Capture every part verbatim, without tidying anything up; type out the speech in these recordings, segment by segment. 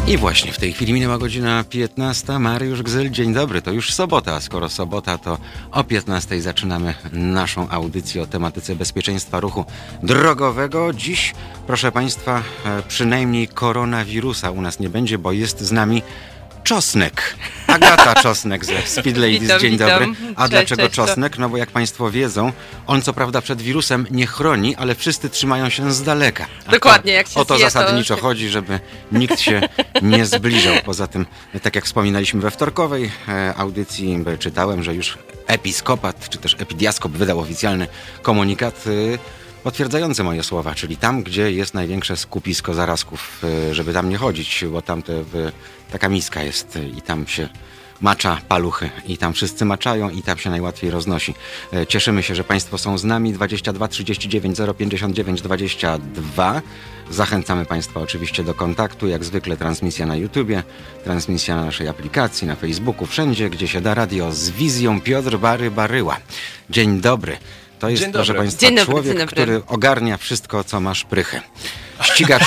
I właśnie w tej chwili minęła godzina piętnasta. Mariusz Gzyl, dzień dobry. To już sobota, a skoro sobota, to o piętnastej zaczynamy naszą audycję o tematyce bezpieczeństwa ruchu drogowego. Dziś, proszę Państwa, przynajmniej koronawirusa u nas nie będzie, bo jest z nami Czosnek. Agata Czosnek ze Speed Ladies. Witam, Dzień witam. dobry. A Cześć, dlaczego cześć, Czosnek? No bo jak Państwo wiedzą, on co prawda przed wirusem nie chroni, ale wszyscy trzymają się z daleka. A Dokładnie, to, jak się o to zje, zasadniczo to... chodzi, żeby nikt się nie zbliżał. Poza tym, tak jak wspominaliśmy we wtorkowej e, audycji, czytałem, że już episkopat, czy też epidiaskop wydał oficjalny komunikat e, potwierdzający moje słowa, czyli tam, gdzie jest największe skupisko zarazków, e, żeby tam nie chodzić, bo tam te, w, taka miska jest e, i tam się macza paluchy i tam wszyscy maczają i tam się najłatwiej roznosi. E, Cieszymy się, że Państwo są z nami. dwadzieścia dwa trzydzieści dziewięć zero pięćdziesiąt dziewięć dwadzieścia dwa. Zachęcamy Państwa oczywiście do kontaktu. Jak zwykle transmisja na YouTubie, transmisja na naszej aplikacji, na Facebooku, wszędzie, gdzie się da radio z wizją. Piotr Bary Baryła. Dzień dobry. To jest, Dzień proszę dobry. Państwa, Dzień dobry, człowiek, dzień dobry. który ogarnia wszystko, co ma szprychy. Ścigacz,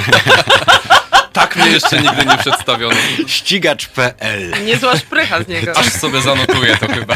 Tak mnie jeszcze nigdy nie przedstawiono. ścigacz kropka pe el. Niezła szprycha z niego. Aż sobie zanotuję to chyba.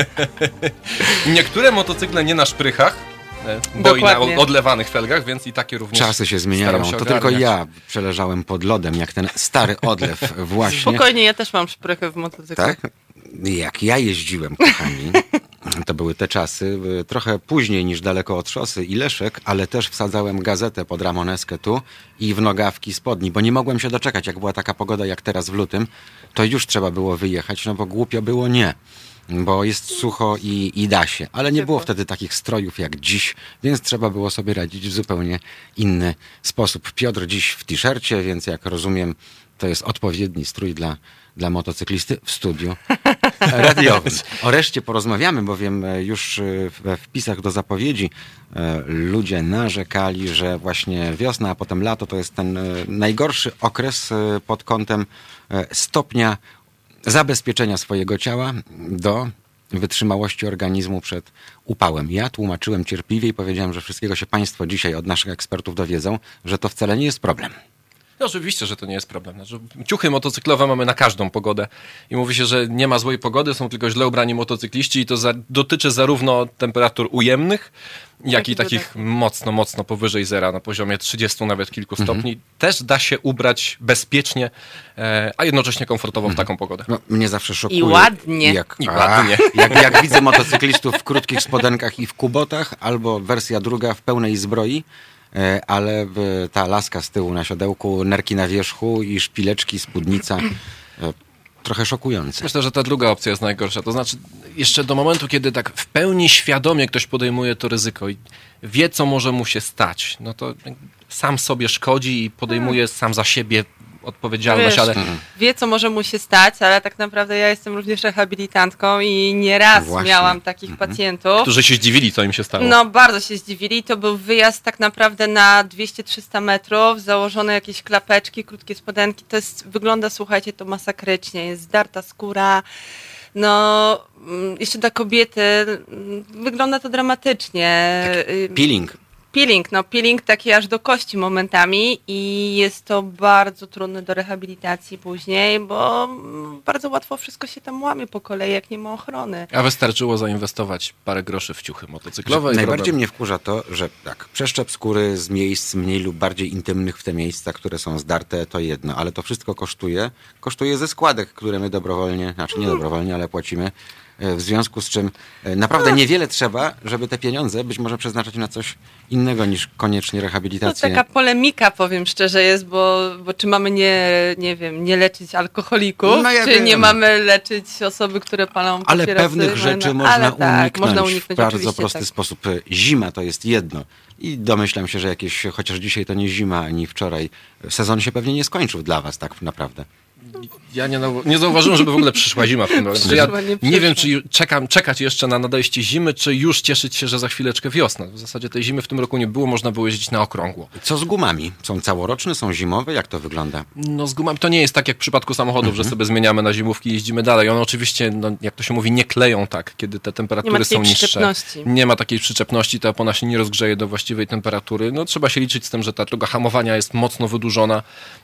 Niektóre motocykle nie na szprychach, e, bo Dokładnie. i na odlewanych felgach, więc i takie również. Czasy się zmieniają. staram się To tylko ogarniać. ja przeleżałem pod lodem, jak ten stary odlew właśnie. Spokojnie, ja też mam szprychy w motocyklu. Tak? Jak ja jeździłem, kochani, to były te czasy, y, trochę później niż daleko od szosy i Leszek, ale też wsadzałem gazetę pod ramoneskę tu i w nogawki spodni, bo nie mogłem się doczekać, jak była taka pogoda jak teraz w lutym, to już trzeba było wyjechać, no bo głupio było nie. Bo jest sucho i, i da się. Ale nie było wtedy takich strojów jak dziś, więc trzeba było sobie radzić w zupełnie inny sposób. Piotr dziś w t-shircie, więc jak rozumiem, to jest odpowiedni strój dla, dla motocyklisty w studiu radiowym. O reszcie porozmawiamy, bowiem już we wpisach do zapowiedzi e, ludzie narzekali, że właśnie wiosna, a potem lato to jest ten e, najgorszy okres e, pod kątem e, stopnia zabezpieczenia swojego ciała do wytrzymałości organizmu przed upałem. Ja tłumaczyłem cierpliwie i powiedziałem, że wszystkiego się Państwo dzisiaj od naszych ekspertów dowiedzą, że to wcale nie jest problem. No oczywiście, że to nie jest problem. Znaczy, ciuchy motocyklowe mamy na każdą pogodę i mówi się, że nie ma złej pogody, są tylko źle ubrani motocykliści i to za, dotyczy zarówno temperatur ujemnych, jak i takich mocno, mocno powyżej zera, na poziomie trzydziestu nawet kilku stopni. Mhm. Też da się ubrać bezpiecznie, e, a jednocześnie komfortowo w taką pogodę. No, mnie zawsze szokuje. I ładnie. Jak, I a, ładnie. Jak, jak widzę motocyklistów w krótkich spodenkach i w kubotach, albo wersja druga w pełnej zbroi, e, ale w, ta laska z tyłu na siodełku, nerki na wierzchu i szpileczki, spódnica. E, trochę szokujące. Myślę, że ta druga opcja jest najgorsza. To znaczy, jeszcze do momentu, kiedy tak w pełni świadomie ktoś podejmuje to ryzyko i wie, co może mu się stać, no to sam sobie szkodzi i podejmuje sam za siebie odpowiedzialność, Wiesz, ale wie, co może mu się stać, ale tak naprawdę ja jestem również rehabilitantką i nieraz Właśnie. miałam takich Mhm. pacjentów. którzy się zdziwili, co im się stało. No, bardzo się zdziwili. To był wyjazd tak naprawdę na dwieście trzysta metrów, założone jakieś klapeczki, krótkie spodenki. To jest, wygląda, słuchajcie, to masakrycznie. Jest zdarta skóra. No, mm, jeszcze dla kobiety mm, wygląda to dramatycznie. Y, Peeling. Peeling, no peeling taki aż do kości momentami i jest to bardzo trudne do rehabilitacji później, bo mm, bardzo łatwo wszystko się tam łamie po kolei, jak nie ma ochrony. A wystarczyło zainwestować parę groszy w ciuchy motocyklowe. i Najbardziej problem. mnie wkurza to, że tak, przeszczep skóry z miejsc mniej lub bardziej intymnych w te miejsca, które są zdarte, to jedno, ale to wszystko kosztuje. Kosztuje ze składek, które my dobrowolnie, znaczy nie dobrowolnie, ale płacimy. W związku z czym naprawdę niewiele trzeba, żeby te pieniądze być może przeznaczyć na coś innego niż koniecznie To rehabilitację. taka polemika, powiem szczerze, jest, bo, bo czy mamy nie, nie wiem, nie leczyć alkoholików, No ja czy wiem. nie mamy leczyć osoby, które palą Ale papierosy. pewnych no, rzeczy no, można, ale uniknąć tak, można w uniknąć bardzo oczywiście, prosty tak. sposób. Zima to jest jedno. I domyślam się, że jakieś, chociaż dzisiaj to nie zima, ani wczoraj, sezon się pewnie nie skończył dla was tak naprawdę. Ja nie, nie zauważyłem, żeby w ogóle przyszła zima w tym roku. Ja nie, nie wiem, czy czekam, czekać jeszcze na nadejście zimy, czy już cieszyć się, że za chwileczkę wiosna. W zasadzie tej zimy w tym roku nie było, można było jeździć na okrągło. Co z gumami? Są całoroczne, są zimowe? Jak to wygląda? No z gumami to nie jest tak jak w przypadku samochodów, mhm. że sobie zmieniamy na zimówki i jeździmy dalej. One oczywiście, no, jak to się mówi, nie kleją tak, kiedy te temperatury są niższe. Nie ma takiej przyczepności, ta opona się nie rozgrzeje do właściwej temperatury. No trzeba się liczyć z tym, że ta droga hamowania jest mocno wydłużona,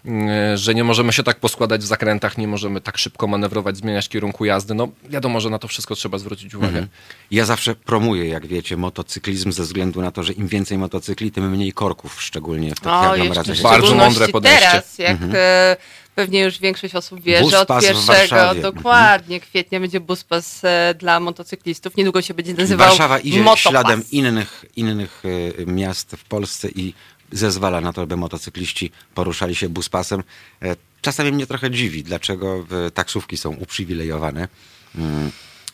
że nie możemy się tak poskładać w zakrętach, nie możemy tak szybko manewrować, zmieniać kierunku jazdy. No wiadomo, że na to wszystko trzeba zwrócić uwagę. Mhm. Ja zawsze promuję, jak wiecie, motocyklizm ze względu na to, że im więcej motocykli, tym mniej korków, szczególnie w takich aglomeracjach. Bardzo mądre podejście. Teraz, jak mhm. e, pewnie już większość osób wie, że od pierwszego, dokładnie, mhm. kwietnia będzie buspas e, dla motocyklistów. Niedługo się będzie nazywał Warszawa idzie Motopas. śladem innych, innych e, miast w Polsce i zezwala na to, by motocykliści poruszali się buspasem. E, czasami mnie trochę dziwi, dlaczego taksówki są uprzywilejowane. Hmm.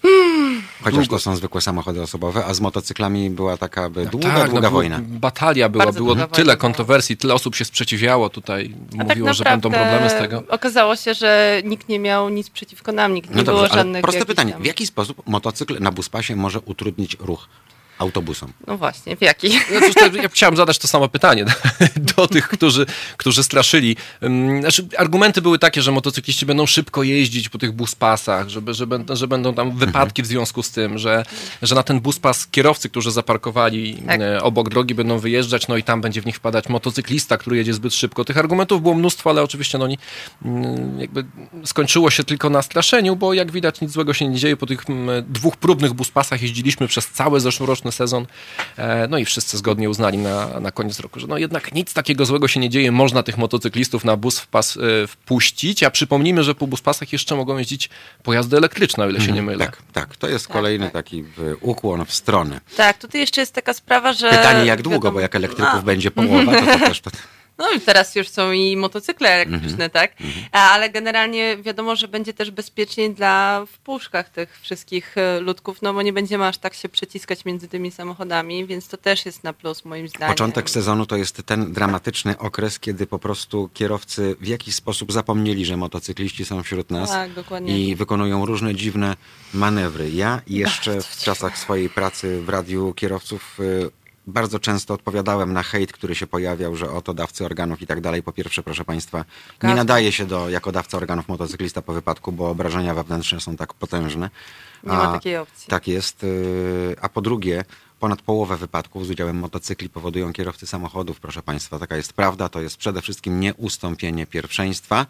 Chociaż długo. To są zwykłe samochody osobowe, a z motocyklami była taka by długa, tak, długa no, wojna. Batalia była, Bardzo było tyle wojna. Kontrowersji, tyle osób się sprzeciwiało tutaj, a mówiło, tak że będą problemy z tego. Okazało się, że nikt nie miał nic przeciwko nam, nikt nie no dobrze, było żadnych... Proste pytanie, tam... w jaki sposób motocykl na buspasie może utrudnić ruch autobusom? No właśnie, w jaki? No cóż, to, ja chciałem zadać to samo pytanie do tych, którzy, którzy straszyli. Znaczy, argumenty były takie, że motocykliści będą szybko jeździć po tych buspasach, żeby, że, będą, że będą tam wypadki w związku z tym, że, że na ten buspas kierowcy, którzy zaparkowali tak. obok drogi, będą wyjeżdżać, no i tam będzie w nich wpadać motocyklista, który jedzie zbyt szybko. Tych argumentów było mnóstwo, ale oczywiście no, oni, jakby skończyło się tylko na straszeniu, bo jak widać nic złego się nie dzieje. Po tych dwóch próbnych buspasach jeździliśmy przez cały zeszłoroczny sezon. No i wszyscy zgodnie uznali na, na koniec roku, że no jednak nic takiego złego się nie dzieje. Można tych motocyklistów na bus wpas, e, wpuścić, a przypomnijmy, że po buspasach jeszcze mogą jeździć pojazdy elektryczne, o ile się nie mylę. Tak, tak. To jest tak, kolejny tak. taki ukłon w stronę. Tak, tutaj jeszcze jest taka sprawa, że... Pytanie jak długo, wiadomo, bo jak elektryków a. będzie połowa, to, to też... To... No i teraz już są i motocykle elektryczne, mm-hmm. tak? Mm-hmm. Ale generalnie wiadomo, że będzie też bezpieczniej dla w puszkach tych wszystkich ludków, no bo nie będziemy aż tak się przeciskać między tymi samochodami, więc to też jest na plus moim zdaniem. Początek sezonu to jest ten dramatyczny okres, kiedy po prostu kierowcy w jakiś sposób zapomnieli, że motocykliści są wśród nas tak, dokładnie. I wykonują różne dziwne manewry. Ja jeszcze w czasach swojej pracy w radiu kierowców bardzo często odpowiadałem na hejt, który się pojawiał, że oto dawcy organów i tak dalej. Po pierwsze, proszę Państwa, nie nadaje się do, jako dawca organów motocyklista po wypadku, bo obrażenia wewnętrzne są tak potężne. Nie ma takiej opcji. Tak jest. A po drugie, ponad połowę wypadków z udziałem motocykli powodują kierowcy samochodów, proszę Państwa. Taka jest prawda. To jest przede wszystkim nieustąpienie pierwszeństwa.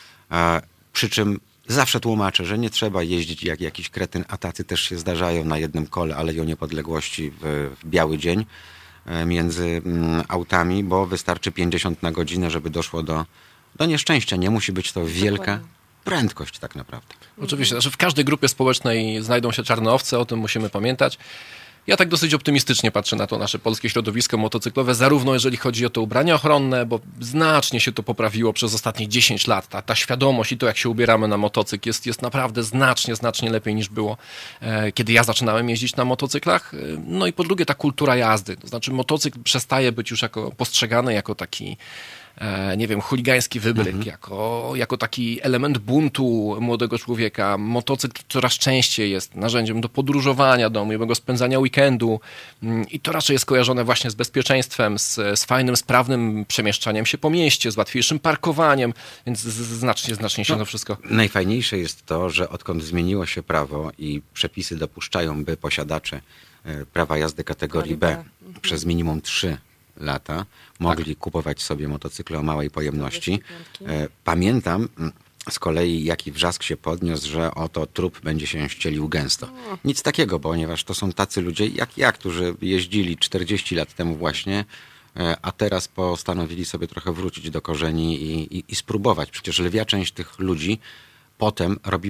Przy czym zawsze tłumaczę, że nie trzeba jeździć jak jakiś kretyn, a tacy też się zdarzają na jednym kole Aleją Niepodległości w, w biały dzień między mm, autami, bo wystarczy pięćdziesiąt na godzinę, żeby doszło do, do nieszczęścia. Nie musi być to wielka Dokładnie. prędkość tak naprawdę. Oczywiście, znaczy w każdej grupie społecznej znajdą się czarne owce, o tym musimy pamiętać. Ja tak dosyć optymistycznie patrzę na to nasze polskie środowisko motocyklowe, zarówno jeżeli chodzi o te ubrania ochronne, bo znacznie się to poprawiło przez ostatnie dziesięć lat. Ta, ta świadomość i to, jak się ubieramy na motocykl jest, jest naprawdę znacznie, znacznie lepiej niż było, e, kiedy ja zaczynałem jeździć na motocyklach. No i po drugie ta kultura jazdy. To znaczy motocykl przestaje być już jako postrzegany jako taki nie wiem, chuligański wybryk, mhm. jako, jako taki element buntu młodego człowieka. Motocykl coraz częściej jest narzędziem do podróżowania, do mojego spędzania weekendu i to raczej jest kojarzone właśnie z bezpieczeństwem, z, z fajnym, sprawnym przemieszczaniem się po mieście, z łatwiejszym parkowaniem, więc znacznie, znacznie się no, to wszystko... Najfajniejsze jest to, że odkąd zmieniło się prawo i przepisy dopuszczają, by posiadacze prawa jazdy kategorii B mhm. przez minimum trzy lata mogli tak. kupować sobie motocykle o małej pojemności. Pamiętam z kolei, jaki wrzask się podniósł, że oto trup będzie się ścielił gęsto. Nic takiego, ponieważ to są tacy ludzie jak ja, którzy jeździli czterdzieści lat temu właśnie, a teraz postanowili sobie trochę wrócić do korzeni i, i, i spróbować. Przecież lwia część tych ludzi potem robi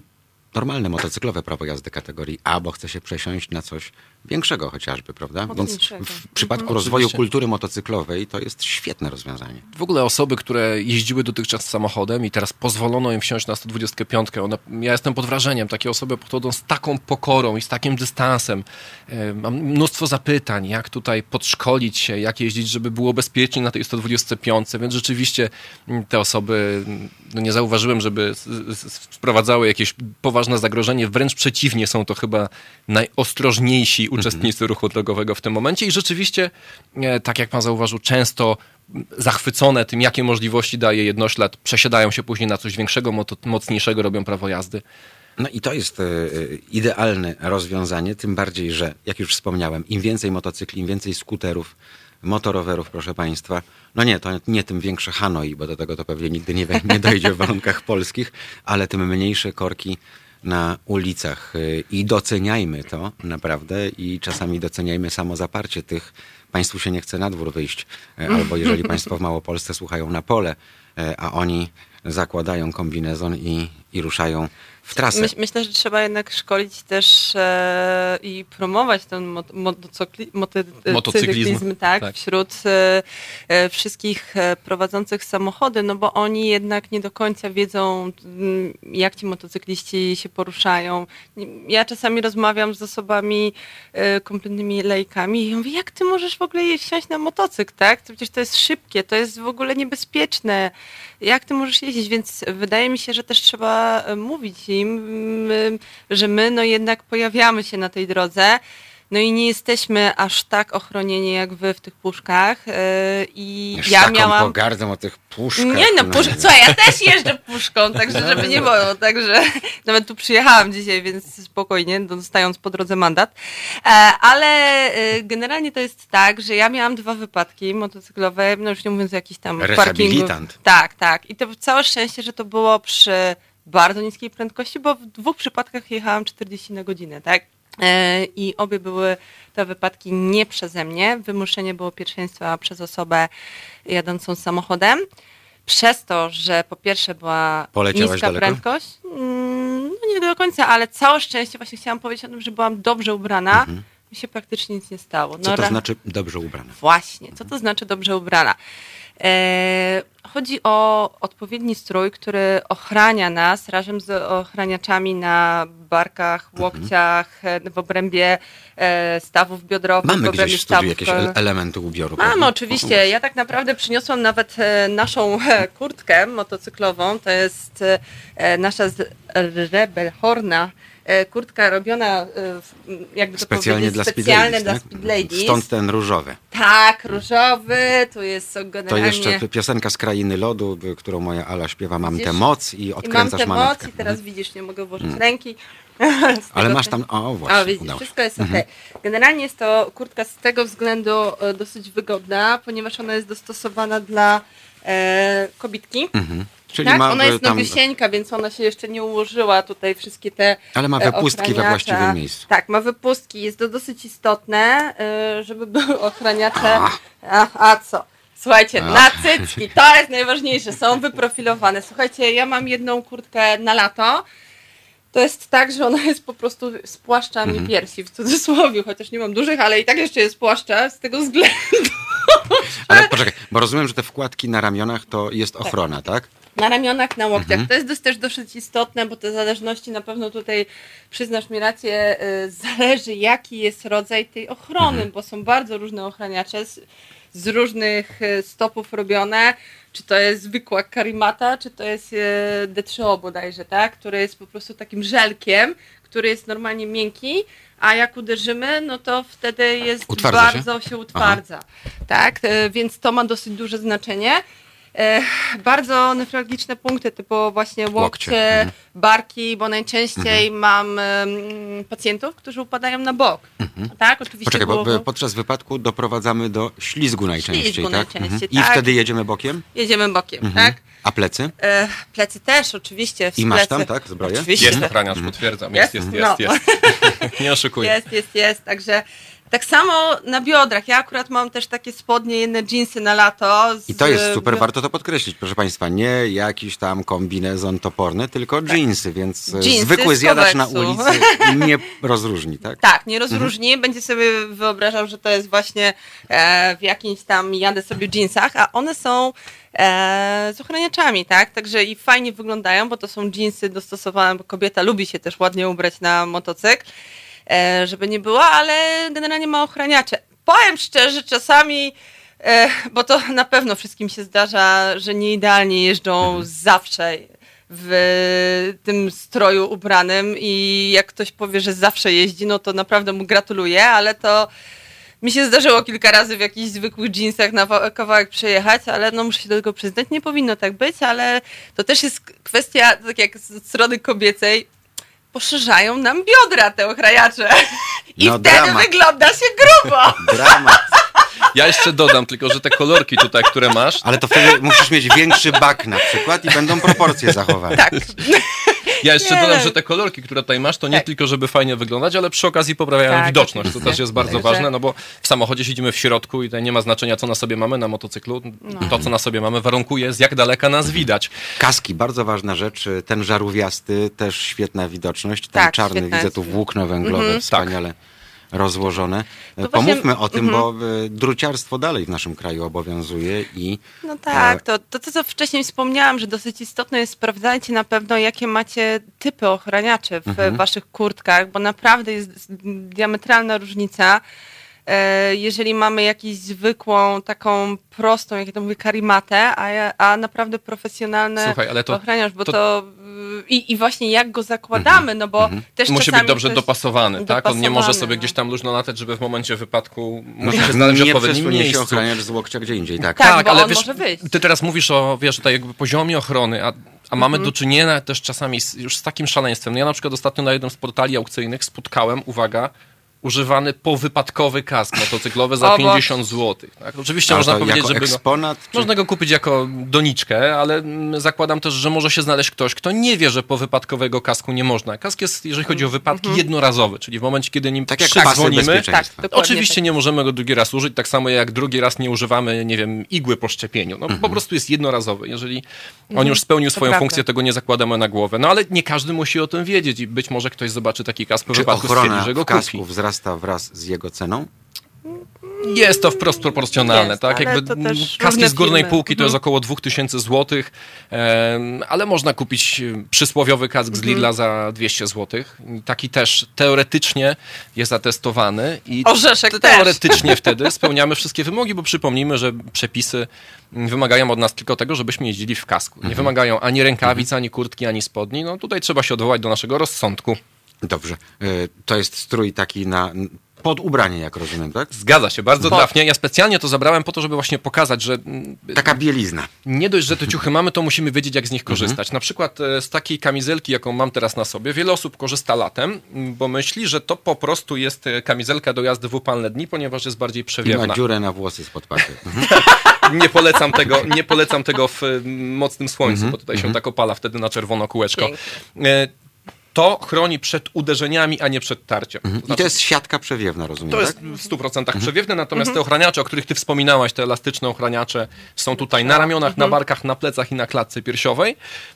normalne motocyklowe prawo jazdy kategorii A, bo chce się przesiąść na coś większego chociażby, prawda? Więc w przypadku Mhm. rozwoju Oczywiście. kultury motocyklowej to jest świetne rozwiązanie. W ogóle osoby, które jeździły dotychczas samochodem i teraz pozwolono im wsiąść na sto dwudziestkę pięć, one, ja jestem pod wrażeniem, takie osoby podchodzą z taką pokorą i z takim dystansem. E, Mam mnóstwo zapytań, jak tutaj podszkolić się, jak jeździć, żeby było bezpiecznie na tej sto dwudziestce pięć, więc rzeczywiście mm, te osoby, no nie zauważyłem, żeby s- s- wprowadzały jakieś poważne zagrożenie, wręcz przeciwnie, są to chyba najostrożniejsi uczestnicy ruchu drogowego w tym momencie i rzeczywiście, e, tak jak pan zauważył, często zachwycone tym, jakie możliwości daje jednoślad, przesiadają się później na coś większego, moto- mocniejszego, robią prawo jazdy. No i to jest y, idealne rozwiązanie, tym bardziej, że jak już wspomniałem, im więcej motocykli, im więcej skuterów, motorowerów, proszę państwa, no nie, to nie tym większe Hanoi, bo do tego to pewnie nigdy nie, nie dojdzie w warunkach polskich, ale tym mniejsze korki na ulicach y, i doceniajmy to naprawdę i czasami doceniajmy samo zaparcie tych. Państwu się nie chce na dwór wyjść, y, albo jeżeli państwo w Małopolsce słuchają na pole, y, a oni zakładają kombinezon i, i ruszają w trasę. Myś, myślę, że trzeba jednak szkolić też e, i promować ten mot, motocykli, moty- Motocyklizm, cyklizm, tak, tak. wśród e, e, wszystkich e, prowadzących samochody, no bo oni jednak nie do końca wiedzą, m, jak ci motocykliści się poruszają. Ja czasami rozmawiam z osobami e, kompletnymi lejkami i mówię, jak ty możesz w ogóle wsiąść na motocykl, tak? To przecież to jest szybkie, to jest w ogóle niebezpieczne. Jak ty możesz jeździć? Więc wydaje mi się, że też trzeba e, mówić im, m, że my no jednak pojawiamy się na tej drodze, no i nie jesteśmy aż tak ochronieni jak wy w tych puszkach. e, I Już ja taką miałam... pogardą o tych puszkach. Nie no, pusz... co, ja też jeżdżę puszką, także żeby nie było, także nawet tu przyjechałam dzisiaj, więc spokojnie, dostając po drodze mandat. E, ale e, generalnie to jest tak, że ja miałam dwa wypadki motocyklowe, no już nie mówiąc o jakichś tam parkingu. Rehabilitant. Tak, tak. I to całe szczęście, że to było przy bardzo niskiej prędkości, bo w dwóch przypadkach jechałam czterdzieści na godzinę, tak? E, I obie były te wypadki nie przeze mnie. Wymuszenie było pierwszeństwa przez osobę jadącą samochodem. Przez to, że po pierwsze była Poleciałaś niska daleko? prędkość, mm, no nie do końca, ale całe szczęście właśnie chciałam powiedzieć o tym, że byłam dobrze ubrana, mi się praktycznie nic nie stało. No, Co to ra- znaczy dobrze ubrana? Właśnie, co to znaczy dobrze ubrana? E, chodzi o odpowiedni strój, który ochrania nas razem z ochraniaczami na barkach, łokciach, e, w obrębie e, stawów biodrowych, w Mamy obrębie gdzieś w studiu stawów jakieś kol- ele- elementy ubioru. Mamy prawda? oczywiście. Ja tak naprawdę przyniosłam nawet e, naszą e, kurtkę motocyklową. To jest e, nasza z Rebelhorna. E, kurtka robiona e, w- jakby to Specjalnie powiedzieć, dla speed specjalnie ladies, dla tak? speed ladies. Stąd ten różowy. Tak, różowy, tu jest generalnie... To jeszcze piosenka z Krainy Lodu, y, którą moja Ala śpiewa, mam tę Widzisz? moc i I mam odkręcasz tę manetkę. moc i teraz widzisz, nie mogę włożyć Mm. ręki. Z Ale tego masz te- tam, o właśnie, A widzisz, udało się. wszystko jest okej. Generalnie jest to kurtka z tego względu e, dosyć wygodna, ponieważ ona jest dostosowana dla e, kobitki. Mhm. Czyli Tak? ma Ona jest tam, nowiusieńka, więc ona się jeszcze nie ułożyła tutaj wszystkie te ale ma e, wypustki we ochraniacze. właściwym miejscu. Tak, ma wypustki. Jest to dosyć istotne, e, żeby były ochraniacze. A, a co? Słuchajcie, A. na cycki, to jest najważniejsze, są wyprofilowane. Słuchajcie, ja mam jedną kurtkę na lato. To jest tak, że ona jest po prostu, spłaszcza mi Mhm. piersi, w cudzysłowie, chociaż nie mam dużych, ale i tak jeszcze je spłaszcza z tego względu. Ale poczekaj, bo rozumiem, że te wkładki na ramionach to jest ochrona, tak? Na ramionach, na łokciach. Mhm. To jest dos- też dosyć istotne, bo te zależności na pewno tutaj, przyznasz mi rację, y, zależy jaki jest rodzaj tej ochrony, Mhm. bo są bardzo różne ochraniacze z, z różnych y, stopów robione. Czy to jest zwykła karimata, czy to jest y, D trzy O bodajże, tak? Które jest po prostu takim żelkiem, który jest normalnie miękki, a jak uderzymy, no to wtedy jest Utwardza się? bardzo się, utwardza. Tak, y, więc to ma dosyć duże znaczenie. E, bardzo newralgiczne punkty, typu właśnie łokcie, Łokcie, mhm. barki, bo najczęściej mam em, pacjentów, którzy upadają na bok. Tak, oczywiście Poczekaj, bo głową. y, podczas wypadku doprowadzamy do ślizgu najczęściej, Ślizgu tak? najczęściej, I tak. wtedy jedziemy bokiem? Jedziemy bokiem, Mhm. tak? A plecy? E, plecy też, oczywiście. W I masz plecy. tam, tak, zbroję? Oczywiście. Jest ochraniacz, potwierdzam. Jest, jest, jest, No. jest. Nie oszukuję. Jest, jest, jest. Także Tak samo na biodrach. Ja akurat mam też takie spodnie, jedne dżinsy na lato. Z... I to jest super, warto to podkreślić, proszę Państwa. Nie jakiś tam kombinezon toporny, tylko dżinsy, więc Dżinsy zwykły z zjadacz na Koweksu. ulicy nie rozróżni, tak? Tak, nie rozróżni. Będzie sobie wyobrażał, że to jest właśnie e, w jakimś tam jadę sobie dżinsach, a one są e, z ochraniaczami, tak? Także i fajnie wyglądają, bo to są dżinsy dostosowane, bo kobieta lubi się też ładnie ubrać na motocykl, e, żeby nie było, ale generalnie ma ochraniacze. Powiem szczerze, czasami, e, bo to na pewno wszystkim się zdarza, że nie idealnie jeżdżą mhm. zawsze w tym stroju ubranym i jak ktoś powie, że zawsze jeździ, no to naprawdę mu gratuluję, ale to mi się zdarzyło kilka razy w jakichś zwykłych dżinsach na kawałek przejechać, ale no muszę się do tego przyznać, nie powinno tak być, ale to też jest kwestia, tak jak z strony kobiecej, poszerzają nam biodra te ochraniacze i no, wtedy dramat. Wygląda się grubo. Dramat. Ja jeszcze dodam tylko, że te kolorki tutaj, które masz... Ale to wtedy musisz mieć większy bak na przykład i będą proporcje zachowane. Tak. Ja jeszcze Nie. dodam, że te kolorki, które tutaj masz, to nie Tak. tylko, żeby fajnie wyglądać, ale przy okazji poprawiają Tak, widoczność. To oczywiście. też jest bardzo Także- ważne, no bo w samochodzie siedzimy w środku i tutaj nie ma znaczenia, co na sobie mamy na motocyklu. No. To, co na sobie mamy, warunkuje, z jak daleka nas widać. Kaski, bardzo ważna rzecz. Ten żarówiasty, też świetna widoczność. Ten Tak, czarny, świetna widzę jest. tu włókno węglowe, Mhm. wspaniale rozłożone. To Pomówmy właśnie- o tym, mhm. bo y, druciarstwo dalej w naszym kraju obowiązuje i No tak, to, to, to co wcześniej wspomniałam, że dosyć istotne jest, sprawdzajcie na pewno, jakie macie typy ochraniaczy w Mhm. waszych kurtkach, bo naprawdę jest diametralna różnica. E, Jeżeli mamy jakąś zwykłą, taką prostą, jak ja to mówię, karimatę, a, ja- a naprawdę profesjonalny Słuchaj, ale to- ochraniacz, bo to- to... I, I właśnie jak go zakładamy, no bo też Musi czasami być dobrze to jest dopasowany, tak? On nie może dopasowany, sobie no. gdzieś tam luźno latać, żeby w momencie wypadku musi no, się znaleźć w nie odpowiednim przesunie się miejscu. ochraniacz z łokcia gdzie indziej. Tak. Tak, bo on może wyjść. ty teraz mówisz o, wiesz, tutaj jakby poziomie ochrony, a, a mamy Mhm. do czynienia też czasami z, już z takim szaleństwem. No ja na przykład ostatnio na jednym z portali aukcyjnych spotkałem, uwaga, używany powypadkowy kask motocyklowy za O, bo- pięćdziesiąt złotych. Tak? Oczywiście A można to powiedzieć, jako żeby... No, eksponat? Czy... można go kupić jako doniczkę, ale mm, zakładam też, że może się znaleźć ktoś, kto nie wie, że powypadkowego kasku nie można. Kask jest, jeżeli chodzi o wypadki, jednorazowy, czyli w momencie, kiedy nim Tak jak pasy przydzwonimy, bezpieczeństwa. Tak, dokładnie oczywiście tak. nie możemy go drugi raz użyć, tak samo jak drugi raz nie używamy, nie wiem, igły po szczepieniu. No Mhm. po prostu jest jednorazowy. Jeżeli on już spełnił swoją prawda. funkcję, tego nie zakładamy na głowę. No ale nie każdy musi o tym wiedzieć i być może ktoś zobaczy taki kask po Czy wypadku, stwierdzi, ochrona że go w kasku kupi. wzrasta wraz z jego ceną? Jest to wprost proporcjonalne, Jest, tak? ale Jakby to też kaski różne z górnej firmy. półki to Mhm. jest około dwa tysiące złotych, em, ale można kupić e, przysłowiowy kask z Lidla za dwieście złotych. I taki też teoretycznie jest zatestowany i Orzeszek te- też. teoretycznie wtedy spełniamy wszystkie wymogi, bo przypomnijmy, że przepisy wymagają od nas tylko tego, żebyśmy jeździli w kasku. Nie wymagają ani rękawic, ani kurtki, ani spodni. No tutaj trzeba się odwołać do naszego rozsądku. Dobrze. Y, To jest strój taki na pod ubranie, jak rozumiem, tak? Zgadza się, bardzo Bo- trafnie. Ja specjalnie to zabrałem po to, żeby właśnie pokazać, że mm, Taka bielizna. nie dość, że te ciuchy mamy, to musimy wiedzieć, jak z nich korzystać. Na przykład e, z takiej kamizelki, jaką mam teraz na sobie, wiele osób korzysta latem, m, bo myśli, że to po prostu jest e, kamizelka do jazdy w upalne dni, ponieważ jest bardziej I ma przewiewna. dziurę na włosy spod pachy. Mhm. Nie polecam tego, nie polecam tego w e, mocnym słońcu, bo tutaj się tak opala wtedy na czerwono kółeczko. E, To chroni przed uderzeniami, a nie przed tarciem. I Znaczy, to jest siatka przewiewna, rozumiem, To tak? jest w stu procentach przewiewne, natomiast te ochraniacze, o których ty wspominałaś, te elastyczne ochraniacze, są tutaj na ramionach, na barkach, na plecach i na klatce piersiowej.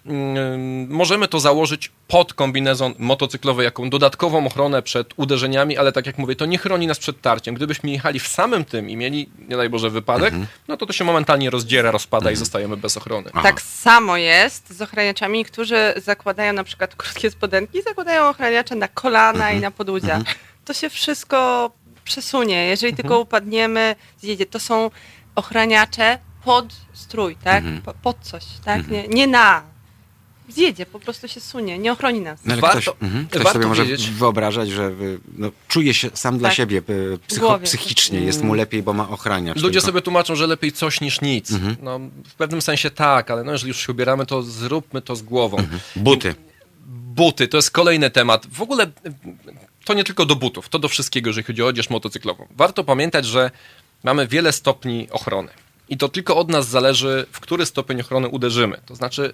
Ym, Możemy to założyć pod kombinezon motocyklowy, jaką dodatkową ochronę przed uderzeniami, ale tak jak mówię, to nie chroni nas przed tarciem. Gdybyśmy jechali w samym tym i mieli, nie daj Boże, wypadek, no to to się momentalnie rozdziera, rozpada i zostajemy bez ochrony. Aha. Tak samo jest z ochraniaczami, którzy zakładają na przykład krótkie spodenki, zakładają ochraniacze na kolana i na podłudzia. To się wszystko przesunie. Jeżeli tylko upadniemy, zjedzie. To są ochraniacze pod strój, tak? Po, pod coś, tak? Nie, nie na. Zjedzie, po prostu się sunie, nie ochroni nas. No, ale Warto- ktoś, mhm, ktoś warto sobie może wiedzieć- wyobrażać, że y, no, czuje się sam dla Tak. siebie y, W psycho, głowie. psychicznie, jest mu lepiej, bo ma ochraniacz. Ludzie tylko- sobie tłumaczą, że lepiej coś niż nic. No, w pewnym sensie tak, ale no, jeżeli już się ubieramy, to zróbmy to z głową. Buty. Buty, to jest kolejny temat. W ogóle to nie tylko do butów, to do wszystkiego, jeżeli chodzi o odzież motocyklową. Warto pamiętać, że mamy wiele stopni ochrony. I to tylko od nas zależy, w który stopień ochrony uderzymy. To znaczy,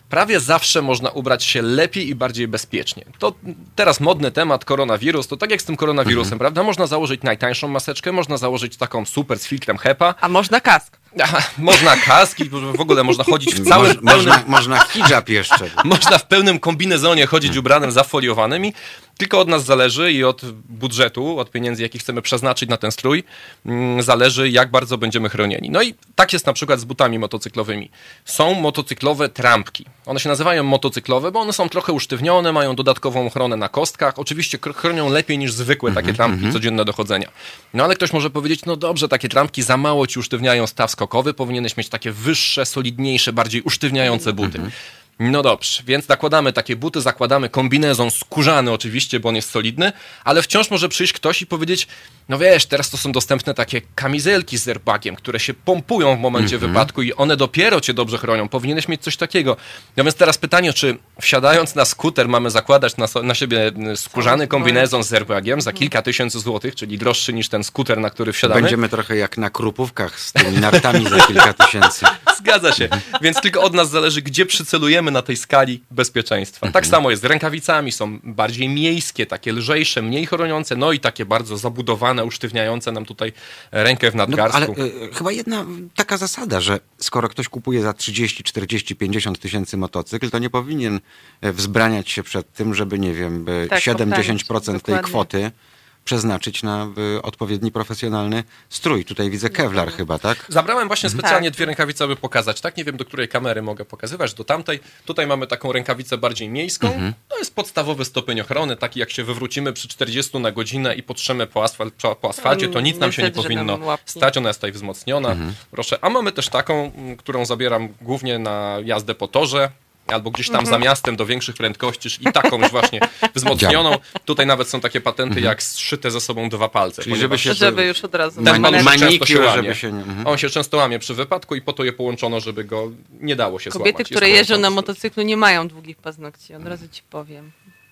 prawie zawsze można ubrać się lepiej i bardziej bezpiecznie. To teraz modny temat, koronawirus, to tak jak z tym koronawirusem, mhm. prawda? Można założyć najtańszą maseczkę, można założyć taką super z filtrem HEPA. A można kask. Aha, można kaski, w ogóle można chodzić w całym... Moż, pełnym, można, można hijab jeszcze. Można w pełnym kombinezonie chodzić ubranym, zafoliowanym i tylko od nas zależy i od budżetu, od pieniędzy, jakie chcemy przeznaczyć na ten strój, mm, zależy, jak bardzo będziemy chronieni. No i tak jest na przykład z butami motocyklowymi. Są motocyklowe trampki. One się nazywają motocyklowe, bo one są trochę usztywnione, mają dodatkową ochronę na kostkach. Oczywiście chronią lepiej niż zwykłe takie trampki codzienne do chodzenia. No ale ktoś może powiedzieć, no dobrze, takie trampki za mało ci usztywniają staw skokowy, powinieneś mieć takie wyższe, solidniejsze, bardziej usztywniające buty. No dobrze, więc nakładamy takie buty, zakładamy kombinezon skórzany oczywiście, bo on jest solidny, ale wciąż może przyjść ktoś i powiedzieć, no wiesz, teraz to są dostępne takie kamizelki z airbagiem, które się pompują w momencie mm-hmm. wypadku i one dopiero cię dobrze chronią, powinieneś mieć coś takiego. No więc teraz pytanie, czy wsiadając na skuter mamy zakładać na, so, na siebie skórzany kombinezon z airbagiem za kilka tysięcy złotych, czyli droższy niż ten skuter, na który wsiadamy? Będziemy trochę jak na Krupówkach z tymi nartami za kilka tysięcy. Zgadza się, więc tylko od nas zależy, gdzie przycelujemy na tej skali bezpieczeństwa. Tak samo jest z rękawicami, są bardziej miejskie, takie lżejsze, mniej chroniące, no i takie bardzo zabudowane, usztywniające nam tutaj rękę w nadgarstku. No, ale y, chyba jedna taka zasada, że skoro ktoś kupuje za trzydzieści, czterdzieści, pięćdziesiąt tysięcy motocykl, to nie powinien wzbraniać się przed tym, żeby, nie wiem, tak, siedem do dziesięciu procent tej dokładnie. kwoty przeznaczyć na y, odpowiedni profesjonalny strój. Tutaj widzę Kevlar chyba, tak? Zabrałem właśnie Mhm. specjalnie tak. dwie rękawice, aby pokazać, tak? Nie wiem, do której kamery mogę pokazywać, do tamtej. Tutaj mamy taką rękawicę bardziej miejską. Mhm. To jest podstawowy stopień ochrony, taki jak się wywrócimy przy czterdziestu na godzinę i potrzemy po, asfalt, po asfalcie, to nic nam się nie powinno stać, ona jest tutaj wzmocniona. Mhm. Proszę. A mamy też taką, którą zabieram głównie na jazdę po torze, albo gdzieś tam mhm. za miastem do większych prędkości i taką już właśnie wzmocnioną. Tutaj nawet są takie patenty mhm. jak zszyte ze sobą dwa palce. Czyli żeby się... Żeby już od razu... Ten Man- manikur, żeby się... Nie, mhm. On się często łamie przy wypadku i po to je połączono, żeby go nie dało się Kobiety, złamać. które jeżdżą na motocyklu, nie mają długich paznokci, od razu ci powiem.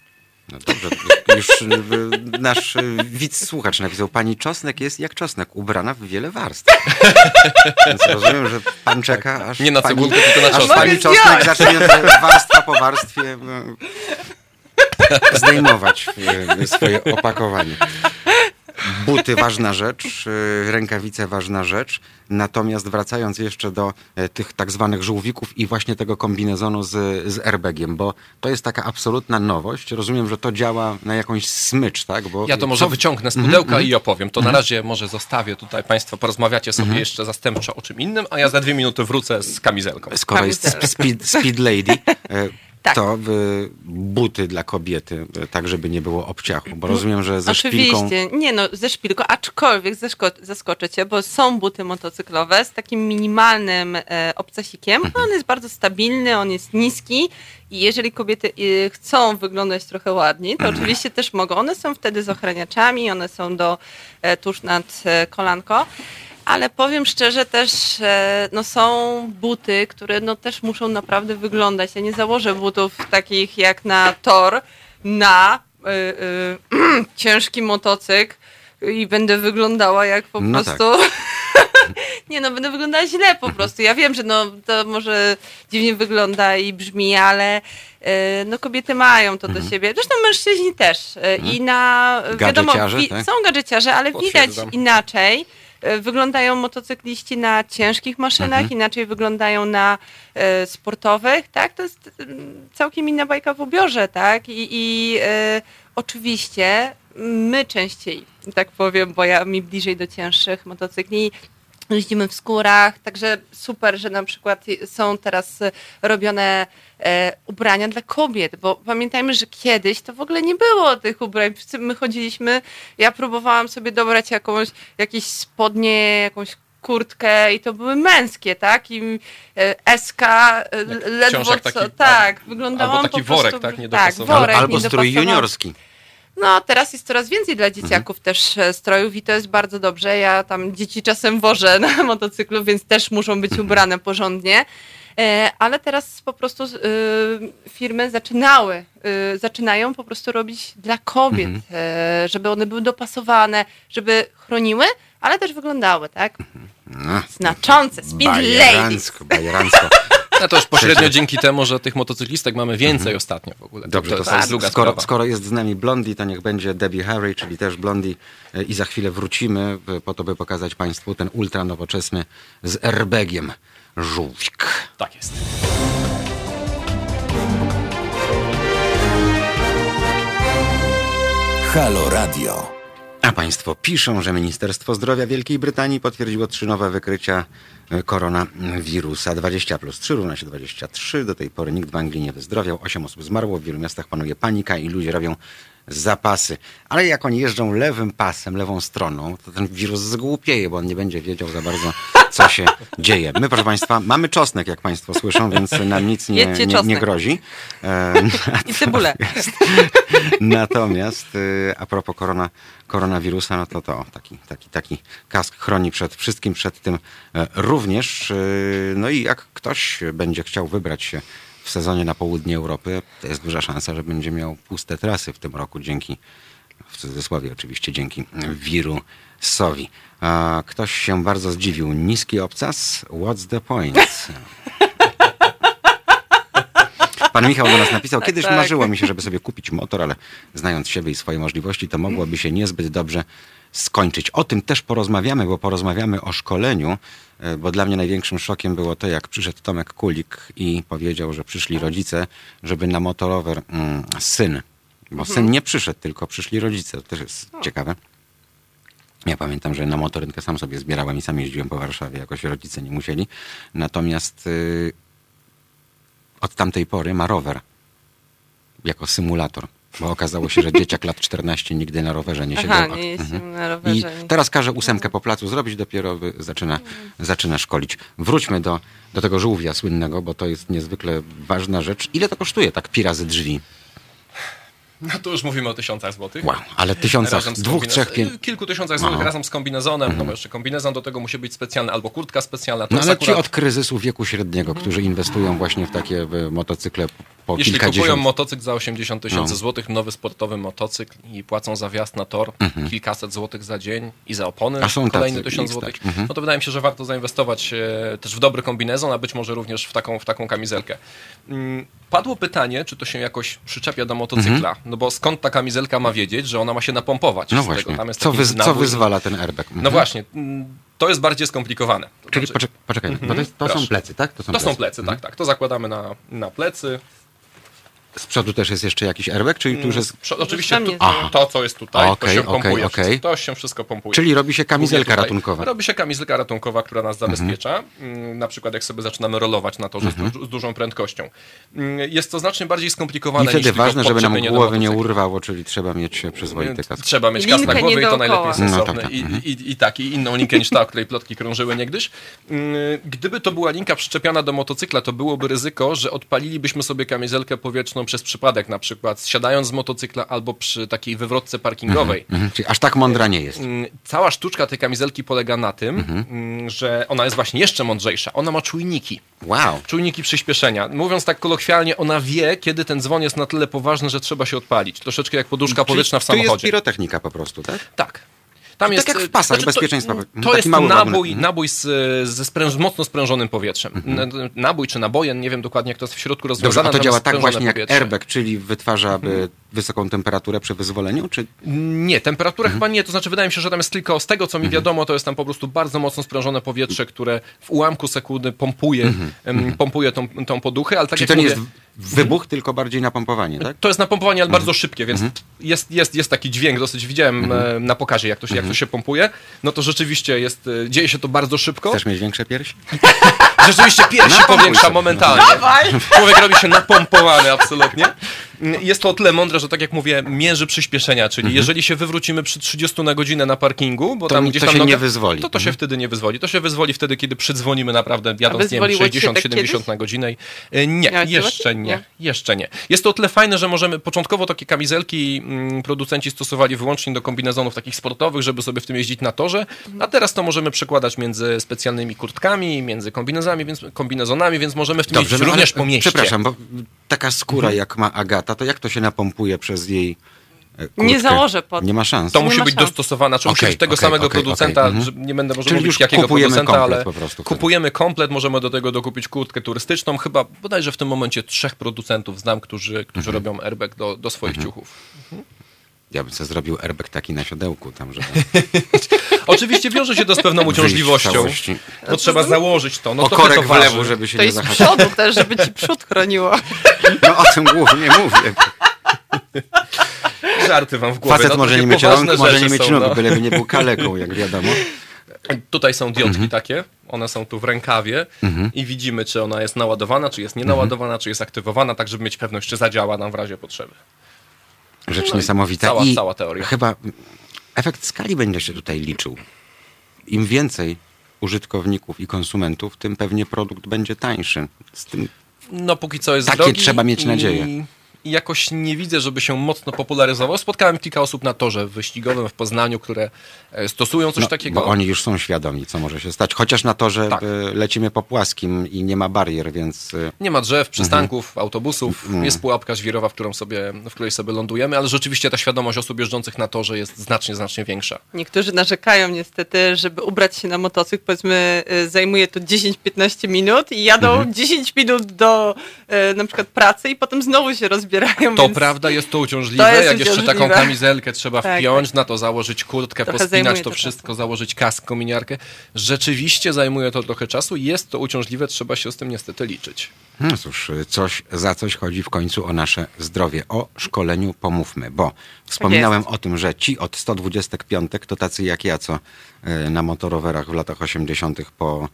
No dobrze, już nasz widz, słuchacz napisał, pani Czosnek jest jak czosnek, ubrana w wiele warstw. Więc rozumiem, że pan czeka, aż nie na pani, cebulkę, tylko na aż czosnek. pani Czosnek zacznie warstwa po warstwie no, zdejmować swoje opakowanie. Buty ważna rzecz, rękawice ważna rzecz, natomiast wracając jeszcze do tych tak zwanych żółwików i właśnie tego kombinezonu z, z airbagiem, bo to jest taka absolutna nowość. Rozumiem, że to działa na jakąś smycz, tak? Bo ja to może co... wyciągnę z pudełka mm-hmm. i opowiem. To mm-hmm. na razie może zostawię tutaj, państwo porozmawiacie sobie mm-hmm. jeszcze zastępczo o czym innym, a ja za dwie minuty wrócę z kamizelką. Skoro jest speed, speed Lady... Tak. To y, buty dla kobiety, y, tak żeby nie było obciachu, bo rozumiem, że ze Oczywiście. szpilką... Oczywiście, nie no, ze szpilką, aczkolwiek zasko- zaskoczę cię, bo są buty motocyklowe z takim minimalnym e, obcasikiem, mhm. on jest bardzo stabilny, on jest niski i jeżeli kobiety y, chcą wyglądać trochę ładniej, to mhm. oczywiście też mogą. One są wtedy z ochraniaczami, one są do e, tuż nad e, kolanko. Ale powiem szczerze też, no są buty, które no też muszą naprawdę wyglądać. Ja nie założę butów takich jak na tor, na y, y, ciężki motocykl i będę wyglądała jak po no prostu... Tak. Nie no, będę wyglądała źle po prostu. Ja wiem, że no to może dziwnie wygląda i brzmi, ale y, no kobiety mają to do siebie. Zresztą mężczyźni też. Y, I na... wiadomo, wi- tak? są gadżeciarze, ale widać inaczej. Wyglądają motocykliści na ciężkich maszynach, mhm. inaczej wyglądają na e, sportowych, tak? To jest e, całkiem inna bajka w ubiorze, tak? I, i e, oczywiście my częściej, tak powiem, bo ja mi bliżej do cięższych motocykli, jeździmy w skórach, także super, że na przykład są teraz robione e, ubrania dla kobiet, bo pamiętajmy, że kiedyś to w ogóle nie było tych ubrań. My chodziliśmy, ja próbowałam sobie dobrać jakąś, jakieś spodnie, jakąś kurtkę i to były męskie, tak? I e, eska, e, ledwo co, taki, tak, wyglądałam albo taki po prostu... worek, tak? Tak, worek, albo strój juniorski. No, teraz jest coraz więcej dla dzieciaków mhm. też strojów i to jest bardzo dobrze. Ja tam dzieci czasem wożę na motocyklu, więc też muszą być ubrane porządnie. E, ale teraz po prostu y, firmy zaczynały, y, zaczynają po prostu robić dla kobiet, mhm. e, żeby one były dopasowane, żeby chroniły, ale też wyglądały, tak? No, znaczące, speed ladies. Bajerancko, bajerancko. Ale to już pośrednio dzięki temu, że tych motocyklistek mamy więcej mhm. ostatnio w ogóle. Dobrze, to, to, to to jest druga skoro, sprawa. skoro jest z nami Blondie, to niech będzie Debbie Harry, czyli też Blondie i za chwilę wrócimy po to, by pokazać Państwu ten ultra nowoczesny z airbagiem żółwik. Tak jest. Halo Radio. A Państwo piszą, że Ministerstwo Zdrowia Wielkiej Brytanii potwierdziło trzy nowe wykrycia koronawirusa. dwadzieścia plus trzy równa się dwadzieścia trzy. Do tej pory nikt w Anglii nie wyzdrowiał. osiem osób zmarło. W wielu miastach panuje panika i ludzie robią zapasy. Ale jak oni jeżdżą lewym pasem, lewą stroną, to ten wirus zgłupieje, bo on nie będzie wiedział za bardzo, co się dzieje. My, proszę Państwa, mamy czosnek, jak Państwo słyszą, więc nam nic nie, nie, nie grozi. E, I cebulę. Natomiast e, a propos korona, koronawirusa, no to to taki, taki, taki kask chroni przed wszystkim, przed tym e, również. E, no i jak ktoś będzie chciał wybrać się w sezonie na południe Europy, to jest duża szansa, że będzie miał puste trasy w tym roku dzięki, w cudzysłowie oczywiście, dzięki wirusowi. A ktoś się bardzo zdziwił. Niski obcas? What's the point? Pan Michał do nas napisał, kiedyś tak. marzyło mi się, żeby sobie kupić motor, ale znając siebie i swoje możliwości, to mogłoby się niezbyt dobrze skończyć. O tym też porozmawiamy, bo porozmawiamy o szkoleniu, bo dla mnie największym szokiem było to, jak przyszedł Tomek Kulik i powiedział, że przyszli rodzice, żeby na motorower mm, syn, bo mhm. syn nie przyszedł, tylko przyszli rodzice. To też jest o. ciekawe. Ja pamiętam, że na motorynkę sam sobie zbierałem i sam jeździłem po Warszawie, jakoś rodzice nie musieli. Natomiast yy, od tamtej pory ma rower jako symulator. Bo okazało się, że dzieciak lat czternaście nigdy na rowerze nie siedział. Aha, nie jeździł mhm. na rowerze. I teraz każe ósemkę po placu zrobić, dopiero zaczyna, zaczyna szkolić. Wróćmy do, do tego żółwia słynnego, bo to jest niezwykle ważna rzecz. Ile to kosztuje tak pi razy drzwi? No to już mówimy o tysiącach złotych. Wow, ale tysiącach, dwóch, trzech, pięć... Kilku tysiącach złotych Aha. razem z kombinezonem, Mhm. no bo jeszcze kombinezon do tego musi być specjalny, albo kurtka specjalna. To No ale akurat... ci od kryzysu wieku średniego, mhm. którzy inwestują właśnie w takie w motocykle po Jeśli kilkadziesiąt... kupują motocykl za osiemdziesiąt tysięcy no. złotych, nowy sportowy motocykl i płacą za wjazd na tor Mhm. kilkaset złotych za dzień i za opony A są kolejny tacy, tysiąc ich złotych, stać. Mhm. no to wydaje mi się, że warto zainwestować e, też w dobry kombinezon, a być może również w taką, w taką kamizelkę. Mm, padło pytanie, czy to się jakoś przyczepia do motocykla, mhm. no bo skąd ta kamizelka ma wiedzieć, że ona ma się napompować? No z właśnie, tego. Tam jest co, taki wy, co nabój. wyzwala ten airbag? Mhm. No właśnie, mm, to jest bardziej skomplikowane. To Czyli znaczy, poczek- poczekaj, Mhm. bo to, jest, to są Proszę. plecy, tak? To są plecy, plecy Mhm. tak, tak. To zakładamy na, na plecy. Z przodu też jest jeszcze jakiś airbag, czyli tu już jest... Przo- oczywiście tu, Aha. to, co jest tutaj, Okay, to się okay, pompuje. okay. Wszystko, to się wszystko pompuje. Czyli robi się kamizelka Tutaj ratunkowa. Robi się kamizelka ratunkowa, która nas zabezpiecza. Mhm. Na przykład jak sobie zaczynamy rolować na torze mhm. z, du- z dużą prędkością. Jest to znacznie bardziej skomplikowane. I wtedy niż ważne, żeby nam głowy nie urwało. urwało, czyli trzeba mieć przyzwoity kask. Trzeba mieć I kask na linkę głowie nie i to najlepiej dookoła. sensowne. No tak, tak. I, Mhm. i, I tak, i inną linkę niż ta, o której plotki krążyły niegdyś. Gdyby to była linka przyczepiona do motocykla, to byłoby ryzyko, że odpalilibyśmy sobie kamizelkę powietrzną przez przypadek, na przykład siadając z motocykla albo przy takiej wywrotce parkingowej. Mhm. Mhm. Czyli aż tak mądra nie jest. Cała sztuczka tej kamizelki polega na tym, Mhm. że ona jest właśnie jeszcze mądrzejsza. Ona ma czujniki. Wow. Czujniki przyspieszenia. Mówiąc tak kolokwialnie, ona wie, kiedy ten dzwon jest na tyle poważny, że trzeba się odpalić. Troszeczkę jak poduszka powietrzna w To jest samochodzie. pirotechnika po prostu, tak? Tak. Tam tak jest, jak w pasach to- bezpieczeństwa. To, Mhm. to Taki jest mały nabój, warunek. nabój z, ze spręż, mocno sprężonym powietrzem. N- Nabój czy nabojen, nie wiem dokładnie jak to jest w środku Dobrze, rozwiązane. a to tam działa jest tak sprężone właśnie jak powietrze. airbag, czyli wytwarza by wysoką temperaturę przy wyzwoleniu, czy... Nie, temperatura chyba nie, to znaczy wydaje mi się, że tam jest tylko, z tego co mi wiadomo, to jest tam po prostu bardzo mocno sprężone powietrze, które w ułamku sekundy pompuje, em, pompuje tą, tą poduchę, ale tak Czyli jak to nie mówię, jest wybuch, tylko bardziej napompowanie, tak? to jest napompowanie, ale bardzo szybkie, więc jest, jest, jest taki dźwięk, dosyć widziałem e, na pokazie, jak to, się, jak to się pompuje. No to rzeczywiście jest, e, dzieje się to bardzo szybko. Chcesz mieć większe piersi? Rzeczywiście piersi Napompuj powiększa sobie. momentalnie. Człowiek robi się napompowany absolutnie. Jest to o tyle mądre, że tak jak mówię, mierzy przyspieszenia, czyli Mhm. jeżeli się wywrócimy przy trzydziestu na godzinę na parkingu, bo To tam mi- gdzieś to tam się noga, nie wyzwoli. To to się Mhm. wtedy nie wyzwoli. To się wyzwoli wtedy, kiedy przydzwonimy naprawdę jadąc nie wiem, wyzwoliło ci się sześćdziesiąt tak siedemdziesiąt kiedyś? na godzinę. i- E, Nie, Miałeś jeszcze zobaczyć? nie, Nie. Jeszcze nie. Jest to o tyle fajne, że możemy, początkowo takie kamizelki mm, producenci stosowali wyłącznie do kombinezonów takich sportowych, żeby sobie w tym jeździć na torze, a teraz to możemy przekładać między specjalnymi kurtkami, między kombinezami, więc, kombinezonami, więc możemy w tym jeździć no, również ale, po mieście. Przepraszam, bo taka skóra jak ma Agata, to jak to się napompuje przez jej kurtkę. Nie założę pod. Nie ma szans. To Nie musi ma być szans. dostosowana, czy musi Okej, być tego okej, samego okej, producenta, okej, mhm. że nie będę może Czyli mówić już jakiego kupujemy producenta, komplet ale po prostu wtedy. kupujemy komplet, możemy do tego dokupić kurtkę turystyczną. Chyba bodajże w tym momencie trzech producentów znam, którzy, którzy Mhm. robią airbag do, do swoich ciuchów. Ja bym sobie zrobił airbag taki na siodełku tam, żeby Oczywiście wiąże się to z pewną wyjść w uciążliwością, całości. bo trzeba założyć to. No O trochę korek to w lewo, waży. żeby się To nie jest z zahaczyć. przodu też, żeby ci przód chroniło. No o tym głównie mówię. Żarty wam w głowie. Facet no, może takie nie mieć poważne rąk, może rzeczy nie mieć są, nóg, no. byleby nie był kaleką, jak wiadomo. Tutaj są diodki Mhm. takie, one są tu w rękawie i widzimy, czy ona jest naładowana, czy jest nienaładowana, Mhm. czy jest aktywowana, tak żeby mieć pewność, czy zadziała nam w razie potrzeby. Rzecz No i niesamowita. cała- I cała teoria. chyba efekt skali będzie się tutaj liczył. Im więcej użytkowników i konsumentów, tym pewnie produkt będzie tańszy. Z tym No póki co jest Takie drogi trzeba mieć i- nadzieję. I jakoś nie widzę, żeby się mocno popularyzował. Spotkałem kilka osób na torze wyścigowym w Poznaniu, które e, stosują coś no, takiego. bo oni już są świadomi, co może się stać. Chociaż na to, że Tak. lecimy po płaskim i nie ma barier, więc y, Nie ma drzew, przystanków, Mhm. autobusów, jest pułapka żwirowa, w, którą sobie, w której sobie lądujemy, ale rzeczywiście ta świadomość osób jeżdżących na torze jest znacznie, znacznie większa. Niektórzy narzekają niestety, żeby ubrać się na motocykl, powiedzmy y, zajmuje to dziesięć piętnaście minut i jadą Mhm. dziesięć minut do y, na przykład pracy i potem znowu się rozbierają. To więc prawda, jest to uciążliwe, To jest jak jeszcze uciążliwe. taką kamizelkę trzeba Tak, wpiąć, na to założyć kurtkę, Trochę pospinać zajmuje to to wszystko, czasu. założyć kask, kominiarkę. Rzeczywiście zajmuje to trochę czasu, jest to uciążliwe, trzeba się z tym niestety liczyć. no cóż, coś za coś chodzi w końcu o nasze zdrowie. O szkoleniu pomówmy, bo wspominałem o tym, że ci od sto dwadzieścia pięć to tacy jak ja, co y, na motorowerach w latach osiemdziesiątych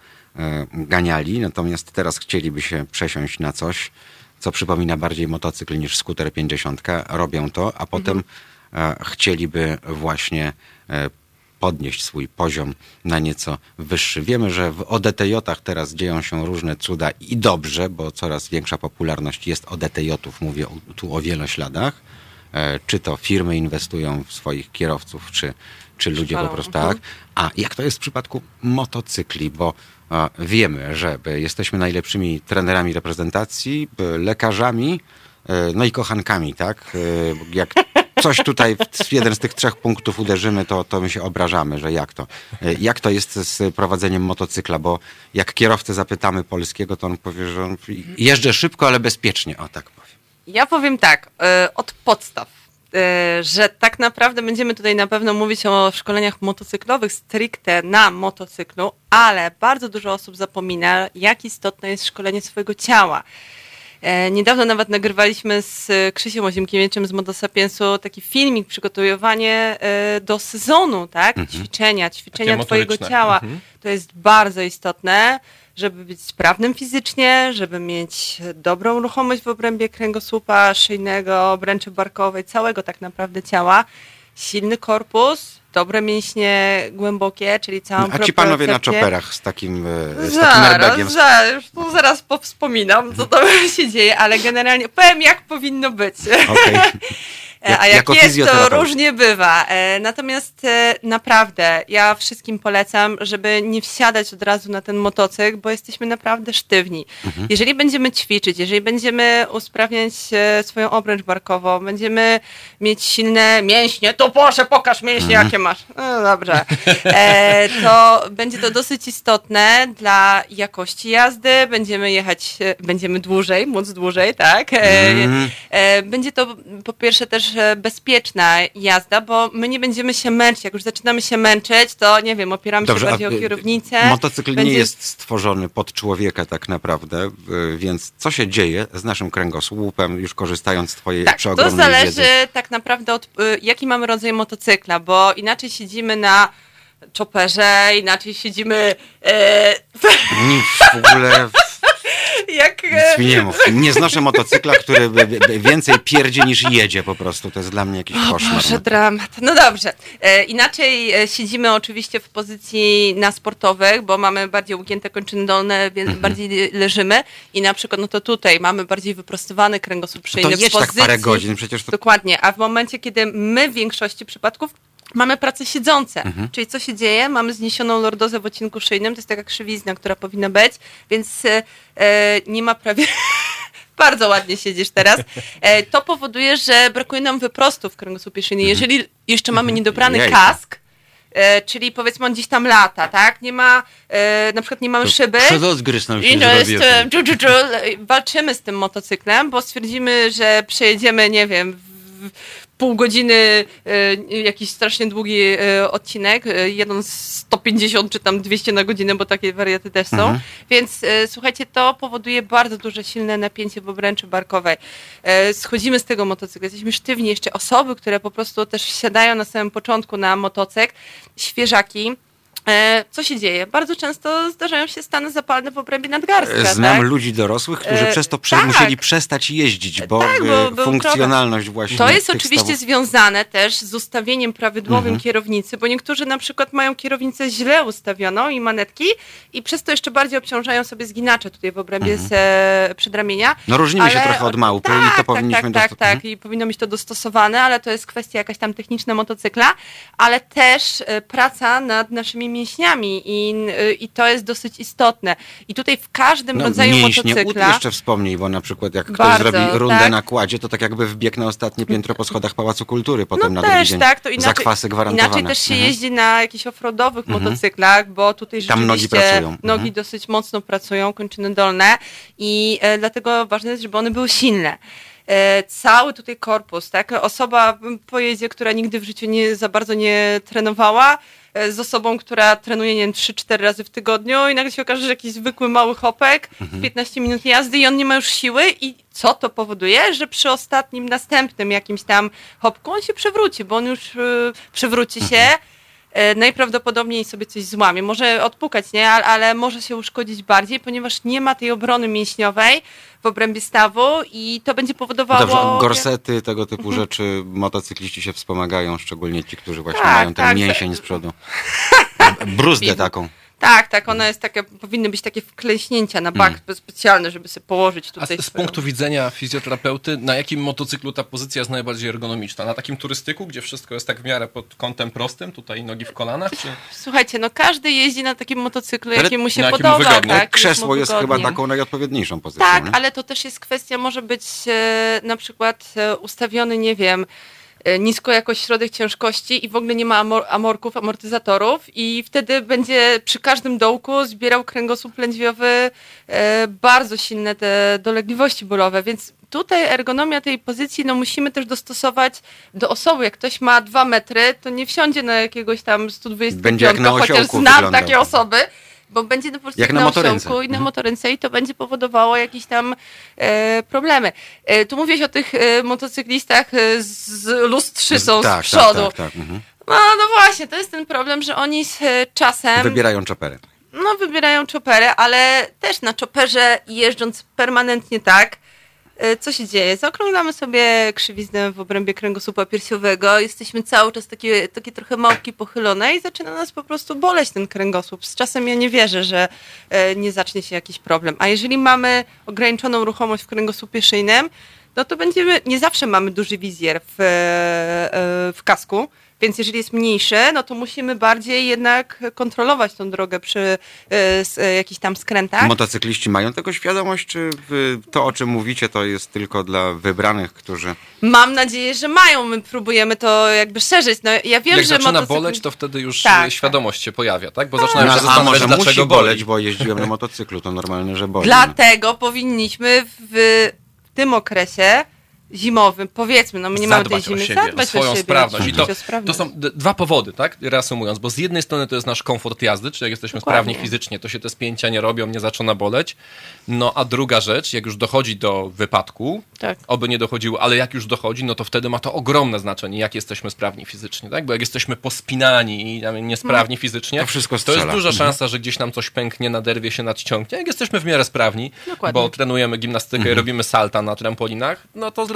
poganiali, natomiast teraz chcieliby się przesiąść na coś, co przypomina bardziej motocykl niż skuter pięćdziesiąt. Robią to, a potem e, chcieliby właśnie e, podnieść swój poziom na nieco wyższy. Wiemy, że w O D T J-ach teraz dzieją się różne cuda i dobrze, bo coraz większa popularność jest O D T J-ów, mówię o, tu o wielośladach. E, czy to firmy inwestują w swoich kierowców, czy, czy ludzie Szalą. po prostu tak. A jak to jest w przypadku motocykli, bo a, wiemy, że e, jesteśmy najlepszymi trenerami reprezentacji, e, lekarzami, e, no i kochankami, tak? E, jak coś tutaj w jeden z tych trzech punktów uderzymy, to, to my się obrażamy, że jak to. E, Jak to jest z prowadzeniem motocykla, bo jak kierowcę zapytamy polskiego, to on powie, że on jeżdżę szybko, ale bezpiecznie, o tak powiem. Ja powiem tak, y, od podstaw, y, że tak naprawdę będziemy tutaj na pewno mówić o szkoleniach motocyklowych stricte na motocyklu, ale bardzo dużo osób zapomina, jak istotne jest szkolenie swojego ciała. E, Niedawno nawet nagrywaliśmy z Krzysiem Ozimkiewiczem z Motosapiensu taki filmik, przygotowywanie e, do sezonu, tak? Ćwiczenia, ćwiczenia Takie twojego motoryczne. ciała. Mhm. To jest bardzo istotne, żeby być sprawnym fizycznie, żeby mieć dobrą ruchomość w obrębie kręgosłupa szyjnego, obręczy barkowej, całego tak naprawdę ciała. Silny korpus, dobre mięśnie głębokie, czyli całą A ci panowie na propriocepcję. czoperach z takim, e, z takim airbagiem. Zaraz, zaraz, już tu zaraz powspominam, co tam się dzieje, ale generalnie powiem, jak powinno być. Okej. E, A Jak- jak jako jest, to fizjoterapeuta. różnie bywa. E, Natomiast e, naprawdę ja wszystkim polecam, żeby nie wsiadać od razu na ten motocykl, bo jesteśmy naprawdę sztywni. Mhm. Jeżeli będziemy ćwiczyć, jeżeli będziemy usprawniać e, swoją obręcz barkową, będziemy mieć silne mięśnie, to proszę pokaż mięśnie, Mhm. jakie masz. No dobrze. E, to będzie to dosyć istotne dla jakości jazdy. Będziemy jechać, e, będziemy dłużej, móc dłużej, tak? E, Mhm. E, Będzie to po pierwsze też e, bezpieczna jazda, bo my nie będziemy się męczyć. Jak już zaczynamy się męczyć, to nie wiem, opieramy Dobrze, się a, bardziej o y, kierownicę. Motocykl Będzie- nie jest stworzony pod człowieka tak naprawdę, y, więc co się dzieje z naszym kręgosłupem, już korzystając z twojej Tak, to przeogromnej zależy wiedzy? tak naprawdę od y, jaki mamy rodzaj motocykla, bo inaczej siedzimy na chopperze, inaczej siedzimy e, Nic w ogóle jak... nic E, mi nie mów. Nie znoszę motocykla, który by- by- więcej pierdzi niż jedzie po prostu. To jest dla mnie jakiś koszmar. Boże, dramat. No dobrze. E, inaczej e, siedzimy oczywiście w pozycji na sportowych, bo mamy bardziej ugięte kończyny dolne, więc Mhm. bardziej leżymy i na przykład no to tutaj mamy bardziej wyprostowany kręgosłup To szyjny w jedź tak pozycji... parę godzin, przecież to... Dokładnie, a w momencie, kiedy my w większości przypadków mamy pracę siedzące, Mhm. czyli co się dzieje? Mamy zniesioną lordozę w odcinku szyjnym, to jest taka krzywizna, która powinna być, więc e, e, nie ma prawie... Bardzo ładnie siedzisz teraz. E, to powoduje, że brakuje nam wyprostu w kręgosłupie szyjnym. Jeżeli jeszcze mamy niedobrany Jejku. kask, e, czyli powiedzmy on gdzieś tam lata, tak? Nie ma, e, na przykład nie mamy szyby. Przedozgryz nam się I no zrobił. jest, e, dżu, dżu, dżu, walczymy z tym motocyklem, bo stwierdzimy, że przejedziemy, nie wiem, w pół godziny e, jakiś strasznie długi e, odcinek, e, jedąc sto pięćdziesiąt czy tam dwieście na godzinę, bo takie wariaty też są. Mhm. Więc e, słuchajcie, to powoduje bardzo duże, silne napięcie w obręczy barkowej. E, schodzimy z tego motocykla, jesteśmy sztywni. Jeszcze osoby, które po prostu też wsiadają na samym początku na motocykl, świeżaki. E, co się dzieje? Bardzo często zdarzają się stany zapalne w obrębie nadgarstka. Znam tak? ludzi dorosłych, którzy E, przez to prze- tak. musieli przestać jeździć, bo, Tak, bo e, był funkcjonalność właśnie To jest tych oczywiście stawów... związane też z ustawieniem prawidłowym Mhm. kierownicy, bo niektórzy na przykład mają kierownicę źle ustawioną i manetki i przez to jeszcze bardziej obciążają sobie zginacze tutaj w obrębie Mhm. z e, przedramienia. No różnimy się Ale- trochę od małpy tak, i to powinniśmy... Tak, tak, dosto- tak, i powinno być to dostosowane, ale to jest kwestia jakaś tam techniczna motocykla, ale też e, praca nad naszymi mięśniami i, e, i to jest dosyć istotne. I tutaj w każdym No, rodzaju mięśnie, motocykla... ud jeszcze wspomnij, bo na przykład jak ktoś Bardzo, zrobi rundę tak. na kładzie, to tak jakby wbiegł na ostatnie piętro po schodach Pałacu Kultury potem No na drugi też, dzień. tak, to inaczej, Zakwasy gwarantowane. inaczej też się Mhm. jeździ na jakichś offroadowych Mhm. motocyklach, bo tutaj Tam nogi rzeczywiście pracują. nogi Mhm. dosyć mocno pracują, kończyny dolne i e, dlatego ważne jest, żeby one były silne. E, cały tutaj korpus, tak? Osoba pojedzie, która nigdy w życiu nie za bardzo nie trenowała, e, z osobą, która trenuje, nie wiem, trzy cztery razy w tygodniu i nagle się okaże, że jakiś zwykły mały chopek, Mhm. piętnaście minut jazdy i on nie ma już siły i co to powoduje? Że przy ostatnim, następnym jakimś tam hopku on się przewróci, bo on już y, przewróci się, y, najprawdopodobniej sobie coś złamie. Może odpukać, nie? Ale, ale może się uszkodzić bardziej, ponieważ nie ma tej obrony mięśniowej w obrębie stawu i to będzie No powodowało... dobrze, gorsety, tego typu rzeczy, motocykliści się wspomagają, szczególnie ci, którzy właśnie Tak, mają ten tak. mięsień z przodu. Bruzdę taką. Tak, tak, one jest takie, powinny być takie wklęśnięcia na bak Mm. specjalne, żeby sobie położyć A tutaj z, z swoją- punktu widzenia fizjoterapeuty, na jakim motocyklu ta pozycja jest najbardziej ergonomiczna? Na takim turystyku, gdzie wszystko jest tak w miarę pod kątem prostym, tutaj nogi w kolanach? Czy... Słuchajcie, no każdy jeździ na takim motocyklu, Ale jakiemu się na jakim podoba. wygodnie. Tak, Krzesło mu jest chyba wygodnie. taką najodpowiedniejszą pozycją. Tak, nie? ale to też jest kwestia, może być e, na przykład e, ustawiony, nie wiem, e, nisko jakoś środek ciężkości i w ogóle nie ma amor- amorków, amortyzatorów i wtedy będzie przy każdym dołku zbierał kręgosłup lędźwiowy e, bardzo silne te dolegliwości bólowe, więc tutaj ergonomia tej pozycji, no musimy też dostosować do osoby. Jak ktoś ma dwa metry, to nie wsiądzie na jakiegoś tam sto dwadzieścia pięć, Będzie jak na chociaż osiołku znam wyglądał. takie osoby, bo będzie po prostu Jak na na motorynce. osiołku i na Mhm. motorynce i to będzie powodowało jakieś tam e, problemy. E, tu mówiłeś o tych e, motocyklistach e, z lustrzysą tak, z przodu. Tak, tak, tak. Mhm. No, no właśnie, to jest ten problem, że oni z e, czasem Wybierają czopery. no, wybierają czopery, ale też na czoperze jeżdżąc permanentnie tak, e, co się dzieje? Zaokrąglamy sobie krzywiznę w obrębie kręgosłupa piersiowego, jesteśmy cały czas takie, takie trochę małpki pochylone i zaczyna nas po prostu boleć ten kręgosłup. Z czasem ja nie wierzę, że e, nie zacznie się jakiś problem. A jeżeli mamy ograniczoną ruchomość w kręgosłupie szyjnym, no to będziemy, nie zawsze mamy duży wizjer w, e, e, w kasku, więc jeżeli jest mniejszy, no to musimy bardziej jednak kontrolować tą drogę przy e, s, e, jakichś tam skrętach. Motocykliści mają tego świadomość, czy wy, to, o czym mówicie, to jest tylko dla wybranych, którzy... Mam nadzieję, że mają. My próbujemy to jakby szerzyć. No, ja wiem, Jak że zaczyna motocykl- boleć, to wtedy już Tak, e, świadomość się pojawia, tak? Bo zaczynają No, się a zastanawiać, może dlaczego musi boli. boleć, bo jeździłem na motocyklu, to normalne, że boli. Dlatego powinniśmy w tym okresie zimowym, powiedzmy, no my nie mamy tej zadbać o zimy, siebie, o zadbać swoją o siebie, sprawność. I to, o sprawność. to są d- dwa powody, tak? Reasumując, bo z jednej strony to jest nasz komfort jazdy, czyli jak jesteśmy Dokładnie. sprawni fizycznie, to się te spięcia nie robią, nie zaczyna boleć. No a druga rzecz, jak już dochodzi do wypadku, Tak. oby nie dochodziło, ale jak już dochodzi, no to wtedy ma to ogromne znaczenie, jak jesteśmy sprawni fizycznie, tak? Bo jak jesteśmy pospinani i tam niesprawni fizycznie, To wszystko to jest strzela. duża Mhm. szansa, że gdzieś nam coś pęknie, naderwie się, nadciągnie. Jak jesteśmy w miarę sprawni, Dokładnie. bo trenujemy gimnastykę i robimy salta na trampolinach, no to zrobimy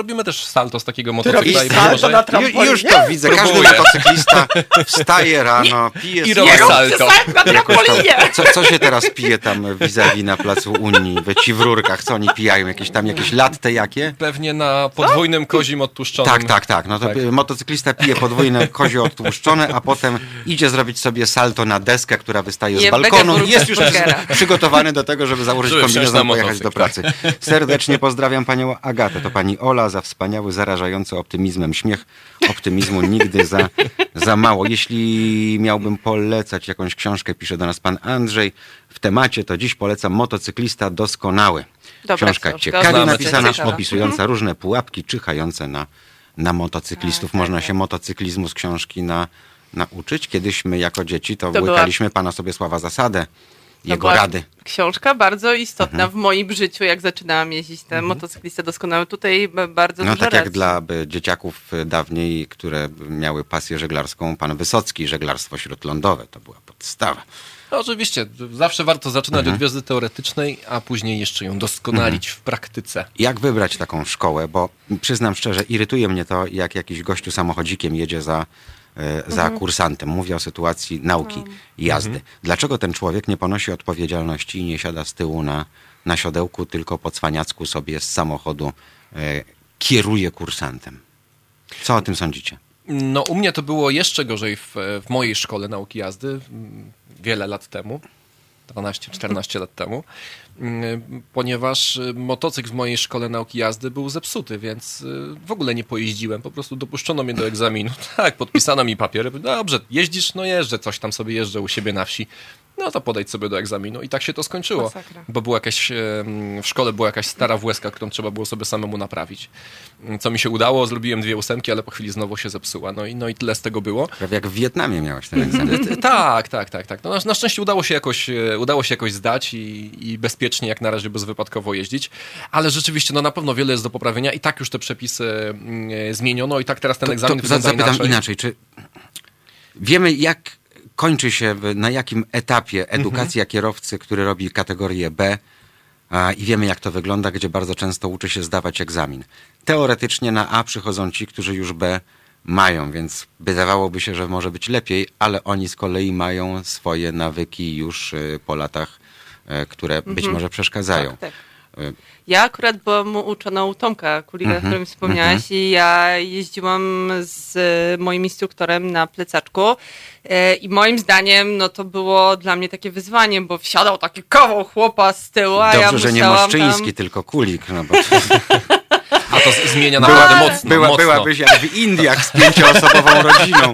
robimy też salto z takiego motocykla. I salto może... na trampolinie? Ju, już to widzę. Każdy Próbuję. motocyklista wstaje rano, pije I sobie robi salto. Na trampolinie! Co, co się teraz pije tam vis-a-vis na placu Unii? We ci w rurkach, co oni pijają? Jakieś tam jakieś latte jakie? Pewnie na podwójnym kozim odtłuszczonym. Tak, tak, tak. No to Tak. motocyklista pije podwójne kozie odtłuszczone, a potem idzie zrobić sobie salto na deskę, która wystaje z Je balkonu i burger jest już burgera. przygotowany do tego, żeby założyć Żeby wsiąść kombinezon i na pojechać do pracy. Serdecznie pozdrawiam panią Agatę. To pani Ola za wspaniały, zarażający optymizmem śmiech. Optymizmu nigdy za, za mało. Jeśli miałbym polecać jakąś książkę, pisze do nas pan Andrzej, w temacie, to dziś polecam Motocyklista doskonały. Dobra Książka książka. ciekawie Znamy, napisana, ciekawa. opisująca różne pułapki czyhające na, na motocyklistów. Tak, Można tak, się tak. motocyklizmu z książki na, nauczyć. Kiedyś my jako dzieci to, To była- łykaliśmy pana Sobiesława Zasadę, To jego była rady. Książka bardzo istotna Mhm. w moim życiu, jak zaczynałam jeździć. Ten motocyklista doskonały. Tutaj b- bardzo No dużo tak jak racji. dla by, dzieciaków y, dawniej, które miały pasję żeglarską, pan Wysocki, żeglarstwo śródlądowe, to była podstawa. No, oczywiście, zawsze warto zaczynać Mhm. od wiedzy teoretycznej, a później jeszcze ją doskonalić w praktyce. Jak wybrać taką szkołę? Bo przyznam szczerze, irytuje mnie to, jak jakiś gościu samochodzikiem jedzie za, e, za kursantem. Mówię o sytuacji nauki jazdy. Dlaczego ten człowiek nie ponosi odpowiedzialności i nie siada z tyłu na, na siodełku, tylko po cwaniacku sobie z samochodu e, kieruje kursantem? Co o tym sądzicie? No, u mnie to było jeszcze gorzej w, w mojej szkole nauki jazdy, mm, wiele lat temu, dwanaście czternaście lat temu, mm, ponieważ y, motocykl w mojej szkole nauki jazdy był zepsuty, więc y, w ogóle nie pojeździłem, po prostu dopuszczono mnie do egzaminu. Tak, podpisano mi papiery, dobrze, jeździsz? No jeżdżę, coś tam sobie jeżdżę u siebie na wsi. No to podejdź sobie do egzaminu. I tak się to skończyło. Masakra. Bo była jakaś, em, w szkole była jakaś stara włeska, którą trzeba było sobie samemu naprawić. Co mi się udało, zrobiłem dwie ósemki, ale po chwili znowu się zepsuła. No i, no i tyle z tego było. Prawie jak w Wietnamie miałeś ten egzamin. T- Tak, tak, tak, tak. No, na, na szczęście udało się jakoś, e, udało się jakoś zdać i, i bezpiecznie jak na razie bezwypadkowo jeździć, ale rzeczywiście no na pewno wiele jest do poprawienia i tak już te przepisy mm, e, zmieniono i tak teraz ten To, egzamin to za- wygląda zapytam inaczej. inaczej. Czy wiemy, jak kończy się, w- na jakim etapie edukacja kierowcy, który robi kategorię B, a, i wiemy, jak to wygląda, gdzie bardzo często uczy się zdawać egzamin. Teoretycznie na A przychodzą ci, którzy już B mają, więc wydawałoby się, że może być lepiej, ale oni z kolei mają swoje nawyki już y, po latach, y, które być może przeszkadzają. Tak, tak. Y, Ja akurat byłam uczona u Tomka Kulika, Mhm, o którym wspomniałaś i ja jeździłam z e, moim instruktorem na plecaczku e, i moim zdaniem no to było dla mnie takie wyzwanie, bo wsiadał taki kawał chłopa z tyłu, a Dobrze, ja że nie musiałam Moszczyński, tam... tylko Kulik. No bo A to z- zmienia naprawdę mocno, była, mocno. byłabyś jak w Indiach z pięcioosobową rodziną.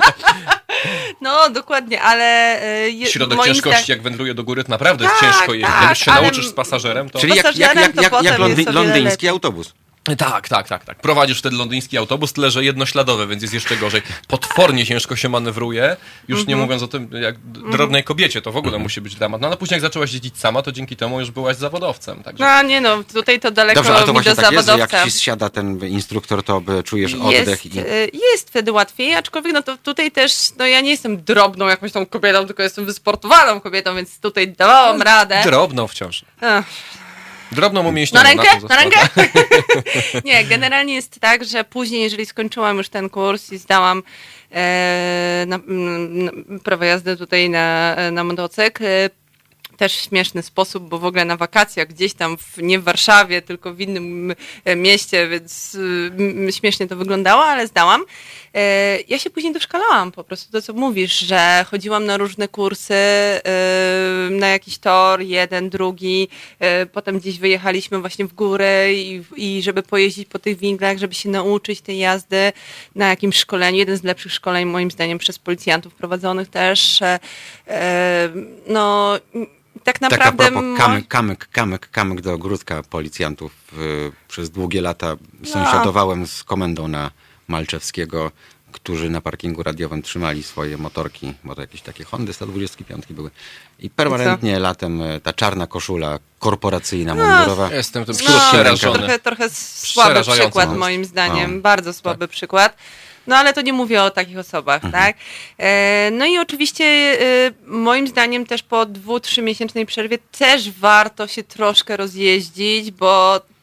No dokładnie, ale e, je, Środek moim ciężkości, zda- jak wędruje do góry, to naprawdę Tak, ciężko jeździć. tak, Jak się ale- nauczysz z pasażerem, to... Czyli jak, jak, pasażerem jak, to jak, potem jak jest londy, o wiele londyński lepiej. autobus. Tak, tak, tak, tak. Prowadzisz wtedy londyński autobus, tyle że jednośladowy, więc jest jeszcze gorzej. Potwornie ciężko się manewruje, już nie mówiąc o tym, jak d- drobnej kobiecie, to w ogóle musi być dramat. No ale później jak zaczęłaś jeździć sama, to dzięki temu już byłaś zawodowcem. Także... No nie no, tutaj to daleko Dobrze, ale to mi właśnie do tak jest, że zawodowca. jak ci zsiada ten instruktor, to by czujesz oddech. Jest, I... e, jest wtedy łatwiej, aczkolwiek no to tutaj też, no ja nie jestem drobną jakąś tą kobietą, tylko jestem wysportowaną kobietą, więc tutaj dawałam radę. Drobną wciąż. Ech, Drobną Na umięśnioną. rękę? to Na zasługę. rękę? Nie, generalnie jest tak, że później, jeżeli skończyłam już ten kurs i zdałam e, na, m, prawo jazdy tutaj na, na motocykl, e, też śmieszny sposób, bo w ogóle na wakacjach gdzieś tam, w, nie w Warszawie, tylko w innym e, mieście, więc e, śmiesznie to wyglądało, ale zdałam. E, ja się później doszkalałam po prostu, to co mówisz, że chodziłam na różne kursy, e, na jakiś tor, jeden, drugi, e, potem gdzieś wyjechaliśmy właśnie w górę i, i żeby pojeździć po tych winglach, żeby się nauczyć tej jazdy na jakimś szkoleniu, jeden z lepszych szkoleń moim zdaniem przez policjantów prowadzonych też. E, e, no... Tak Tak a naprawdę... propos, mo- kamyk, kamyk, kamyk, kamyk do ogródka policjantów. Y, Przez długie lata sąsiadowałem z komendą na Malczewskiego, którzy na parkingu radiowym trzymali swoje motorki, bo to jakieś takie Hondy sto dwadzieścia pięć były. I permanentnie latem y, ta czarna koszula korporacyjna, mundurowa. Jestem tym skrótkiem No, przerażony. trochę, trochę słaby Przerażająco przykład jest. moim zdaniem, No. bardzo słaby przykład. No ale to nie mówię o takich osobach, tak? E, no i oczywiście e, moim zdaniem też po dwu, trzymiesięcznej przerwie też warto się troszkę rozjeździć, bo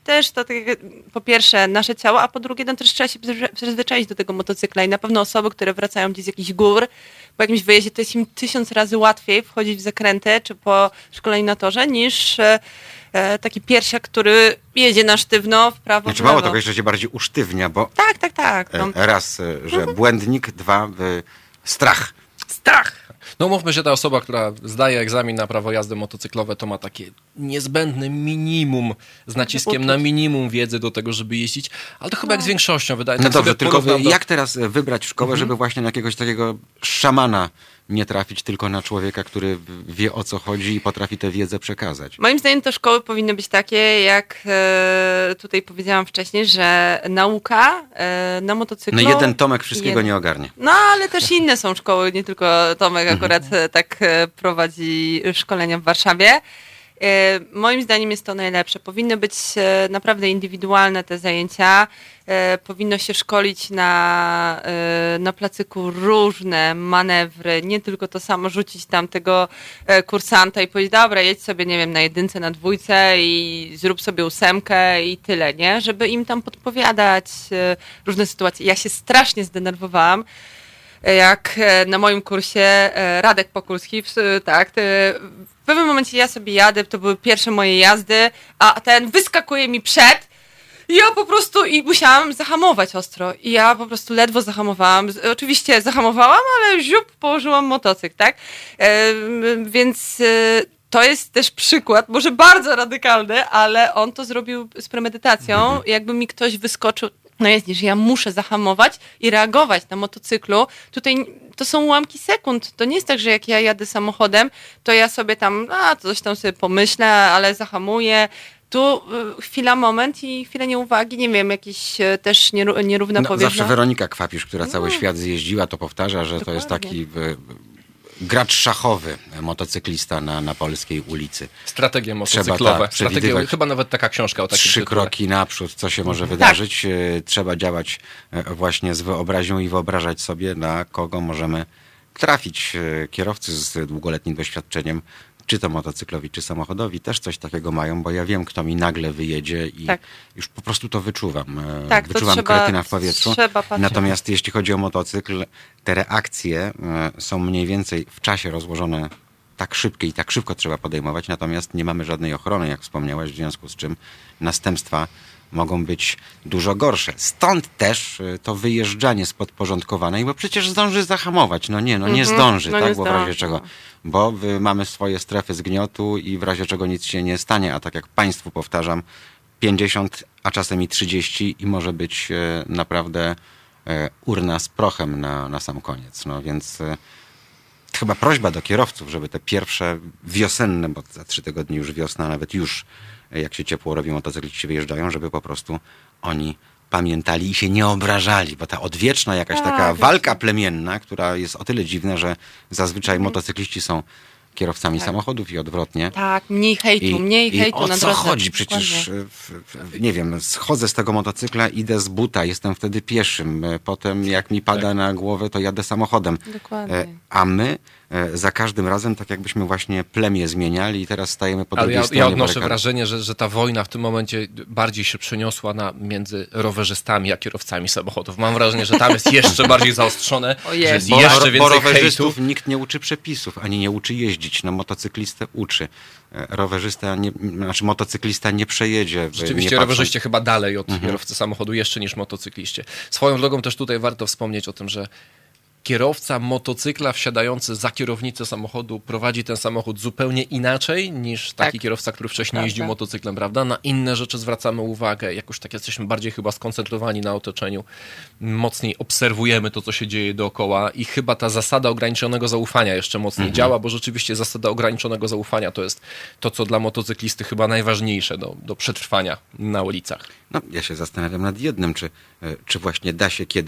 też to tak, po pierwsze nasze ciało, a po drugie no też trzeba się przyzwyczaić do tego motocykla i na pewno osoby, które wracają gdzieś z jakichś gór, po jakimś wyjeździe to jest im tysiąc razy łatwiej wchodzić w zakręty czy po szkoleniu na torze niż e, taki piersiak, który jedzie na sztywno w prawo, Znaczy w lewo. mało tego, jeszcze się bardziej usztywnia, bo Tak, tak, tak. No. raz, że błędnik, dwa, strach. Strach! No mówmy się, ta osoba, która zdaje egzamin na prawo jazdy motocyklowe, to ma takie niezbędne minimum, z naciskiem na minimum wiedzy do tego, żeby jeździć, ale to chyba jak z większością, wydaje mi się. No dobrze, tylko do... jak teraz wybrać szkołę, mhm. żeby właśnie na jakiegoś takiego szamana nie trafić, tylko na człowieka, który wie, o co chodzi i potrafi tę wiedzę przekazać? Moim zdaniem to szkoły powinny być takie, jak e, tutaj powiedziałam wcześniej, że nauka e, na motocyklu... No jeden Tomek wszystkiego jeden. nie ogarnie. No, ale też inne są szkoły, nie tylko Tomek akurat mhm. tak e, prowadzi szkolenia w Warszawie. E, moim zdaniem jest to najlepsze. Powinny być e, naprawdę indywidualne te zajęcia. E, powinno się szkolić na, e, na placyku różne manewry, nie tylko to samo rzucić tam tego e, kursanta i powiedzieć, dobra, jedź sobie, nie wiem, na jedynce, na dwójce i zrób sobie ósemkę i tyle, nie? Żeby im tam podpowiadać e, różne sytuacje. Ja się strasznie zdenerwowałam, jak na moim kursie Radek Pokulski, tak, w pewnym momencie ja sobie jadę, to były pierwsze moje jazdy, a ten wyskakuje mi przed i ja po prostu i musiałam zahamować ostro i ja po prostu ledwo zahamowałam, oczywiście zahamowałam, ale ziup, położyłam motocykl, tak, e, więc e, to jest też przykład, może bardzo radykalny, ale on to zrobił z premedytacją, mhm. jakby mi ktoś wyskoczył. No jest, że ja muszę zahamować i reagować na motocyklu. Tutaj to są ułamki sekund. To nie jest tak, że jak ja jadę samochodem, to ja sobie tam, a coś tam sobie pomyślę, ale zahamuję. Tu y, chwila, moment i chwila nieuwagi, nie wiem, jakiś y, też nieró- nierówna no, powierzchnia. Zawsze Weronika Kwapisz, która no. cały świat zjeździła, to powtarza, że Dokładnie. To jest taki... Y, gracz szachowy, motocyklista na, na polskiej ulicy. Strategie motocyklowe. Tak, Strategie, chyba nawet taka książka o takim Trzy tytule. kroki naprzód, co się może wydarzyć. Tak. Trzeba działać właśnie z wyobraźnią i wyobrażać sobie, na kogo możemy trafić. Kierowcy z długoletnim doświadczeniem, czy to motocyklowi, czy samochodowi, też coś takiego mają, bo ja wiem, kto mi nagle wyjedzie i tak. już po prostu to wyczuwam. Tak, wyczuwam to trzeba, kretyna w powietrzu. Trzeba Natomiast jeśli chodzi o motocykl, te reakcje są mniej więcej w czasie rozłożone tak szybkie i tak szybko trzeba podejmować, natomiast nie mamy żadnej ochrony, jak wspomniałaś, w związku z czym następstwa mogą być dużo gorsze. Stąd też to wyjeżdżanie spod porządkowanej, bo przecież zdąży zahamować. No nie, no nie mm-hmm. zdąży, no tak? Nie bo w razie czego. Bo mamy swoje strefy zgniotu i w razie czego nic się nie stanie, a tak jak Państwu powtarzam, pięćdziesiąt, a czasem i trzydzieści i może być e, naprawdę e, urna z prochem na, na sam koniec. No więc e, chyba prośba do kierowców, żeby te pierwsze wiosenne, bo za trzy tygodnie już wiosna, nawet już jak się ciepło robi, motocykliści wyjeżdżają, żeby po prostu oni pamiętali i się nie obrażali, bo ta odwieczna jakaś taka A, walka plemienna, która jest o tyle dziwna, że zazwyczaj mm. motocykliści są kierowcami tak. samochodów i odwrotnie. Tak, mniej hejtu, I, mniej i hejtu o na co drodze. chodzi? Przecież, w, w, nie wiem, schodzę z tego motocykla, idę z buta, jestem wtedy pieszym. Potem jak mi pada tak. na głowę, to jadę samochodem. Dokładnie. A my za każdym razem tak jakbyśmy właśnie plemię zmieniali i teraz stajemy po drugiej ja, stronie. Ja odnoszę barykady. wrażenie, że, że ta wojna w tym momencie bardziej się przeniosła na między rowerzystami a kierowcami samochodów. Mam wrażenie, że tam jest jeszcze bardziej zaostrzone, o jest. że jest bo, jeszcze bo więcej rowerzystów hejtu. Nikt nie uczy przepisów, ani nie uczy jeździć. No motocyklistę uczy. Rowerzysta, nie, znaczy motocyklista nie przejedzie. Rzeczywiście nie rowerzyście chyba dalej od mhm. kierowcy samochodu jeszcze niż motocykliście. Swoją drogą też tutaj warto wspomnieć o tym, że kierowca motocykla wsiadający za kierownicę samochodu prowadzi ten samochód zupełnie inaczej niż taki tak. kierowca, który wcześniej prawda. jeździł motocyklem, prawda? Na inne rzeczy zwracamy uwagę, jakoś tak jesteśmy bardziej chyba skoncentrowani na otoczeniu, mocniej obserwujemy to, co się dzieje dookoła i chyba ta zasada ograniczonego zaufania jeszcze mocniej mhm. działa, bo rzeczywiście zasada ograniczonego zaufania to jest to, co dla motocyklisty chyba najważniejsze do, do przetrwania na ulicach. No, ja się zastanawiam nad jednym, czy, czy właśnie da się kiedyś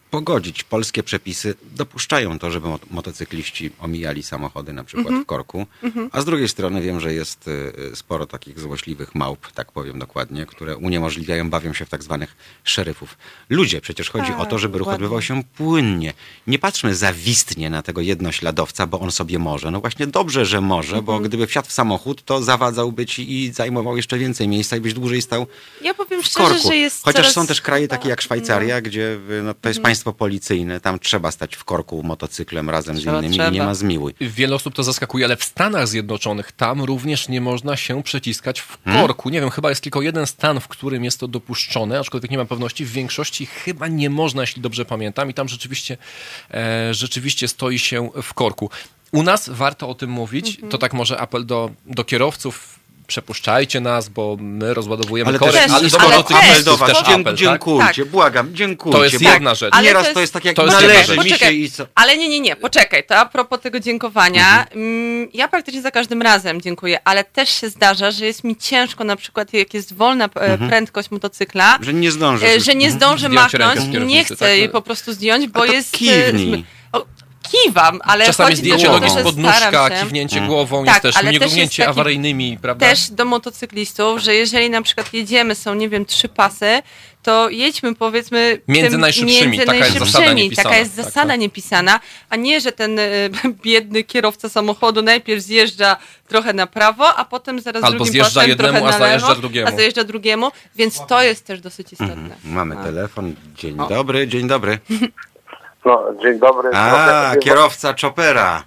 pogodzić. Polskie przepisy dopuszczają to, żeby mot- motocykliści omijali samochody na przykład Mhm. w korku, Mhm. a z drugiej strony wiem, że jest y, sporo takich złośliwych małp, tak powiem dokładnie, które uniemożliwiają, bawią się w tak zwanych szeryfów. Ludzie, przecież chodzi Tak, o to, żeby ruch dokładnie. odbywał się płynnie. Nie patrzmy zawistnie na tego jednośladowca, bo on sobie może. No właśnie dobrze, że może, Mhm. bo gdyby wsiadł w samochód, to zawadzałby ci i zajmował jeszcze więcej miejsca i byś dłużej stał Ja powiem w szczerze, korku. że jest Chociaż coraz... są też kraje takie jak Szwajcaria, gdzie y, no, to jest państwo policyjne, tam trzeba stać w korku motocyklem razem Trzeba, z innymi trzeba. i nie ma zmiłuj. Wiele osób to zaskakuje, ale w Stanach Zjednoczonych tam również nie można się przeciskać w Hmm? korku. Nie wiem, chyba jest tylko jeden stan, w którym jest to dopuszczone, aczkolwiek nie mam pewności. W większości chyba nie można, jeśli dobrze pamiętam, i tam rzeczywiście, e, rzeczywiście stoi się w korku. U nas warto o tym mówić. Mhm. To tak może apel do, do kierowców. Przepuszczajcie nas, bo my rozładowujemy Ale kory, też, ale do ale motocyklistów też, do was, też dzie- apel, tak? dziękujcie, Tak. błagam, dziękujcie. To jest bo jedna rzecz. Ale Nieraz to jest- to jest tak jak to jest należy jedna mi rzecz. się i co... Ale nie, nie, nie, poczekaj, to a propos tego dziękowania, mm, ja praktycznie za każdym razem dziękuję, ale też się zdarza, że jest mi ciężko, na przykład jak jest wolna e, prędkość motocykla, Że nie zdążysz. e, że nie zdążę Zdjąć rękę z machnąć, kierownicy, nie chcę tak? jej po prostu zdjąć, bo A to jest... e, kiwnij. zmy- o, Kiwam, ale Czasami chodzi zdjęcie o to, nogi że spod staram nóżka, się. kiwnięcie Mm. głową Tak, jest też, ale też mrugnięcie jest taki- awaryjnymi, prawda? Też do motocyklistów, że jeżeli na przykład jedziemy, są nie wiem, trzy pasy, to jedźmy powiedzmy Między tym, najszybszymi. między Taka jest najszybszymi. zasada niepisana. Taka jest Tak, zasada tak. niepisana, a nie, że ten y, biedny kierowca samochodu najpierw zjeżdża trochę na prawo, a potem zaraz Albo drugim zjeżdża pasem jednemu, trochę a na zajeżdża lewo, drugiemu. a zajeżdża drugiemu, więc to jest też dosyć istotne. Mhm. Mamy A. telefon. Dzień O. dobry, dzień dobry. No, dzień dobry. A, Trochę- kierowca Chopera.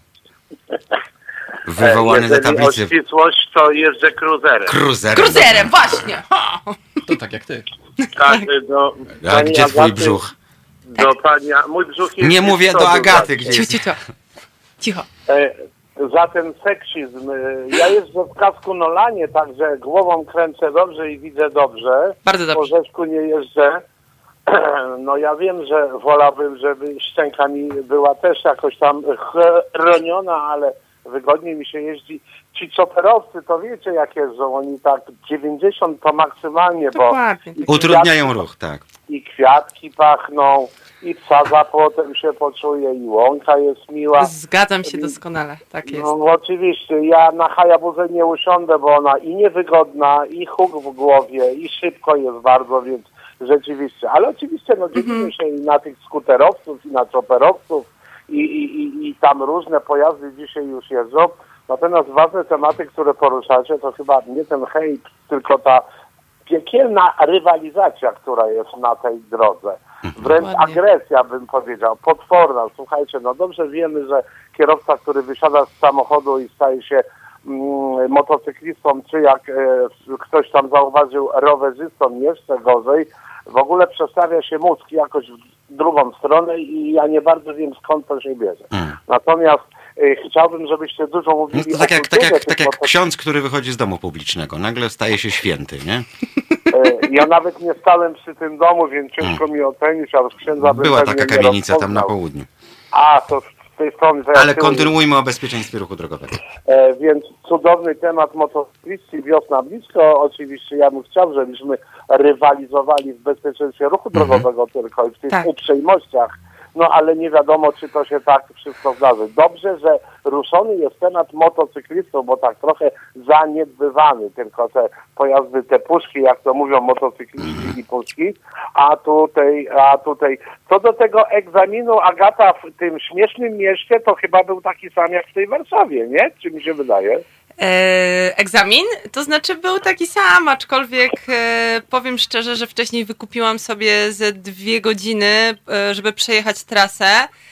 Wywołany do Jeżeli tablicy. o ścisłość, to jeżdżę cruiserem. Cruiser. Kruzerem, właśnie! Ha! To tak jak ty. Tak, do A pani gdzie twój Agaty- brzuch? Do pani, mój brzuch jest Nie mówię do przodu Agaty, właśnie. gdzie Cicho, jest. cicho, cicho. E, za ten seksizm. e, Ja jeżdżę w kasku Nolanie, także głową kręcę dobrze i widzę dobrze. Bardzo Po dobrze. rzeczku nie jeżdżę. No ja wiem, że wolałbym, żeby szczęka mi była też jakoś tam chroniona, ale wygodniej mi się jeździ. Ci choperowcy, to wiecie jak jeżdżą, oni tak dziewięćdziesiąt to maksymalnie, bo Dokładnie. i Utrudniają kwiatki- ruch, tak. i kwiatki pachną, i psa za płotem się poczuje, i łąka jest miła. Zgadzam się doskonale, tak jest. No oczywiście, ja na Hayabusę nie usiądę, bo ona i niewygodna, i huk w głowie, i szybko jest bardzo, więc rzeczywiście. Ale oczywiście, no dzielimy Mhm. się i na tych skuterowców, i na choperowców, i, i, i, i tam różne pojazdy dzisiaj już jeżdżą. Natomiast ważne tematy, które poruszacie, to chyba nie ten hejt, tylko ta piekielna rywalizacja, która jest na tej drodze. Wręcz Dokładnie. agresja, bym powiedział, potworna. Słuchajcie, no dobrze wiemy, że kierowca, który wysiada z samochodu i staje się mm, motocyklistą, czy jak e, ktoś tam zauważył, rowerzystą, jeszcze gorzej, w ogóle przestawia się mózg jakoś w drugą stronę i ja nie bardzo wiem, skąd to się bierze. Mm. Natomiast e, chciałbym, żebyście dużo No mówili to tak o jak, tak, kulturze jak, tych tak jak motocyklistów. ksiądz, który wychodzi z domu publicznego. Nagle staje się święty, nie? E, Ja nawet nie stałem przy tym domu, więc ciężko mi ocenić, ale z księdza bym Była pewnie taka nie kamienica tam na rozpoznał. południu. A, to z tej strony... to ja Ale tyłu- kontynuujmy o bezpieczeństwie ruchu drogowego. E, więc cudowny temat motocykliści, wiosna blisko. Oczywiście ja bym chciał, żebyśmy rywalizowali w bezpieczeństwie ruchu drogowego tylko i w tych Tak. uprzejmościach. No ale nie wiadomo, czy to się tak wszystko zdarzy. Dobrze, że ruszony jest temat motocyklistów, bo tak trochę zaniedbywany. Tylko te pojazdy, te puszki, jak to mówią motocykliści i puszki. A tutaj, a tutaj, co do tego egzaminu, Agata, w tym śmiesznym mieście, to chyba był taki sam jak w tej Warszawie, nie? Czy mi się wydaje? E, egzamin? To znaczy był taki sam, aczkolwiek e, powiem szczerze, że wcześniej wykupiłam sobie ze dwie godziny, e, żeby przejechać trasę.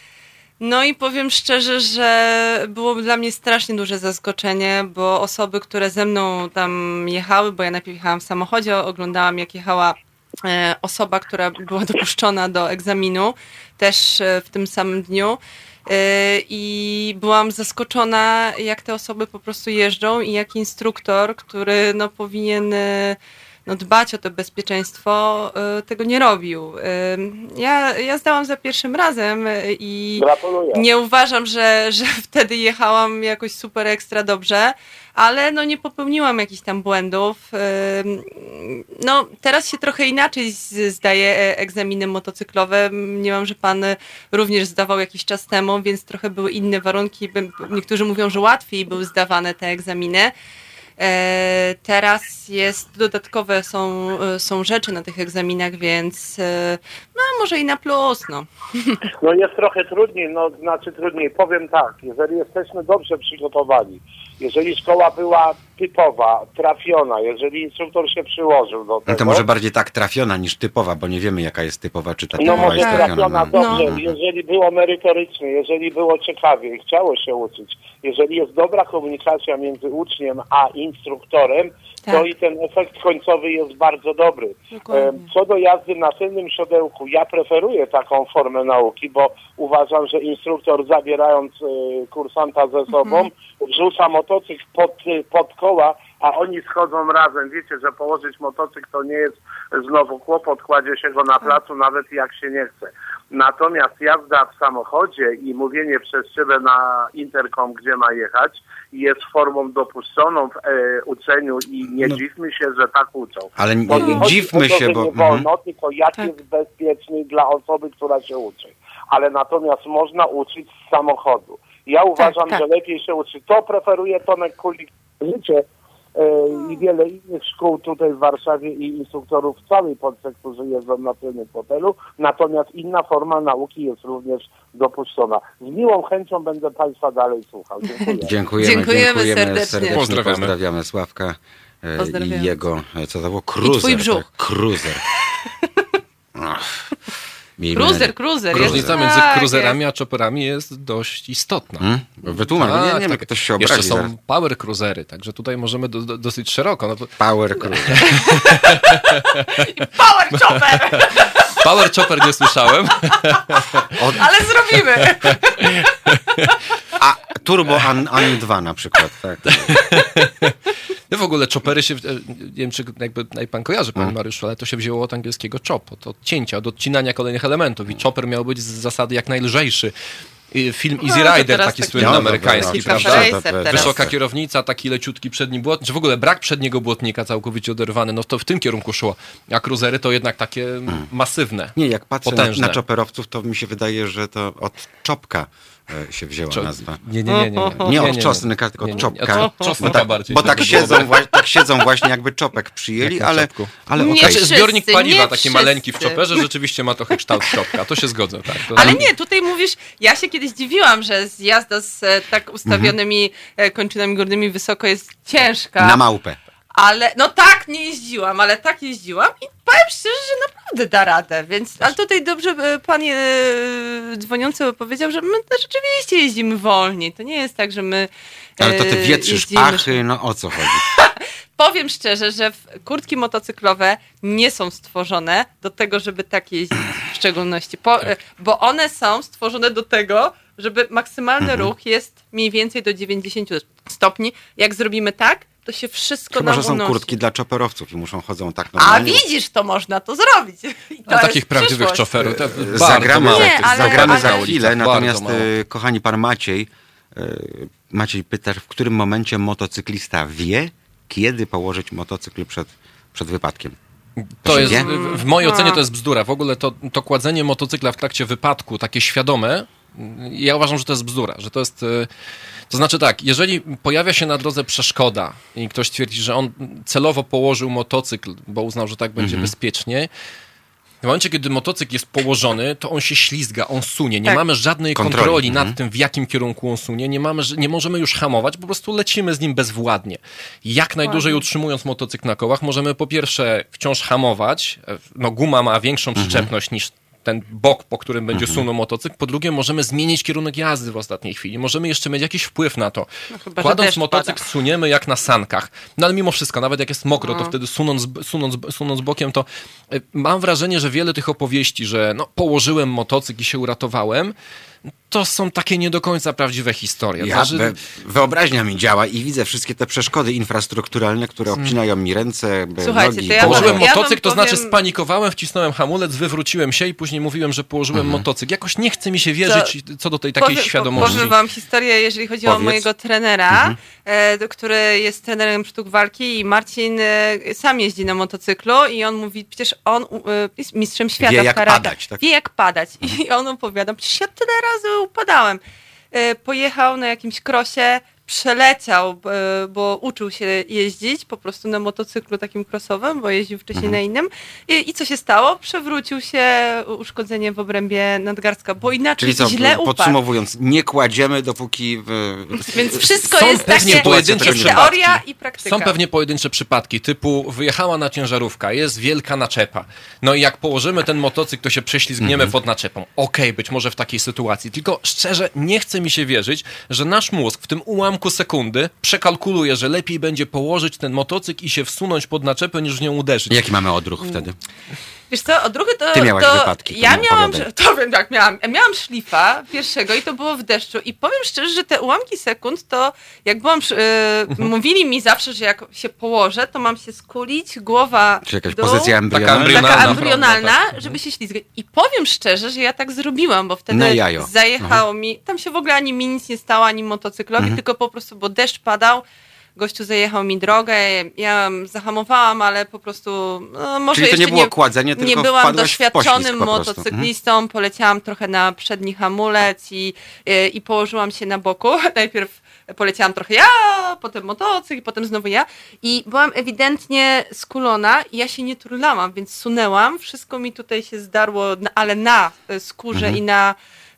No i powiem szczerze, że było dla mnie strasznie duże zaskoczenie, bo osoby, które ze mną tam jechały, bo ja najpierw jechałam w samochodzie, oglądałam jak jechała e, osoba, która była dopuszczona do egzaminu, też e, w tym samym dniu. I byłam zaskoczona, jak te osoby po prostu jeżdżą i jak instruktor, który no powinien no, dbać o to bezpieczeństwo, y, tego nie robił. Y, ja, ja zdałam za pierwszym razem i Gratuluję. nie uważam, że, że wtedy jechałam jakoś super ekstra dobrze, ale no nie popełniłam jakichś tam błędów. No teraz się trochę inaczej zdaje egzaminy motocyklowe. Mniemam, że pan również zdawał jakiś czas temu, więc trochę były inne warunki. Niektórzy mówią, że łatwiej były zdawane te egzaminy. Teraz jest, dodatkowe są, są rzeczy na tych egzaminach, więc no może i na plus, no. No jest trochę trudniej, no znaczy trudniej. Powiem tak, jeżeli jesteśmy dobrze przygotowani, jeżeli szkoła była typowa, trafiona, jeżeli instruktor się przyłożył do tego... No to może bardziej tak trafiona niż typowa, bo nie wiemy jaka jest typowa, czy ta typowa No może jest trafiona. trafiona No. dobrze, No. jeżeli było merytorycznie, jeżeli było ciekawie i chciało się uczyć, jeżeli jest dobra komunikacja między uczniem a instruktorem, Tak. to i ten efekt końcowy jest bardzo dobry. Dokładnie. E, Co do jazdy na tylnym siodełku, ja preferuję taką formę nauki, bo uważam, że instruktor zabierając e, kursanta ze sobą, Mhm. wrzuca motocykl pod, pod koła, a oni schodzą razem. Wiecie, że położyć motocykl to nie jest znowu kłopot, kładzie się go na placu, nawet jak się nie chce. Natomiast jazda w samochodzie i mówienie przez szybę na interkom, gdzie ma jechać, jest formą dopuszczoną w e, uczeniu i nie No. dziwmy się, że tak uczą. Ale Bo nie chodzi dziwmy o to, się, że bo... nie wolno, mhm. tylko jak Tak. jest bezpieczny dla osoby, która się uczy. Ale natomiast można uczyć z samochodu. Ja uważam, tak. że lepiej się uczy. To preferuje Tomek Kulik życie e, i wiele innych szkół tutaj w Warszawie i instruktorów w całej Polsce, którzy jeżdżą na tylnym fotelu. Natomiast inna forma nauki jest również dopuszczona. Z miłą chęcią będę Państwa dalej słuchał. Dziękuję. Dziękujemy, Dziękujemy dziękujemy serdecznie. serdecznie. Pozdrawiamy. Pozdrawiamy Sławka e, Pozdrawiamy. i jego, e, co to było? Cruiser. twój brzuch. Tak, cruiser. Ach. Miejmy Cruiser, nadzieję- cruiser. Różnica jest, między tak, cruiserami a chopperami jest dość istotna. Hmm? Wytłumacz, bo nie, nie wiem, tak. ktoś się obrazi Jeszcze są zaraz. power cruisery, także tutaj możemy do, do, dosyć szeroko. No to Power cruiser. jest. Power chopper! power chopper nie słyszałem. Ale zrobimy! A Turbo An, An dwa na przykład. Tak. No w ogóle choppery się, nie wiem czy jakby pan kojarzy, panie Mariuszu, ale to się wzięło od angielskiego chop, od odcięcia, od odcinania kolejnych elementów i chopper miał być z zasady jak najlżejszy. I film Easy No, to Rider, teraz taki taki- słynny No, amerykański, no, prawda? Racer to- to- teraz. Wysoka kierownica, taki leciutki przedni błotnik, czy w ogóle brak przedniego błotnika całkowicie oderwany, no to w tym kierunku szło. A cruisery to jednak takie masywne. Nie, jak patrzę na, Potężne. na chopperowców, to mi się wydaje, że to od czopka e, się wzięła Czo- nazwa. Nie, nie, nie. Nie, nie, Nie od czosnka, tylko Nie, od nie, czopka. od czosnka Bo tak, bardziej, bo żeby tak było siedzą, lepiej. wła- tak siedzą właśnie jakby czopek przyjęli, Jak na ale, czopku. ale Nie okej. Znaczy, wszyscy, zbiornik paliwa nie taki wszyscy. maleńki w chopperze rzeczywiście ma trochę kształt czopka, to się zgodzę. Tak. To Ale nam- nie, tutaj mówisz, ja się kiedyś dziwiłam, że jazda z e, tak ustawionymi e, kończynami górnymi wysoko jest ciężka. Na małpę. Ale, no tak, nie jeździłam, ale tak jeździłam i powiem szczerze, że naprawdę da radę, więc, ale tutaj dobrze e, pan e, dzwoniący powiedział, że my też rzeczywiście jeździmy wolniej, to nie jest tak, że my e, Ale to ty wietrzysz jeździmy pachy, no o co chodzi? Powiem szczerze, że w- kurtki motocyklowe nie są stworzone do tego, żeby tak jeździć w szczególności, po, e, bo one są stworzone do tego, żeby maksymalny Mhm. ruch jest mniej więcej do dziewięćdziesiąt stopni. Jak zrobimy tak, to się wszystko Chyba, nam że są unosi. kurtki dla chopperowców i muszą chodzą tak A normalnie. widzisz, to można to zrobić. I to A jest takich prawdziwych przyszłość. czoferów to E, bardzo Zagramy, mało. Nie, ale- zagramy ale- za na chwilę, ulicach, natomiast bardzo mało. e, kochani, pan Maciej, e, Maciej pyta, w którym momencie motocyklista wie, kiedy położyć motocykl przed, przed wypadkiem. To jest, Wie? w w mojej ocenie to jest bzdura. W ogóle to, to kładzenie motocykla w trakcie wypadku, takie świadome, ja uważam, że to jest bzdura, że to jest... y, To znaczy tak, jeżeli pojawia się na drodze przeszkoda i ktoś twierdzi, że on celowo położył motocykl, bo uznał, że tak będzie bezpieczniej, w momencie, kiedy motocykl jest położony, to on się ślizga, on sunie. Nie Tak. mamy żadnej Kontroli. kontroli, Mhm. nad tym, w jakim kierunku on sunie. Nie, mamy, nie możemy już hamować, po prostu lecimy z nim bezwładnie. Jak najdłużej utrzymując motocykl na kołach, możemy po pierwsze wciąż hamować. No, guma ma większą przyczepność niż ten bok, po którym będzie sunął motocykl. Po drugie, możemy zmienić kierunek jazdy w ostatniej chwili. Możemy jeszcze mieć jakiś wpływ na to. No, chyba, że Kładąc deszcz motocykl, pada. suniemy jak na sankach. No ale mimo wszystko, nawet jak jest mokro, No. to wtedy sunąc, sunąc, sunąc bokiem, to y, mam wrażenie, że wiele tych opowieści, że no, położyłem motocykl i się uratowałem, to są takie nie do końca prawdziwe historie. Ja, Znaczy, we, wyobraźnia mi działa i widzę wszystkie te przeszkody infrastrukturalne, które obcinają mi ręce, Słuchajcie, nogi. to ja Położyłem wam- ja motocykl, to wam znaczy powiem- spanikowałem, wcisnąłem hamulec, wywróciłem się i później mówiłem, że położyłem Mhm. motocykl. Jakoś nie chce mi się wierzyć co, do tej takiej powiem, świadomości. Powiem wam historię, jeżeli chodzi o Powiedz. mojego trenera, Mhm. e, do- który jest trenerem sztuk walki i Marcin e, sam jeździ na motocyklu i on mówi, przecież on e, jest mistrzem świata Wie, w jak karate. padać, tak? Wie jak padać. I on opowiada, przecież ja tyle razy upadałem. E, pojechał na jakimś krosie, przeleciał, e, bo uczył się jeździć po prostu na motocyklu takim crossowym, bo jeździł wcześniej Mhm. na innym. I, I co się stało? Przewrócił się, uszkodzenie w obrębie nadgarstka, bo inaczej Czyli co, źle upadł. podsumowując, nie kładziemy, dopóki... W... Więc wszystko Są jest pewnie takie, pojedyncze jest przypadki. teoria i praktyka. Są pewnie pojedyncze przypadki, typu wyjechała na ciężarówka, jest wielka naczepa. No i jak położymy ten motocykl, to się prześlizgniemy Mhm. pod naczepą. Okej, być może w takiej sytuacji. Tylko szczerze, nie chce mi się wierzyć, że nasz mózg w tym ułamku sekundy przekalkuluje, że lepiej będzie położyć ten motocykl i się wsunąć pod naczepę, niż w nią uderzyć. Jaki mamy odruch wtedy? Wiesz co, odruchy to... Ty miałaś to wypadki, to Ja mi miałam, opowiadaj. to wiem jak miałam. Ja miałam szlifa pierwszego i to było w deszczu i powiem szczerze, że te ułamki sekund to jak byłam, przy- yy, mówili mi zawsze, że jak się położę, to mam się skulić, głowa Czy jakaś w dół, pozycja embrionalna? embrionalna. taka Embrionalna, embrionalna, prawda, tak. żeby się ślizgać. I powiem szczerze, że ja tak zrobiłam, bo wtedy Na jajo. zajechało mi, tam się w ogóle ani mi nic nie stało, ani motocyklowi, Mhm. tylko po prostu, bo deszcz padał, gościu zajechał mi drogę, ja zahamowałam, ale po prostu, no, może Czyli to jeszcze nie było kładzenie, nie tylko byłam wpadłaś w poślizg doświadczonym po prostu. motocyklistą, poleciałam trochę na przedni hamulec i, i, i położyłam się na boku. Najpierw poleciałam trochę ja, potem motocykl, potem znowu ja i byłam ewidentnie skulona i ja się nie turlałam, więc sunęłam, wszystko mi tutaj się zdarło, na- ale na e, skórze Mhm. i na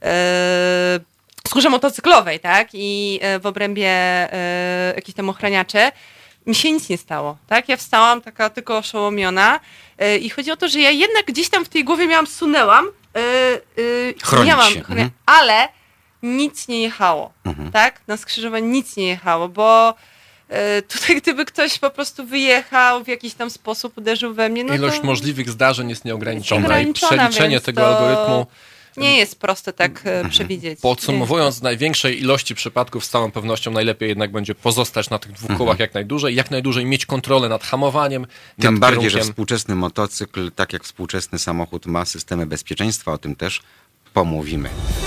e, skórze motocyklowej, tak? I e, w obrębie e, jakichś tam ochraniacze mi się nic nie stało, tak? Ja wstałam taka tylko oszołomiona e, i chodzi o to, że ja jednak gdzieś tam w tej głowie miałam, sunęłam, e, e, Chronić miałam, się, chronia- mhm. ale nic nie jechało, Mhm. tak? Na skrzyżowaniu nic nie jechało, bo e, tutaj gdyby ktoś po prostu wyjechał w jakiś tam sposób, uderzył we mnie, no Ilość to możliwych zdarzeń jest nieograniczona. Jest ograniczona, I przeliczenie więc tego to algorytmu. nie jest proste tak e, przewidzieć. Podsumowując, z największej ilości przypadków z całą pewnością najlepiej jednak będzie pozostać na tych dwóch kołach jak najdłużej, jak najdłużej mieć kontrolę nad hamowaniem, Tym nad bardziej, że kierunkiem. współczesny motocykl, tak jak współczesny samochód, ma systemy bezpieczeństwa, o tym też pomówimy.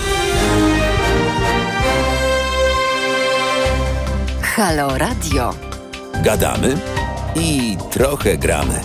Halo Radio. Gadamy i trochę gramy.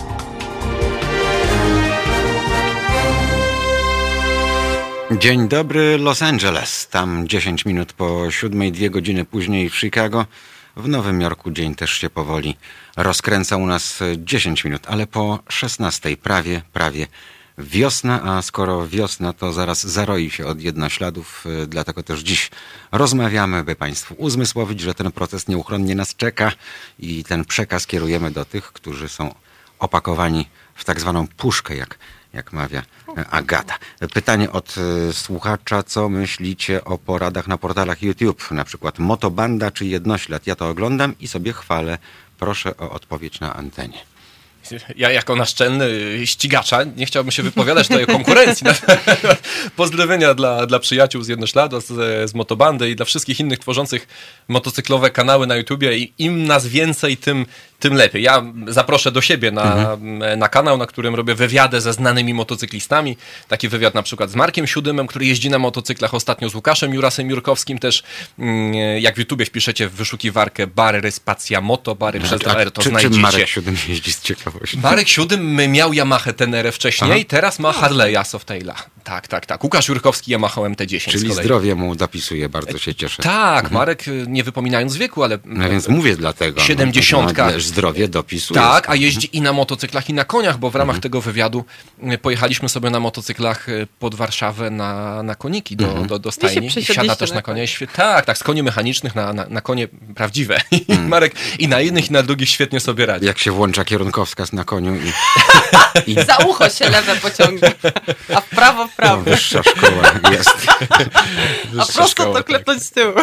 Dzień dobry, Los Angeles. Tam dziesięć minut po siódmej, dwie godziny później w Chicago. W Nowym Jorku dzień też się powoli rozkręca, u nas dziesięć minut, ale po szesnastej prawie, prawie wiosna, a skoro wiosna, to zaraz zaroi się od jednośladów, y, dlatego też dziś rozmawiamy, by Państwu uzmysłowić, że ten proces nieuchronnie nas czeka i ten przekaz kierujemy do tych, którzy są opakowani w tak zwaną puszkę, jak, jak mawia e, Agata. Pytanie od e, słuchacza, co myślicie o poradach na portalach YouTube, na przykład Motobanda czy Jednoślad? Ja to oglądam i sobie chwalę. Proszę o odpowiedź na antenie. Ja jako naszczelny ścigacza nie chciałbym się wypowiadać tutaj o konkurencji. Pozdrowienia dla, dla przyjaciół z Jednośladu, z, z Motobandy i dla wszystkich innych tworzących motocyklowe kanały na YouTubie. I im nas więcej, tym, tym lepiej. Ja zaproszę do siebie na, mhm. na kanał, na którym robię wywiady ze znanymi motocyklistami. Taki wywiad na przykład z Markiem Siódymem, który jeździ na motocyklach, ostatnio z Łukaszem Jurasem Jurkowskim też. Jak w YouTubie wpiszecie w wyszukiwarkę Bary Spacja Moto, Bary przez A R, to czy, znajdziecie. czym Marek Siódym jeździ z ciekawości? Marek Siódym miał Yamaha Tenerę wcześniej, Aha. teraz ma Harley'a Softaila. Tak, tak, tak. Łukasz Jurkowski Yamaha M T dziesięć z Czyli kolei. zdrowie mu dopisuje, bardzo się cieszę. Tak, Marek, nie wypominając wieku, ale... No więc mówię dlatego. Siedemdziesiątka. No, zdrowie dopisuje. Tak, a jeździ i na motocyklach, i na koniach, bo w ramach tego wywiadu y, pojechaliśmy sobie na motocyklach y, pod Warszawę na, na koniki do, do, do stajni. I przesiedliście wsiada też na na konie. Świe- tak, tak, z koni mechanicznych na, na, na konie prawdziwe. I Marek i na jednych, i na drugich świetnie sobie radzi. Jak się włącza kierunkowskaz na koniu i, i Za ucho się lewe pociągnie, a w prawo w no, prawo, wyższa szkoła jest. a prosto szkoła, to tak. klepnąć z tyłu.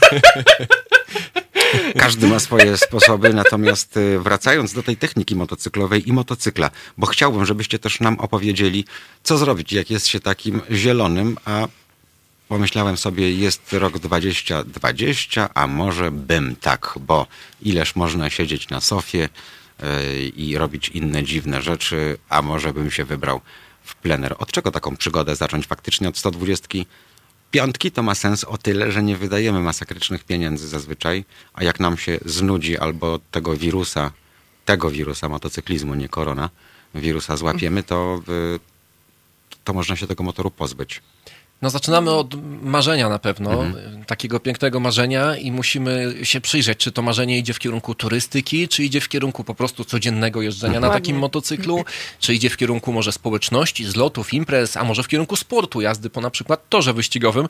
Każdy ma swoje sposoby, natomiast y, wracając do tej techniki motocyklowej i motocykla, bo chciałbym, żebyście też nam opowiedzieli, co zrobić, jak jest się takim zielonym, a pomyślałem sobie, jest rok dwadzieścia dwadzieścia, a może bym tak, bo ileż można siedzieć na sofie yy, i robić inne dziwne rzeczy, a może bym się wybrał w plener. Od czego taką przygodę zacząć? Faktycznie od sto dwudziestki piątki to ma sens o tyle, że nie wydajemy masakrycznych pieniędzy zazwyczaj, a jak nam się znudzi albo tego wirusa, tego wirusa motocyklizmu, nie korona, wirusa złapiemy, to, yy, to można się tego motoru pozbyć. No zaczynamy od marzenia na pewno, Mhm. takiego pięknego marzenia i musimy się przyjrzeć, czy to marzenie idzie w kierunku turystyki, czy idzie w kierunku po prostu codziennego jeżdżenia na takim motocyklu, czy idzie w kierunku może społeczności, zlotów, imprez, a może w kierunku sportu, jazdy po na przykład torze wyścigowym.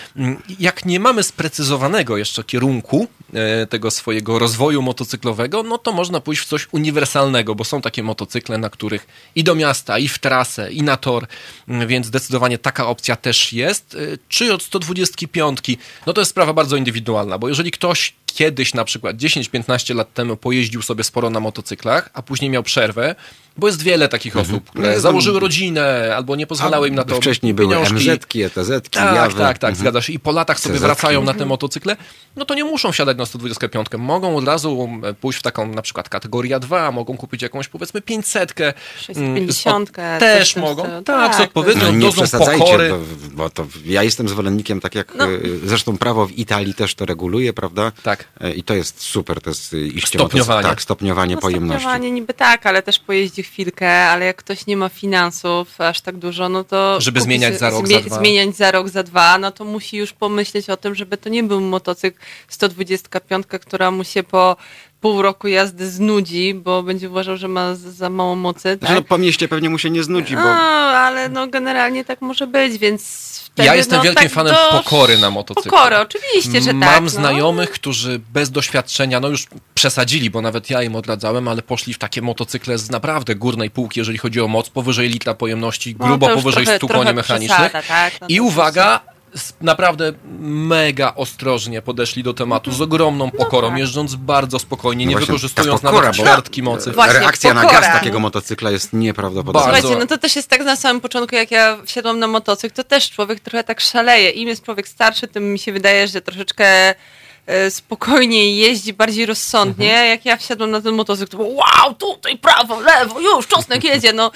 Jak nie mamy sprecyzowanego jeszcze kierunku e, tego swojego rozwoju motocyklowego, no to można pójść w coś uniwersalnego, bo są takie motocykle, na których i do miasta, i w trasę, i na tor, więc zdecydowanie taka opcja też jest. Czy od sto dwudziestki piątki? No to jest sprawa bardzo indywidualna, bo jeżeli ktoś kiedyś na przykład dziesięć piętnaście lat temu pojeździł sobie sporo na motocyklach, a później miał przerwę, bo jest wiele takich Mhm. osób, które założyły rodzinę albo nie pozwalały im na to Wcześniej były pieniążki. em zetki, e te zetki, Tak, jawy. tak, tak, Mhm. zgadza się. I po latach sobie Cezetki. wracają na te motocykle, no to nie muszą siadać na sto dwudziestkę piątkę. Mogą od razu pójść w taką na przykład kategorię dwa, mogą kupić jakąś powiedzmy pięćsetkę. sześćset pięćdziesiątkę. Też coś w tym mogą. stylu. Tak, z odpowiednią No nie dozą przesadzajcie, pokory. bo, bo to ja jestem zwolennikiem, tak jak No. y, zresztą prawo w Italii też to reguluje, prawda? Tak. Y, I to jest super, to jest y, iście Stopniowanie. motocy- tak, stopniowanie No, pojemności. stopniowanie niby tak, ale też pojeździ chwilkę, ale jak ktoś nie ma finansów aż tak dużo, no to... Żeby kupi zmieniać sobie- za rok, za dwa. Zmieniać za rok, za dwa, no to musi już pomyśleć o tym, żeby to nie był motocykl sto dwudziestka piątka, która mu się po pół roku jazdy znudzi, bo będzie uważał, że ma z- za mało mocy, Znaczy, tak? no, po mieście pewnie mu się nie znudzi, No, bo ale no generalnie tak może być, więc wtedy, Ja jestem no, wielkim tak fanem do... pokory na motocyklu. Pokory, oczywiście, że tak. Mam no. znajomych, którzy bez doświadczenia, no już przesadzili, bo nawet ja im odradzałem, ale poszli w takie motocykle z naprawdę górnej półki, jeżeli chodzi o moc, powyżej litra pojemności, No, grubo to już powyżej trochę- stu trochę koni mechanicznych. przesada, tak? No I to uwaga, s- naprawdę mega ostrożnie podeszli do tematu, z ogromną pokorą, jeżdżąc bardzo spokojnie, No nie właśnie, wykorzystując ta pokora, nawet bo- ćwiartki mocy. Właśnie, reakcja na pokora. gaz takiego motocykla jest nieprawdopodobna. Bardzo. Słuchajcie, no to też jest tak na samym początku, jak ja wsiadłam na motocykl, to też człowiek trochę tak szaleje. Im jest człowiek starszy, tym mi się wydaje, że troszeczkę e, spokojniej jeździ, bardziej rozsądnie. Mhm. Jak ja wsiadłam na ten motocykl, to było, wow, tutaj prawo, lewo, już, czosnek jedzie, no.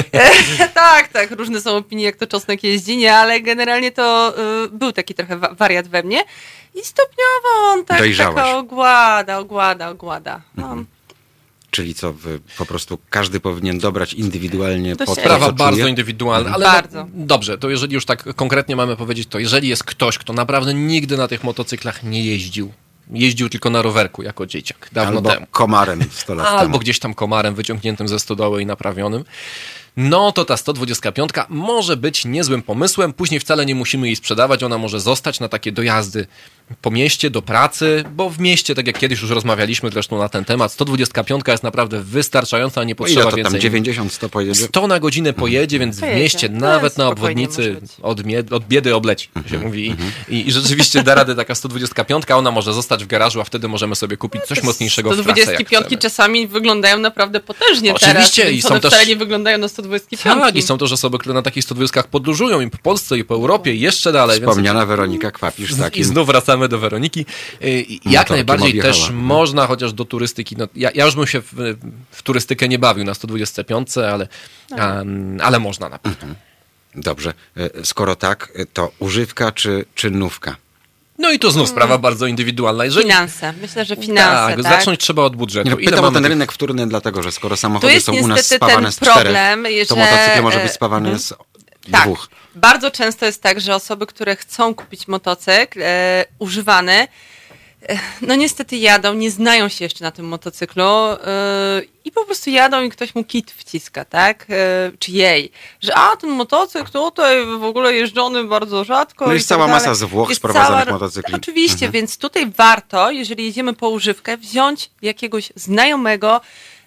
E, tak, tak, różne są opinie, jak to czosnek jeździ, nie, ale generalnie to e, był taki trochę wa- wariat we mnie i stopniowo on tak, Dojrzałeś. tak ogłada, ogłada, ogłada. No. Czyli co, wy, po prostu każdy powinien dobrać indywidualnie Do po to, siebie. Sprawa co bardzo czuje. indywidualna, ale Bardzo. No, dobrze, to jeżeli już tak konkretnie mamy powiedzieć, to jeżeli jest ktoś, kto naprawdę nigdy na tych motocyklach nie jeździł, jeździł tylko na rowerku jako dzieciak, dawno Albo temu, komarem sto lat albo temu. gdzieś tam komarem wyciągniętym ze stodoły i naprawionym, no to ta sto dwudziestka piątka może być niezłym pomysłem. Później wcale nie musimy jej sprzedawać, ona może zostać na takie dojazdy po mieście, do pracy, bo w mieście, tak jak kiedyś już rozmawialiśmy zresztą na ten temat, sto dwudziestka piątka jest naprawdę wystarczająca, nie No potrzeba ile to więcej. tam, dziewięćdziesiąt sto pojedzie? sto na godzinę pojedzie, więc w Pojedzie. mieście, To nawet jest na spokojnie obwodnicy, może być. od, mie- od biedy obleci, się mówi. I, I rzeczywiście da radę taka sto dwudziestka piątka, ona może zostać w garażu, a wtedy możemy sobie kupić coś mocniejszego w sto trasę, dwudziestki jak piątki chcemy. czasami wyglądają naprawdę potężnie Oczywiście, teraz, i więc są one też- wcale nie wyglądają na sto dwudziestki piątki. Tak, i są też osoby, które na takich sto dwudziestkach podróżują i po Polsce, i po Europie, i jeszcze dalej. Więc Wspomniana Weronika Kwapisz z I takim. znów wracamy do Weroniki. Y, Jak Motorkiem najbardziej objechała. też można, chociaż do turystyki, no, ja, ja już bym się w, w turystykę nie bawił na sto dwudziestce piątce, ale, um, ale można na pewno. Dobrze, e, skoro tak, e, to używka czy czynówka? No i to znów sprawa bardzo indywidualna. Jeżeli, Finanse. Myślę, że finanse, tak, tak? zacząć trzeba od budżetu. Nie, no, Ile pytam o mamy ten tych- rynek wtórny, dlatego że skoro Tu samochody jest są u nas niestety spawane ten z czterech, problem, to że- motocykl może być e, spawany mhm. z Tak. dwóch. Bardzo często jest tak, że osoby, które chcą kupić motocykl e, używany, e, no niestety jadą, nie znają się jeszcze na tym motocyklu e, i po prostu jadą i ktoś mu kit wciska, tak? E, czy jej. Że a, ten motocykl tutaj w ogóle jeżdżony bardzo rzadko. No i jest tak cała dalej. masa z Włoch Jest sprowadzanych cała- motocykli. Oczywiście, Mhm. więc tutaj warto, jeżeli jedziemy po używkę, wziąć jakiegoś znajomego,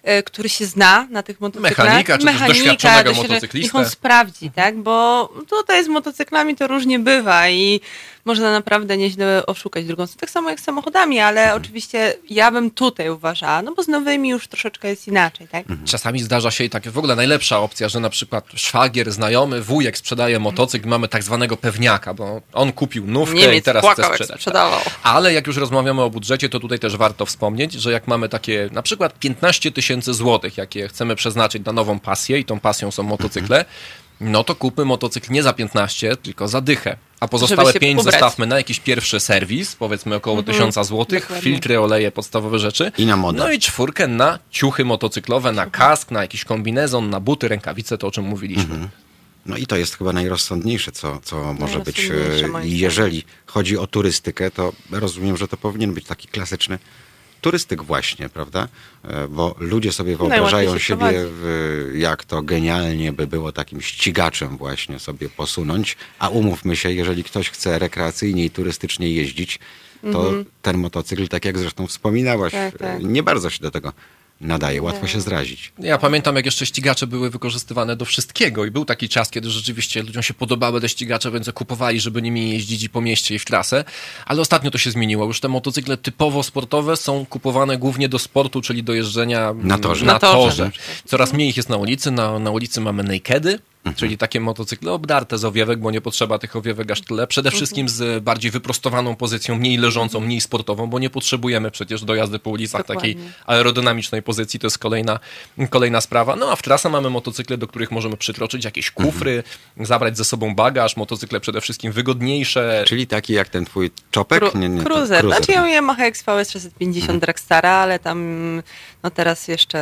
e, który się zna na tych motocyklach. Mechanika, czy też doświadczonego doświadczony- motocyklistę. Niech on sprawdzi, tak? Bo tutaj z motocyklami to różnie bywa i można naprawdę nieźle oszukać drugą stronę. Tak samo jak z samochodami, ale Mhm. oczywiście ja bym tutaj uważała, no bo z nowymi już troszeczkę jest inaczej, tak? Czasami zdarza się i tak w ogóle najlepsza opcja, że na przykład szwagier, znajomy, wujek sprzedaje motocykl, mamy tak zwanego pewniaka, bo on kupił nówkę i Niemiec teraz płakał, chce jak sprzedać. sprzedawał. Ale jak już rozmawiamy o budżecie, to tutaj też warto wspomnieć, że jak mamy takie na przykład piętnaście tysięcy złotych, jakie chcemy przeznaczyć na nową pasję i tą pasją są motocykle, no to kupmy motocykl nie za piętnaście, tylko za dychę. A pozostałe Żeby się pięć ubrać. zostawmy na jakiś pierwszy serwis, powiedzmy około tysiąca złotych, dokładnie. filtry, oleje, podstawowe rzeczy. I na modę. No i czwórkę na ciuchy motocyklowe, na kask, na jakiś kombinezon, na buty, rękawice, to o czym mówiliśmy. No i to jest chyba najrozsądniejsze, co, co może być. Najrozsądniejsze, e, moim I zdaniem. jeżeli chodzi o turystykę, to rozumiem, że to powinien być taki klasyczny turystyk właśnie, prawda? E, Bo ludzie sobie wyobrażają się siebie, prowadzi. w, jak to genialnie by było takim ścigaczem właśnie sobie posunąć, a umówmy się, jeżeli ktoś chce rekreacyjnie i turystycznie jeździć, to ten motocykl, tak jak zresztą wspominałaś, Tak, tak. e, nie bardzo się do tego nadaje, łatwo się zrazić. Ja pamiętam, jak jeszcze ścigacze były wykorzystywane do wszystkiego i był taki czas, kiedy rzeczywiście ludziom się podobały te ścigacze, więc kupowali, żeby nimi jeździć i po mieście i w trasę, ale ostatnio to się zmieniło. Już te motocykle typowo sportowe są kupowane głównie do sportu, czyli do jeżdżenia Na torze. Na Na torze, torze. na przykład. Coraz mniej ich jest na ulicy. Na, na ulicy mamy nakedy, czyli takie motocykle obdarte z owiewek, bo nie potrzeba tych owiewek aż tyle. Przede wszystkim z bardziej wyprostowaną pozycją, mniej leżącą, mniej sportową, bo nie potrzebujemy przecież do jazdy po ulicach Dokładnie. takiej aerodynamicznej pozycji, to jest kolejna, kolejna sprawa. No a w trasę mamy motocykle, do których możemy przykroczyć jakieś kufry, zabrać ze sobą bagaż, motocykle przede wszystkim wygodniejsze. Czyli taki jak ten twój czopek? Kru- Nie, nie, to Cruiser. Znaczy ja mam Yamaha X V S sześćset pięćdziesiąt Dragstara, ale tam no teraz jeszcze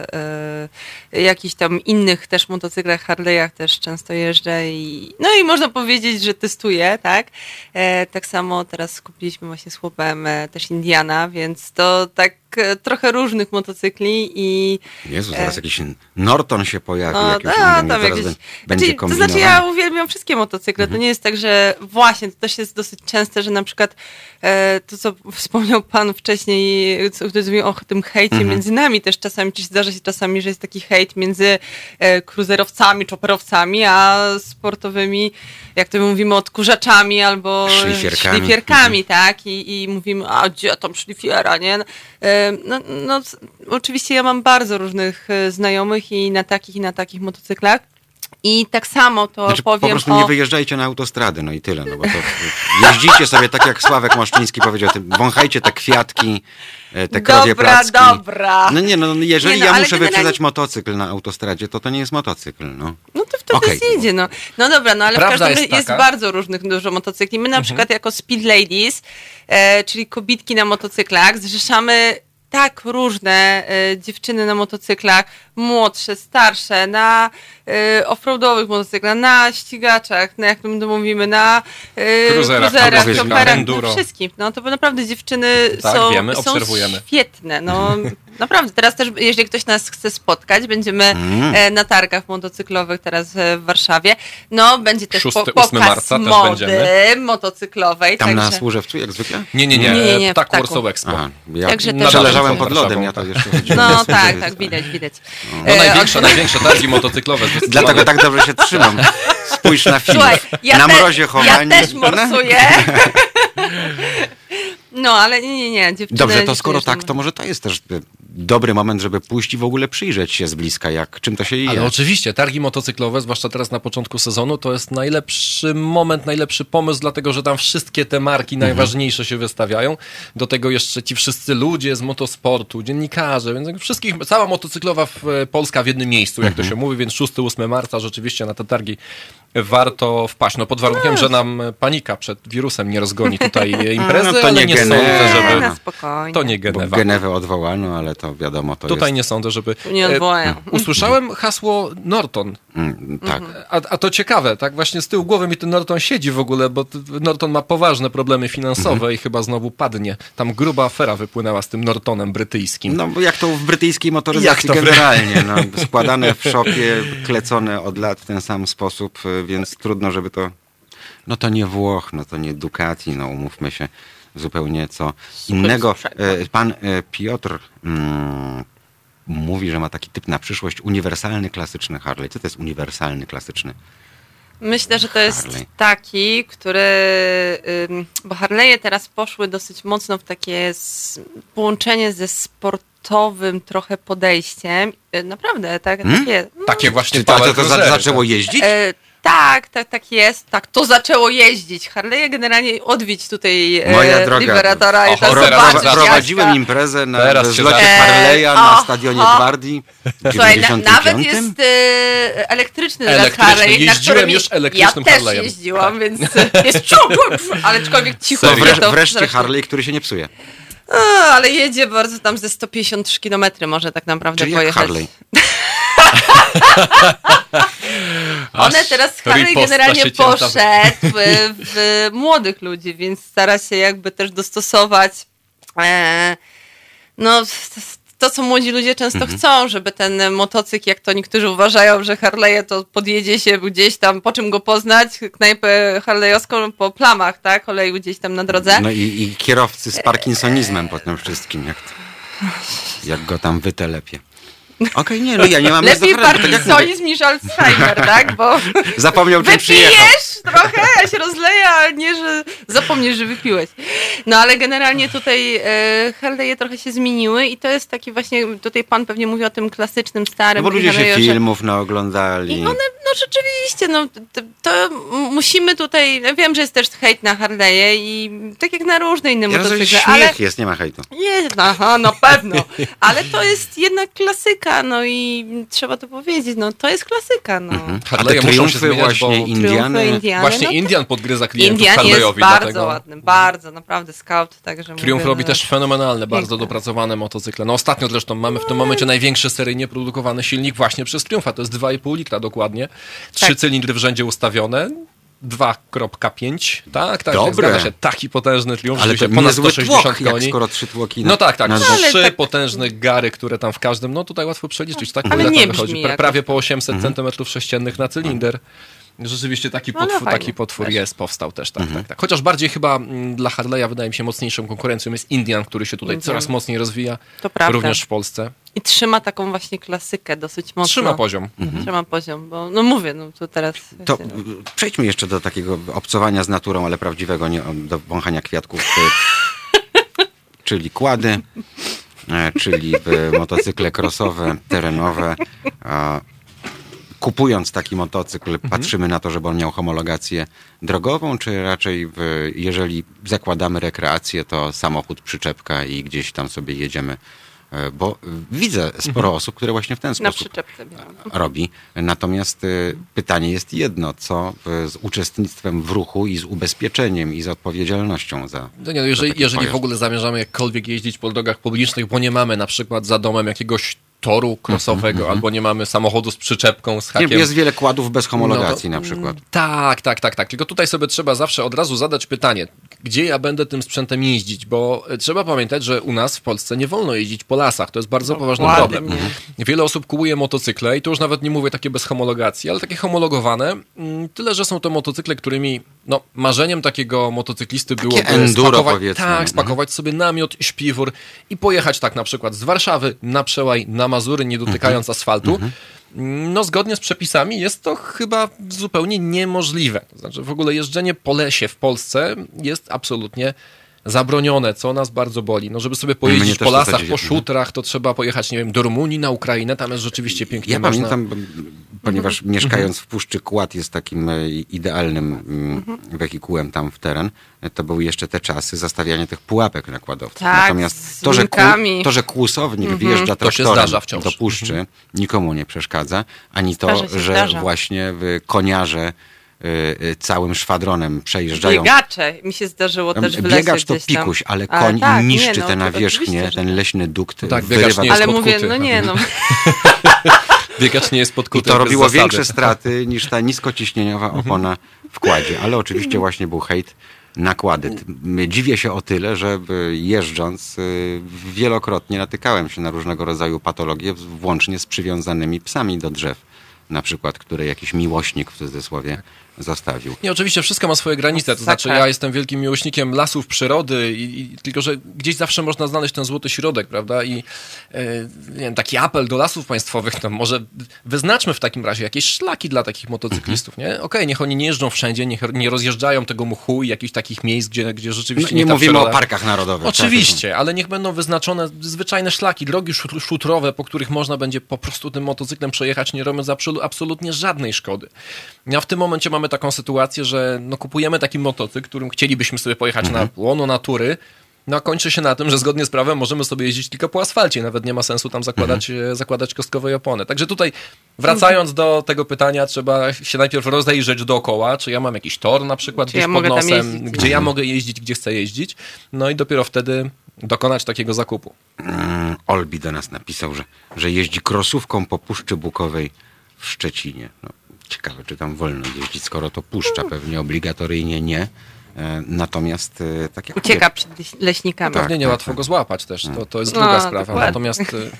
e, jakichś tam innych też motocyklach, Harley'ach też często jeżdżę i no i można powiedzieć, że testuję, tak? E, tak samo teraz kupiliśmy właśnie z chłopem e, też Indiana, więc to tak e, trochę różnych motocykli i Jezu, zaraz jakiś Norton się pojawi. no, jakiś no, inny, tam zaraz jakieś, bę- będzie znaczy, to kombinowany. znaczy ja uwielbiam wszystkie motocykle. To nie jest tak, że właśnie, to też jest dosyć częste, że na przykład e, to, co wspomniał pan wcześniej, co ktoś mówił o tym hejcie między nami też czasami, czy zdarza się czasami, że jest taki hejt między e, cruiserowcami, chopperowcami, a sportowymi, jak to mówimy, odkurzaczami albo Szlifierkami. szlifierkami, tak? I, I mówimy, a gdzie tam szlifiera, nie? E, No, no, c- oczywiście ja mam bardzo różnych e, znajomych i na takich, i na takich motocyklach. I tak samo to Znaczy, po powiem prostu o... nie wyjeżdżajcie na autostrady, no i tyle. No bo to jeździcie sobie tak, jak Sławek Moszczyński powiedział, tym, wąchajcie te kwiatki, e, te krowie Dobra, placki. dobra. No nie, no jeżeli Nie, no, ja ale muszę generalnie- wyprzedzać motocykl na autostradzie, to to nie jest motocykl, no. No to wtedy Okej. zjedzie, no. No dobra, no ale Prawda w każdym jest razie jest taka- bardzo różnych dużo motocykli. My na przykład jako Speed Ladies, e, czyli kobitki na motocyklach, zrzeszamy tak różne e, dziewczyny na motocyklach, młodsze, starsze, na e, offroadowych motocyklach, na ścigaczach, na jak my to mówimy, na e, Cruiserach, cruiserach, autowyżkach, chopperach, enduro. no wszystkim. No to naprawdę dziewczyny Tak, są, wiemy, są obserwujemy. świetne. No naprawdę, teraz też, jeżeli ktoś nas chce spotkać, będziemy Mm. e, na targach motocyklowych teraz e, w Warszawie. No, będzie też szóstego, po, ósmego pokaz marca też mody będziemy. motocyklowej. Tam na także, Służewcu, jak zwykle? Nie, nie, nie, Nie, nie, nie, tak w Ptaku. Warsaw Expo. Aha, ja Także też- przeleżałem Nad pod Warszawą, lodem, ja to tak. jeszcze chodziłem. no Jasne, tak, że tak, jest- widać, widać. No E, największe, od- największe targi motocyklowe. zdecydowanie. Dlatego tak dobrze się trzymam. Spójrz na film. Słuchaj, ja, na te, mrozie ja chowanie. też morsuję. No, ale nie, nie, nie. Dziewczyny, Dobrze, to dziewczyny skoro jeszcze tak, to może to jest też e, dobry moment, żeby pójść i w ogóle przyjrzeć się z bliska, jak czym to się je. Ale oczywiście, targi motocyklowe, zwłaszcza teraz na początku sezonu, to jest najlepszy moment, najlepszy pomysł, dlatego że tam wszystkie te marki najważniejsze się wystawiają. Do tego jeszcze ci wszyscy ludzie z motosportu, dziennikarze, więc wszystkich, cała motocyklowa w, Polska w jednym miejscu, jak to się mówi, więc szóstego ósmego marca rzeczywiście na te targi warto wpaść. No pod warunkiem, że nam panika przed wirusem nie rozgoni tutaj imprezy, No to ale nie nie Genewa. sądzę, Nie, żeby... na spokojnie. To nie Bo Genewa. Genewę odwołano, ale to wiadomo, to Tutaj jest... nie sądzę, żeby... Nie odwołają. E, Usłyszałem hasło Norton. Mm, tak. A, a to ciekawe, tak właśnie z tyłu głowy mi ten Norton siedzi w ogóle, bo t- Norton ma poważne problemy finansowe i chyba znowu padnie. Tam gruba afera wypłynęła z tym Nortonem brytyjskim. No bo jak to w brytyjskiej motoryzacji Jak to w- generalnie, no, składane w szopie, klecone od lat w ten sam sposób, y, więc trudno, żeby to... No to nie Włoch, no to nie Ducati, no umówmy się, zupełnie co innego. sprzęt. E, Pan e, Piotr mm, mówi, że ma taki typ na przyszłość uniwersalny, klasyczny Harley. Co to jest uniwersalny, klasyczny? Myślę, że to jest Harley. taki, który... ym, Bo Harley'e teraz poszły dosyć mocno w takie s- połączenie ze sportowym trochę podejściem. Y, Naprawdę, tak, Hmm? takie... No, Takie właśnie Czy to, to, power to za, cruisery, zaczęło tak. jeździć? E, tak, tak, tak jest. Tak, to zaczęło jeździć. Harley'e generalnie odwiedź tutaj e, Moja droga, Liberatora i o, to teraz zobaczyć. prowadzi- Prowadziłem jaka- imprezę na Teraz się zlocie zacznie. Harley'a E, na o, stadionie o. Gwardii w Słuchaj, na, dziewięćdziesiątym nawet piątym. jest e, elektryczny, Elektryczny. Harley, na Jeździłem którym już elektrycznym ja też Harley'em. jeździłam, więc jest czuł, ale aczkolwiek cicho. To mnie wresz, to wreszcie strasznie- Harley, który się nie psuje. A, ale jedzie bardzo tam ze sto pięćdziesiąt trzy kilometry może tak naprawdę Czyli jak pojechać. Harley. One Aż teraz Harley riposta generalnie się cięta. poszedł w, w młodych ludzi, więc stara się jakby też dostosować e, no to, co młodzi ludzie często Mhm. chcą, żeby ten motocykl, jak to niektórzy uważają, że Harley'e to podjedzie się gdzieś tam, po czym go poznać, knajpę harley'owską po plamach, tak, oleju gdzieś tam na drodze. No i, i kierowcy z parkinsonizmem po tym wszystkim, jak, to, jak go tam wytelepie. Okej, nie, no ja nie mam nic do Lepiej Harley, tak jak mówię. Parkinsonizm niż Alzheimer, tak, bo Zapomniał, czym przyjechał. wypijesz trochę, a się rozleje, a nie, że zapomniesz, że wypiłeś. No ale generalnie tutaj e, Harley'e trochę się zmieniły i to jest taki właśnie, tutaj pan pewnie mówi o tym klasycznym, starym. No bo ludzie się Harley'u, że- filmów naoglądali. I one, no rzeczywiście, no to, to musimy tutaj, ja wiem, że jest też hejt na Harley'e i tak jak na różne inne Ja rozumiem, motocykle, śmiech ale... jest, nie ma hejtu. Jest, aha, no pewno, ale to jest jednak klasyka, no i trzeba to powiedzieć, no to jest klasyka, no. Mhm. A te Harley'e muszą się triumfy zmieniać, właśnie bo Indiany. Triumfy Indiany, właśnie no to- Indian podgryza klientów Indian jest Harley'owi, bardzo dlatego ładny, bardzo, naprawdę scout, także Triumph mówię, robi że- też fenomenalne, bardzo Piękne. dopracowane motocykle. No ostatnio zresztą mamy w tym momencie największy seryjnie produkowany silnik właśnie przez Triumpha, to jest dwa i pół litra dokładnie, trzy Tak. cylindry w rzędzie ustawione, dwa przecinek pięć, tak, tak, Dobre. zgadza się, taki potężny Triumph, Ale to rzeczywiście ponad niezły sto sześćdziesiąt tłok, jak koni. skoro trzy tłoki. No tak, tak, na No, ale trzy tak- potężne gary, które tam w każdym, no tutaj łatwo przeliczyć, tak, Ale ile nie tam brzmi wychodzi, jakoś prawie tam. po osiemset Mhm. centymetrów sześciennych na cylinder. Rzeczywiście taki No, ale potwór, fajnie. taki potwór Też. jest, powstał też, tak, Mhm. tak, tak. Chociaż bardziej chyba mm, dla Harley'a wydaje mi się mocniejszą konkurencją jest Indian, który się tutaj Indian. coraz mocniej rozwija, To prawda. również w Polsce. I trzyma taką właśnie klasykę dosyć mocno. Trzyma poziom. Trzyma poziom, bo no mówię, no to teraz... To wiecie, no. y, przejdźmy jeszcze do takiego obcowania z naturą, ale prawdziwego, nie do wąchania kwiatków. y, czyli kłady, e, czyli y, motocykle crossowe, terenowe. A, kupując taki motocykl, patrzymy na to, żeby on miał homologację drogową, czy raczej, w, jeżeli zakładamy rekreację, to samochód, przyczepka i gdzieś tam sobie jedziemy. E, Bo y, widzę sporo osób, które właśnie w ten Na sposób przyczepce miałam. robi. Natomiast y, pytanie jest jedno, co y, z uczestnictwem w ruchu i z ubezpieczeniem i z odpowiedzialnością za, No nie, no jeżeli, za taki jeżeli w pojazd. ogóle zamierzamy jakkolwiek jeździć po drogach publicznych, bo nie mamy na przykład za domem jakiegoś toru crossowego, albo nie mamy samochodu z przyczepką, z Nie, hakiem. jest wiele kładów bez homologacji No na przykład. Tak, tak, tak, tak. Tylko tutaj sobie trzeba zawsze od razu zadać pytanie, gdzie ja będę tym sprzętem jeździć, bo e, trzeba pamiętać, że u nas w Polsce nie wolno jeździć po lasach. To jest bardzo poważny Dokładnie. problem. Mhm. Wiele osób kupuje motocykle i to już nawet nie mówię takie bez homologacji, ale takie homologowane. mm, Tyle, że są to motocykle, którymi no, marzeniem takiego motocyklisty było enduro, spakować, powiedzmy. tak, Mhm. spakować sobie namiot, śpiwór i pojechać tak na przykład z Warszawy na Przełaj, na Mazury, nie dotykając asfaltu. No zgodnie z przepisami jest to chyba zupełnie niemożliwe. To znaczy w ogóle jeżdżenie po lesie w Polsce jest absolutnie zabronione, co nas bardzo boli. No żeby sobie Mnie pojeździć też po to lasach, zadziwia. po szutrach, to trzeba pojechać, nie wiem, do Rumunii, na Ukrainę, tam jest rzeczywiście pięknie. Ja można... pamiętam, b- ponieważ mieszkając w Puszczy, kład jest takim e, idealnym mm, wehikułem tam w teren, e, to były jeszcze te czasy zastawiania tych pułapek na kładowców. Tak, Natomiast z to, że, linkami. to, że kłusownik wjeżdża To się traktorem zdarza wciąż. do puszczy, nikomu nie przeszkadza, ani to, Zdarza się, że zdarza. właśnie w koniarze y, y, całym szwadronem przejeżdżają. Biegacze, mi się zdarzyło też w lesie Biegacz to gdzieś tam. pikuś, ale A, koń tak, niszczy nie, no, tę to nawierzchnię, oczywiście, że ten tak. leśny dukt. No tak, wyrywa biegacz nie jest Ale podkuty. mówię, no nie, no. Biegacz nie jest I podkuty. to bez robiło zasady. większe straty niż ta niskociśnieniowa opona w kładzie. Ale oczywiście właśnie był hejt na kłady. T- Dziwię się o tyle, że y, jeżdżąc y, wielokrotnie natykałem się na różnego rodzaju patologie, włącznie z przywiązanymi psami do drzew. Na przykład, które jakiś miłośnik w cudzysłowie zostawił. Nie, oczywiście wszystko ma swoje granice, to znaczy ja jestem wielkim miłośnikiem lasów, przyrody, i, i, tylko że gdzieś zawsze można znaleźć ten złoty środek, prawda? I e, nie wiem, taki apel do lasów państwowych, to może wyznaczmy w takim razie jakieś szlaki dla takich motocyklistów, nie? Okej, okay, niech oni nie jeżdżą wszędzie, niech nie rozjeżdżają tego mchu i jakichś takich miejsc, gdzie, gdzie rzeczywiście no, nie nie mówimy przyroda... o parkach narodowych. Oczywiście, tak? Ale niech będą wyznaczone zwyczajne szlaki, drogi szutrowe, po których można będzie po prostu tym motocyklem przejechać, nie robiąc absolutnie żadnej szkody. A w tym momencie mamy taką sytuację, że no, kupujemy taki motocykl, którym chcielibyśmy sobie pojechać mhm. na łono natury, no a kończy się na tym, że zgodnie z prawem możemy sobie jeździć tylko po asfalcie, nawet nie ma sensu tam zakładać, mhm. zakładać kostkowej opony. Także tutaj wracając do tego pytania, trzeba się najpierw rozejrzeć dookoła, czy ja mam jakiś tor na przykład gdzieś ja pod nosem, gdzie mhm. ja mogę jeździć, gdzie chcę jeździć, no i dopiero wtedy dokonać takiego zakupu. Mm, Olbi do nas napisał, że, że jeździ krosówką po Puszczy Bukowej w Szczecinie. No, ciekawe, czy tam wolno jeździć, skoro to puszcza, pewnie obligatoryjnie nie. E, natomiast e, tak jak ucieka mówię, przed leśnikami. Pewnie tak, nie tak, łatwo tak. go złapać też, to, to jest druga no, sprawa. Dokładnie. Natomiast...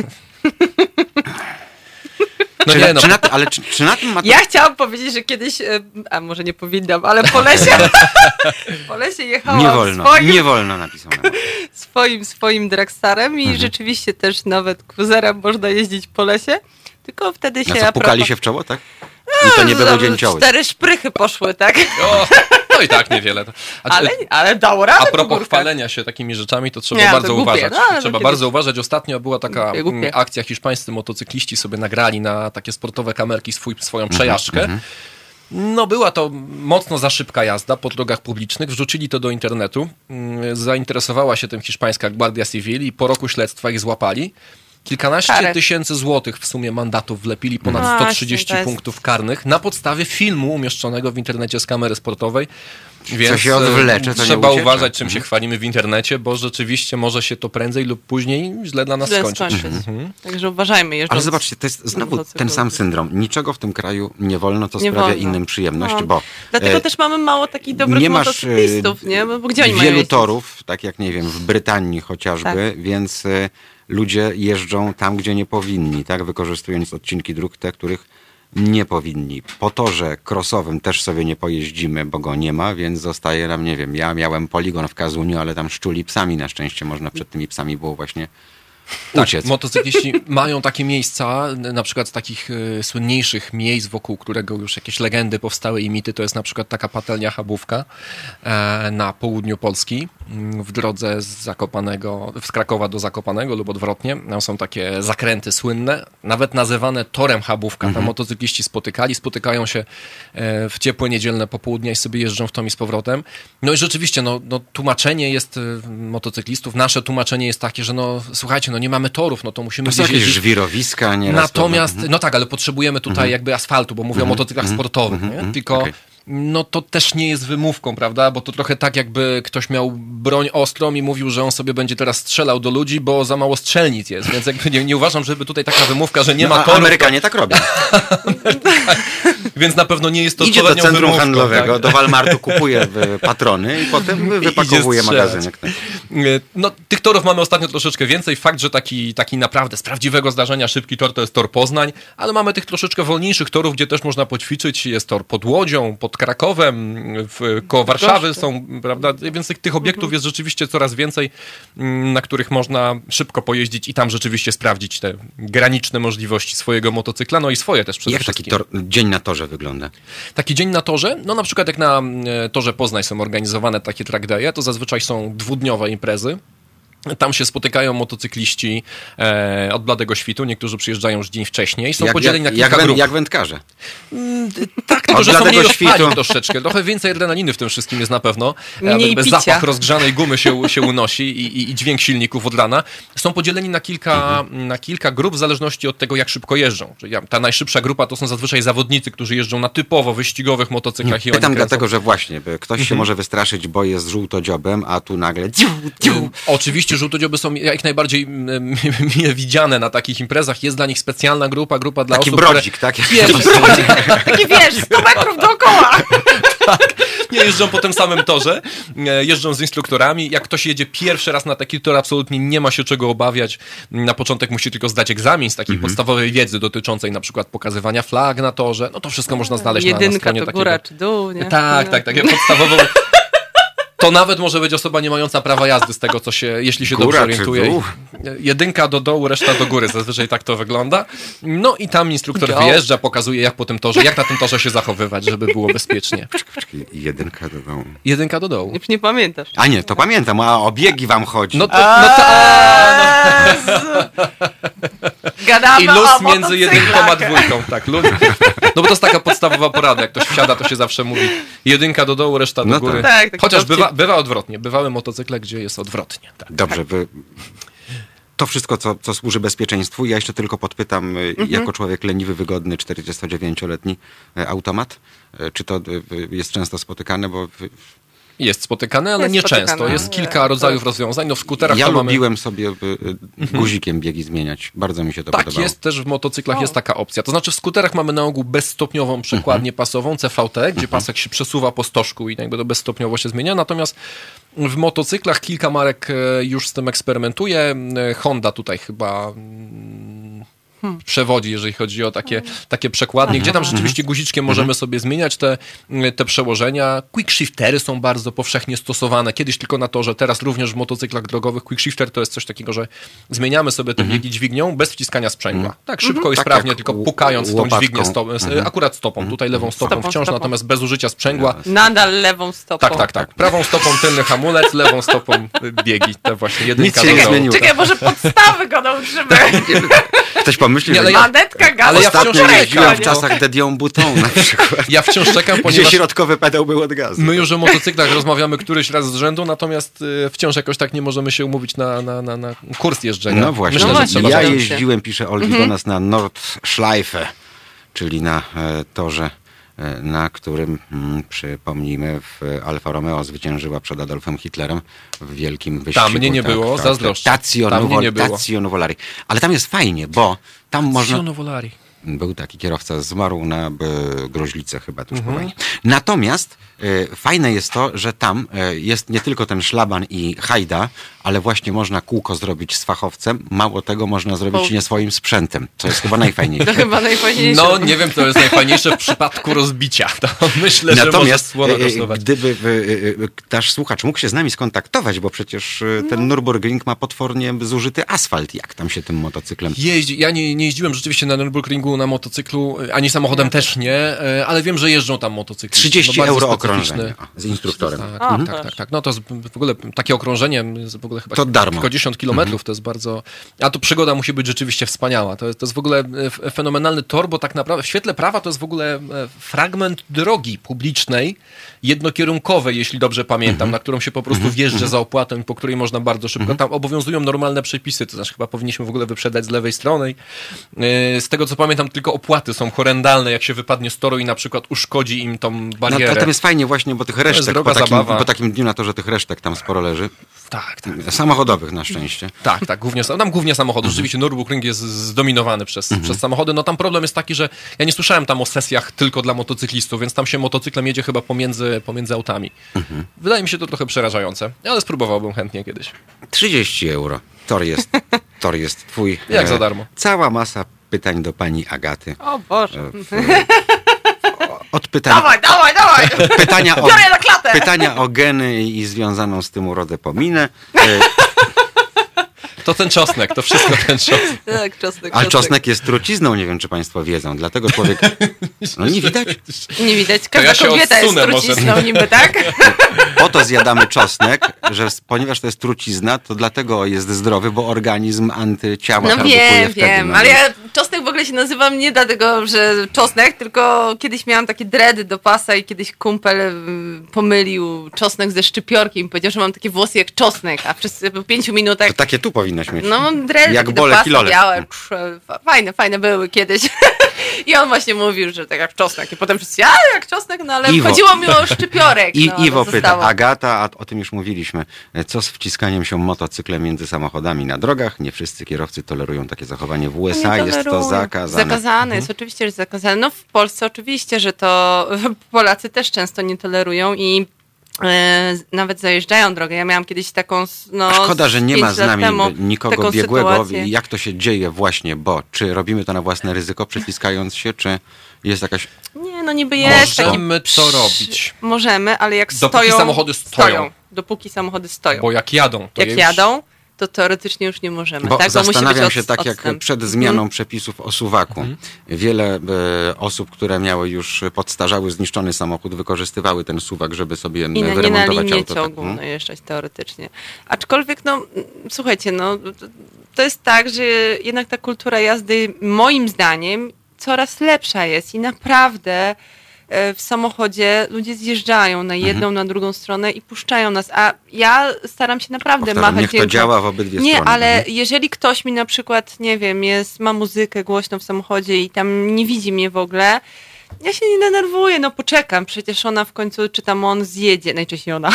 No czy, nie, no. czy na, ale czy, czy na tym ma to... Ja chciałam powiedzieć, że kiedyś, a może nie powinnam, ale po lesie, po lesie jechałam nie wolno, swoim, nie wolno napisał. swoim, swoim Dragstarem i mhm. rzeczywiście też nawet Cruiserem można jeździć po lesie, tylko wtedy się... A co, pukali propos... się w czoło, tak? I to nie było dzięcioły. Cztery szprychy poszły, tak? O, no i tak niewiele. A, ale, ale dało radę. A propos chwalenia się takimi rzeczami, to trzeba nie, bardzo to uważać. Głupie, no, trzeba bardzo uważać. Ostatnio była taka głupie, głupie. akcja, hiszpańscy motocykliści sobie nagrali na takie sportowe kamerki swój, swoją przejażdżkę. Mm-hmm. No była to mocno za szybka jazda po drogach publicznych, wrzucili to do internetu. Zainteresowała się tym hiszpańska Guardia Civil i po roku śledztwa ich złapali. Kilkanaście Kary. tysięcy złotych w sumie mandatów wlepili, ponad no, sto trzydzieści jest... punktów karnych na podstawie filmu umieszczonego w internecie z kamery sportowej. Więc co się odwlecze, to trzeba nie uważać, czym mhm. się chwalimy w internecie, bo rzeczywiście może się to prędzej lub później źle dla nas źle skończyć. skończyć. Mhm. Także uważajmy. Ale zobaczcie, to jest znowu ten sam syndrom. Niczego w tym kraju nie wolno, to nie sprawia wolno. innym przyjemność, no. bo... Dlatego e, też mamy mało takich dobrych nie masz, motocyklistów, nie? Bo gdzie oni wielu mają torów, tak jak nie wiem, w Brytanii chociażby, tak. więc... E, ludzie jeżdżą tam, gdzie nie powinni, tak? Wykorzystując odcinki dróg te, których nie powinni. Po torze krosowym też sobie nie pojeździmy, bo go nie ma, więc zostaje nam, nie wiem, ja miałem poligon w Kazuniu, ale tam szczuli psami, na szczęście można przed tymi psami było właśnie uciec. Tak, motocykliści mają takie miejsca, na przykład z takich y, słynniejszych miejsc, wokół którego już jakieś legendy powstały i mity, to jest na przykład taka patelnia Chabówka e, na południu Polski, w drodze z Zakopanego, z Krakowa do Zakopanego lub odwrotnie. Tam są takie zakręty słynne, nawet nazywane torem Chabówka. Tam mhm. motocykliści spotykali, spotykają się e, w ciepłe niedzielne popołudnia i sobie jeżdżą w tom i z powrotem. No i rzeczywiście, no, no tłumaczenie jest y, motocyklistów, nasze tłumaczenie jest takie, że no słuchajcie, no nie mamy torów, no to musimy to są jakieś żwirowiska, nie? Natomiast, no tak, ale potrzebujemy tutaj mhm. jakby asfaltu, bo mówię mhm. o motocyklach mhm. sportowych, mhm. nie? Tylko okay. no to też nie jest wymówką, prawda? Bo to trochę tak, jakby ktoś miał broń ostrą i mówił, że on sobie będzie teraz strzelał do ludzi, bo za mało strzelnic jest, więc jakby nie, nie uważam, żeby tutaj taka wymówka, że nie no, ma torów. Amerykanie to... tak robią. Więc na pewno nie jest to idzie do centrum wymówką, handlowego, tak? do Walmartu kupuje patrony i potem wypakowuje magazynek. No, tych torów mamy ostatnio troszeczkę więcej. Fakt, że taki, taki naprawdę z prawdziwego zdarzenia szybki tor to jest tor Poznań, ale mamy tych troszeczkę wolniejszych torów, gdzie też można poćwiczyć. Jest tor pod Łodzią, pod Krakowem, w, koło Warszawy są, prawda? Więc tych, tych obiektów jest rzeczywiście coraz więcej, na których można szybko pojeździć i tam rzeczywiście sprawdzić te graniczne możliwości swojego motocykla, no i swoje też przede Jak wszystkim. taki tor, dzień na torze wygląda? Taki dzień na torze? No na przykład jak na torze Poznań są organizowane takie track day'e, to zazwyczaj są dwudniowe imprezy. Tam się spotykają motocykliści e, od bladego świtu, niektórzy przyjeżdżają już dzień wcześniej. Są jak, podzieleni jak, na kilka jak grup. Jak wędkarze. Mm, tak, tylko że są mniej rozpalni troszeczkę. Trochę więcej adrenaliny w tym wszystkim jest na pewno. Mniej picia. Zapach rozgrzanej gumy się, się unosi i, i, i dźwięk silników od rana. Są podzieleni na kilka, mhm. na kilka grup w zależności od tego, jak szybko jeżdżą. Czyli ta najszybsza grupa to są zazwyczaj zawodnicy, którzy jeżdżą na typowo wyścigowych motocyklach. Pytam i oni dlatego, że właśnie ktoś mhm. się może wystraszyć, bo jest żółtodziobem, a tu nagle dziu, dziu. Oczywiście żółtodzioby są jak najbardziej mile widziane na takich imprezach. Jest dla nich specjalna grupa, grupa dla Taki osób, brodzik, które... tak? Wiesz, taki wiesz, sto metrów dookoła. Tak, nie jeżdżą po tym samym torze, jeżdżą z instruktorami. Jak ktoś jedzie pierwszy raz na taki tor, absolutnie nie ma się czego obawiać. Na początek musi tylko zdać egzamin z takiej mhm. podstawowej wiedzy dotyczącej na przykład pokazywania flag na torze. No to wszystko można znaleźć Jedynka na, na stronie to takiego... góra czy dół, nie? Tak, no. tak, takie podstawową... To nawet może być osoba nie mająca prawa jazdy z tego, co się, jeśli się Góra dobrze orientuje. czy dół? Jedynka do dołu, reszta do góry. Zazwyczaj tak to wygląda. No i tam instruktor Doł. wyjeżdża, pokazuje jak po tym torze, jak na tym torze się zachowywać, żeby było bezpiecznie. Poczekaj, jedynka do dołu. Jedynka do dołu. Już nie pamiętasz. A nie, to pamiętam, a o biegi wam chodzi. No to, no to Gadamy i luz o między jedynką a motocyklach. dwójką. Tak, luz. No bo to jest taka podstawowa porada. Jak ktoś wsiada, to się zawsze mówi jedynka do dołu, reszta do No góry. tak, taki Chociaż dowcip. bywa, bywa odwrotnie. Bywały motocykle, gdzie jest odwrotnie. Tak. Dobrze, wy... to wszystko, co, co służy bezpieczeństwu. Ja jeszcze tylko podpytam, mhm. jako człowiek leniwy, wygodny, czterdziestodziewięcioletni automat, czy to jest często spotykane, bo... Jest spotykane, ale Jest nie spotykane. często. Jest kilka Nie, rodzajów tak. rozwiązań. No w skuterach Ja to mamy... lubiłem sobie guzikiem biegi zmieniać. Bardzo mi się to Tak, podobało. jest też w motocyklach O. jest taka opcja. To znaczy w skuterach mamy na ogół bezstopniową przekładnię Mhm. pasową, C V T, gdzie pasek się przesuwa po stożku i jakby to bezstopniowo się zmienia. Natomiast w motocyklach kilka marek e, już z tym eksperymentuje. E, Honda tutaj chyba mm, przewodzi, jeżeli chodzi o takie, takie przekładnie, gdzie tam rzeczywiście guziczkiem możemy sobie zmieniać te, te przełożenia. Quickshiftery są bardzo powszechnie stosowane. Kiedyś tylko na torze, teraz również w motocyklach drogowych. Quickshifter to jest coś takiego, że zmieniamy sobie te biegi dźwignią bez wciskania sprzęgła. Tak szybko i Tak sprawnie, jak tylko ł- pukając tą łopatką. dźwignię stop, akurat stopą, tutaj lewą stopą Stopą, wciąż, stopą. natomiast bez użycia sprzęgła. Nadal lewą stopą. Tak, tak, tak. Prawą stopą tylny hamulec, lewą stopą biegi. Te właśnie jedynka Nic się do nie dołu. zmieniło. Czekaj, może podstawy go nauczymy. Ktoś pomyśli, Nie, że ale ja- Manetka gaz. ale ja ostatnio wciąż jeździłem w czekam. czasach de Dion Bouton na przykład, Ja wciąż czekam, gdzie ponieważ środkowy pedał był od gazu. my już o motocyklach rozmawiamy któryś raz z rzędu, natomiast y, wciąż jakoś tak nie możemy się umówić na, na, na, na kurs jeżdżenia. No właśnie, Myślę, No że właśnie, trzeba ja zgadzam zrobić. się. jeździłem, pisze Olgi do nas, na Nordschleife, czyli na e, torze, e, na którym, mm, przypomnijmy, w Alfa Romeo zwyciężyła przed Adolfem Hitlerem w wielkim wyścigu. mnie nie było, zazdroszczę. Tazio Tam mnie nie było. Tazio Nuvolari. Ale tam jest fajnie, bo tam można... Siono Volari. Był taki kierowca, zmarł na e, gruźlicę chyba tuż po Mhm. wojnie. Natomiast e, fajne jest to, że tam e, jest nie tylko ten szlaban i hajda, ale właśnie można kółko zrobić z fachowcem. Mało tego, można zrobić Po- nie swoim sprzętem, co jest chyba najfajniejsze. To chyba najfajniejsze. No, nie wiem, to jest najfajniejsze w przypadku rozbicia. To myślę, że może Natomiast słono e, e, kosztować. gdyby e, e, nasz słuchacz mógł się z nami skontaktować, bo przecież e, ten Nürburgring ma potwornie zużyty asfalt. Jak tam się tym motocyklem... Jeździ, ja nie, nie jeździłem rzeczywiście na Nürburgringu na motocyklu, ani samochodem też nie, e, ale wiem, że jeżdżą tam motocykli. trzydzieści bardzo euro specyficzny. okrążenie o, z instruktorem. Tak, O, tak, proszę. tak, tak. No to jest w ogóle takie okrążenie, jest w ogóle chyba To darmo. kilkadziesiąt kilometrów, to jest bardzo... A to przygoda musi być rzeczywiście wspaniała. To jest, to jest w ogóle e, fenomenalny tor, bo tak naprawdę w świetle prawa to jest w ogóle e, fragment drogi publicznej, jednokierunkowej, jeśli dobrze pamiętam, na którą się po prostu wjeżdża za opłatą i po której można bardzo szybko. Tam obowiązują normalne przepisy, to znaczy chyba powinniśmy w ogóle wyprzedać z lewej strony. E, Z tego co pamiętam, tylko opłaty są horrendalne, jak się wypadnie z toru i na przykład uszkodzi im tą No, barierę. a tam jest fajnie właśnie, bo tych jest resztek, droga po takim, zabawa. po takim dniu na torze tych resztek tam sporo leży. Tak, tak. Samochodowych na szczęście. Tak, tak, głównie, tam głównie samochody. Rzeczywiście Nürburgring jest zdominowany przez, przez samochody. No tam problem jest taki, że ja nie słyszałem tam o sesjach tylko dla motocyklistów, więc tam się motocyklem jedzie chyba pomiędzy, pomiędzy autami. Wydaje mi się to trochę przerażające, ale spróbowałbym chętnie kiedyś. trzydzieści euro. Tor jest, tor jest twój. Jak E, za darmo. Cała masa pytań do pani Agaty. O Boże. E, w, o- od pytań, Dawaj, dawaj, dawaj! pytania, o, Biorę na klatę! pytania o geny i związaną z tym urodę pominę. E, To ten czosnek, to wszystko ten czosnek. Tak, czosnek, ale czosnek jest trucizną, nie wiem czy państwo wiedzą. Dlatego człowiek... No nie widać? Nie widać, ja każda się kobieta jest odsunę może. trucizną niby, tak? Po to zjadamy czosnek, że s- ponieważ to jest trucizna, to dlatego jest zdrowy, bo organizm antyciała No produkuje wiem, wtedy. wiem, no ale więc- ja czosnek w ogóle się nazywam nie dlatego, że czosnek, tylko kiedyś miałam takie dredy do pasa i kiedyś kumpel mm, pomylił czosnek ze szczypiorkiem i powiedział, że mam takie włosy jak czosnek, a wszyscy po pięciu minutach To takie tu powinnaś mieć. no dredy Jak takie do Bolek pasa i Lolek. białe, psz, fa- fajne, fajne były kiedyś. I on właśnie mówił, że że tak jak czosnek. I potem wszyscy, a jak czosnek, no ale Iwo. chodziło mi o szczypiorek. I no, ale Iwo pyta, zostało. Agata, a o tym już mówiliśmy, co z wciskaniem się motocyklem między samochodami na drogach? Nie wszyscy kierowcy tolerują takie zachowanie. W U S A Nie jest to tolerują. zakazane. Zakazane jest, oczywiście, że zakazane. No w Polsce oczywiście, że to Polacy też często nie tolerują i e, nawet zajeżdżają drogę. Ja miałam kiedyś taką, no Szkoda, że nie ma z pięć lat nami temu nikogo taką biegłego. sytuację. Jak to się dzieje właśnie, bo czy robimy to na własne ryzyko, przyciskając się, czy jest jakaś... Nie, no niby jest Możemy taki... to robić. Możemy, ale jak Dopóki stoją... samochody stoją. Dopóki samochody stoją. Bo jak jadą, to jak już... jadą, to teoretycznie już nie możemy. Bo tak? Bo musi być zastanawiam od, się, tak jak odstęp. przed zmianą przepisów o suwaku, Mhm. wiele e, osób, które miały już podstarzały, zniszczony samochód, wykorzystywały ten suwak, żeby sobie I na, nie na wyremontować linię auto. Tak, ciągu mm. najeżdżać teoretycznie. Aczkolwiek, no, słuchajcie, no, to jest tak, że jednak ta kultura jazdy, moim zdaniem, coraz lepsza jest i naprawdę e, w samochodzie ludzie zjeżdżają na jedną, na drugą stronę i puszczają nas, a ja staram się naprawdę Powtarzam, machać niech to ręką. działa w obydwie Nie, strony. ale Mhm. jeżeli ktoś mi na przykład, nie wiem, jest, ma muzykę głośną w samochodzie i tam nie widzi mnie w ogóle, ja się nie denerwuję, no poczekam, przecież ona w końcu, czy tam on zjedzie, najczęściej ona.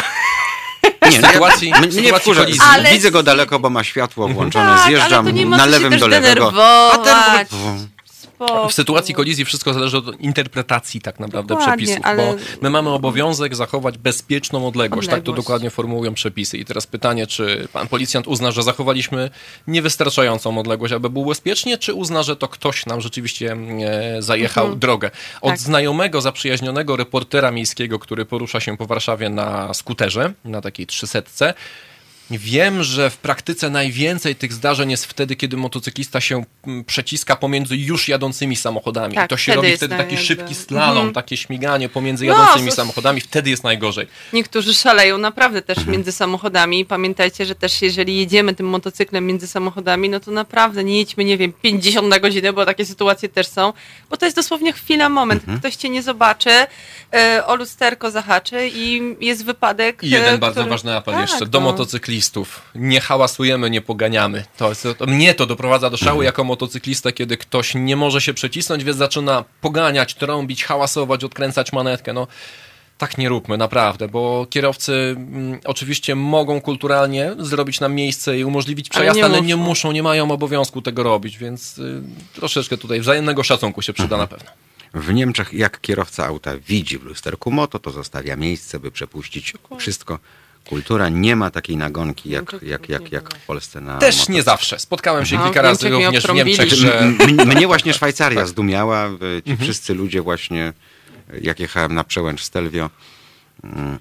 Nie, no ja- sytuacji- m- mnie sytuacji wkurza. kolizji. Ale- Widzę go daleko, bo ma światło włączone, Tak, zjeżdżam ale to nie ma na co się lewym też do lewego. denerwować. Potem... Spoko. W sytuacji kolizji wszystko zależy od interpretacji tak naprawdę Dokładnie, przepisów, ale- bo my mamy obowiązek zachować bezpieczną odległość. Tak to Odległość. dokładnie formułują przepisy. I teraz pytanie, czy pan policjant uzna, że zachowaliśmy niewystarczającą odległość, aby było bezpiecznie, czy uzna, że to ktoś nam rzeczywiście e, zajechał Mhm. drogę. Od Tak. znajomego, zaprzyjaźnionego reportera miejskiego, który porusza się po Warszawie na skuterze, na takiej trzysetce, wiem, że w praktyce najwięcej tych zdarzeń jest wtedy, kiedy motocyklista się mm, przeciska pomiędzy już jadącymi samochodami. Tak, I to się wtedy robi jest wtedy naj- taki jakby- szybki slalom, Mhm. takie śmiganie pomiędzy No, jadącymi to- samochodami. Wtedy jest najgorzej. Niektórzy szaleją naprawdę też między samochodami. Pamiętajcie, że też jeżeli jedziemy tym motocyklem między samochodami, no to naprawdę nie jedźmy, nie wiem, pięćdziesiąt na godzinę, bo takie sytuacje też są. Bo to jest dosłownie chwila, moment. Ktoś cię nie zobaczy, e, o lusterko zahaczy i jest wypadek. I jeden e, bardzo który... ważny apel Tak, jeszcze do no. motocyklistów. Nie hałasujemy, nie poganiamy. To, jest, to mnie to doprowadza do szału jako motocyklista, kiedy ktoś nie może się przecisnąć, więc zaczyna poganiać, trąbić, hałasować, odkręcać manetkę. No, tak nie róbmy, naprawdę, bo kierowcy mm, oczywiście mogą kulturalnie zrobić nam miejsce i umożliwić Ale przejazd, nie ale nie muszą. muszą, nie mają obowiązku tego robić, więc y, troszeczkę tutaj wzajemnego szacunku się przyda na pewno. W Niemczech jak kierowca auta widzi w lusterku moto, to zostawia miejsce, by przepuścić wszystko. Kultura nie ma takiej nagonki jak, jak, jak, jak w Polsce na Też moto. nie zawsze. Spotkałem się No, kilka w razy Niemczech mnie również w obtrąbili. Niemczech, Znaczy, że... m- m- mnie właśnie Szwajcaria zdumiała. y, Ci wszyscy ludzie właśnie, y, jak jechałem na przełęcz Stelvio, mm,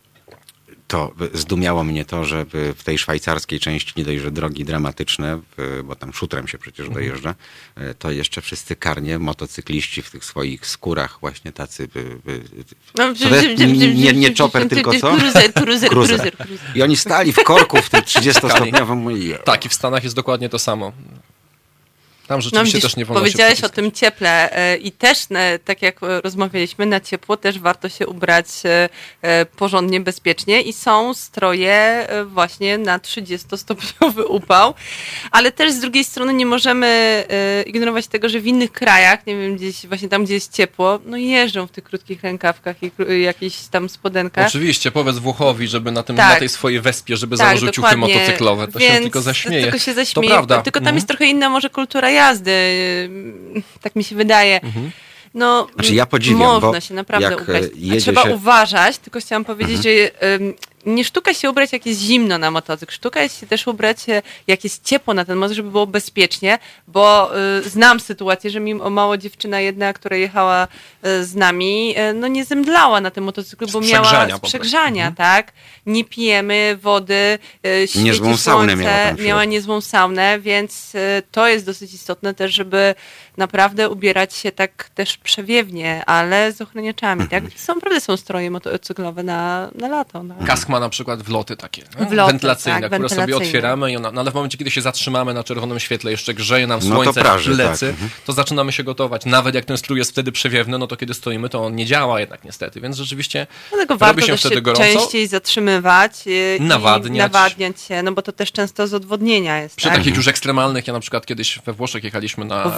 to y, zdumiało mnie to, że y, w tej szwajcarskiej części nie dość, że drogi dramatyczne, y, bo tam szutrem się przecież dojeżdża, y, to jeszcze wszyscy karnie, motocykliści w tych swoich skórach właśnie tacy... y, y, No, Co to jest? Nie- nie chopper, tylko co? Cruiser, cruiser, Cruiser. cruiser, cruiser. I oni stali w korku w tym trzydziestostopniowym. Mówię, Tak, i w Stanach jest dokładnie to samo. Tam No, rzeczywiście widzisz, też nie wolno powiedziałeś się o tym cieple e, i też, e, tak jak e, rozmawialiśmy, na ciepło też warto się ubrać e, e, porządnie, bezpiecznie i są stroje e, właśnie na trzydziestostopniowy upał, ale też z drugiej strony nie możemy e, ignorować tego, że w innych krajach, nie wiem, gdzieś właśnie tam, gdzie jest ciepło, no jeżdżą w tych krótkich rękawkach i kró- jakichś tam spodenkach. Oczywiście, powiedz Włochowi, żeby na, tym, Tak. na tej swojej wespie, żeby Tak, założył ciuchy dokładnie. motocyklowe. To Więc się tylko zaśmieje. Tylko się To zaśmieje. prawda. Tylko tam Mhm. jest trochę inna może kultura jazdy. Tak mi się wydaje. No, Znaczy ja podziwiam, można bo się naprawdę jak, ubrać. e, A jedzie trzeba się- uważać, tylko chciałam powiedzieć, że ym, nie sztuka się ubrać, jak jest zimno na motocykl. Sztuka jest się też ubrać, e, jak jest ciepło na ten motocykl, żeby było bezpiecznie, bo y, znam sytuację, że mi o mało dziewczyna jedna, która jechała y, z nami, y, no nie zemdlała na tym motocyklu, Z bo miała przegrzania po z prostu. przegrzania, tak? Nie pijemy wody, y, świeci Niezłą saunę słońce, miała tam w miała środku. niezłą saunę, więc y, to jest dosyć istotne też, żeby naprawdę ubierać się tak też przewiewnie, ale z ochraniaczami, tak? Są, naprawdę są stroje motocyklowe na, na lato. No. Kask ma na przykład wloty takie, no? Wloty, wentylacyjne, tak, które sobie wentylacyjne. otwieramy, i ona, no ale w momencie, kiedy się zatrzymamy na czerwonym świetle, jeszcze grzeje nam No to słońce praży, w plecy, tak. Mhm. to zaczynamy się gotować. Nawet jak ten strój jest wtedy przewiewny, no to kiedy stoimy, to on nie działa jednak niestety, więc rzeczywiście Dlatego robi warto się też wtedy się gorąco. częściej zatrzymywać y, Nawadniać. i nawadniać się, no bo to też często z odwodnienia jest, Przy tak? takich już ekstremalnych, ja na przykład kiedyś we Włoszech jechaliśmy na, Powroty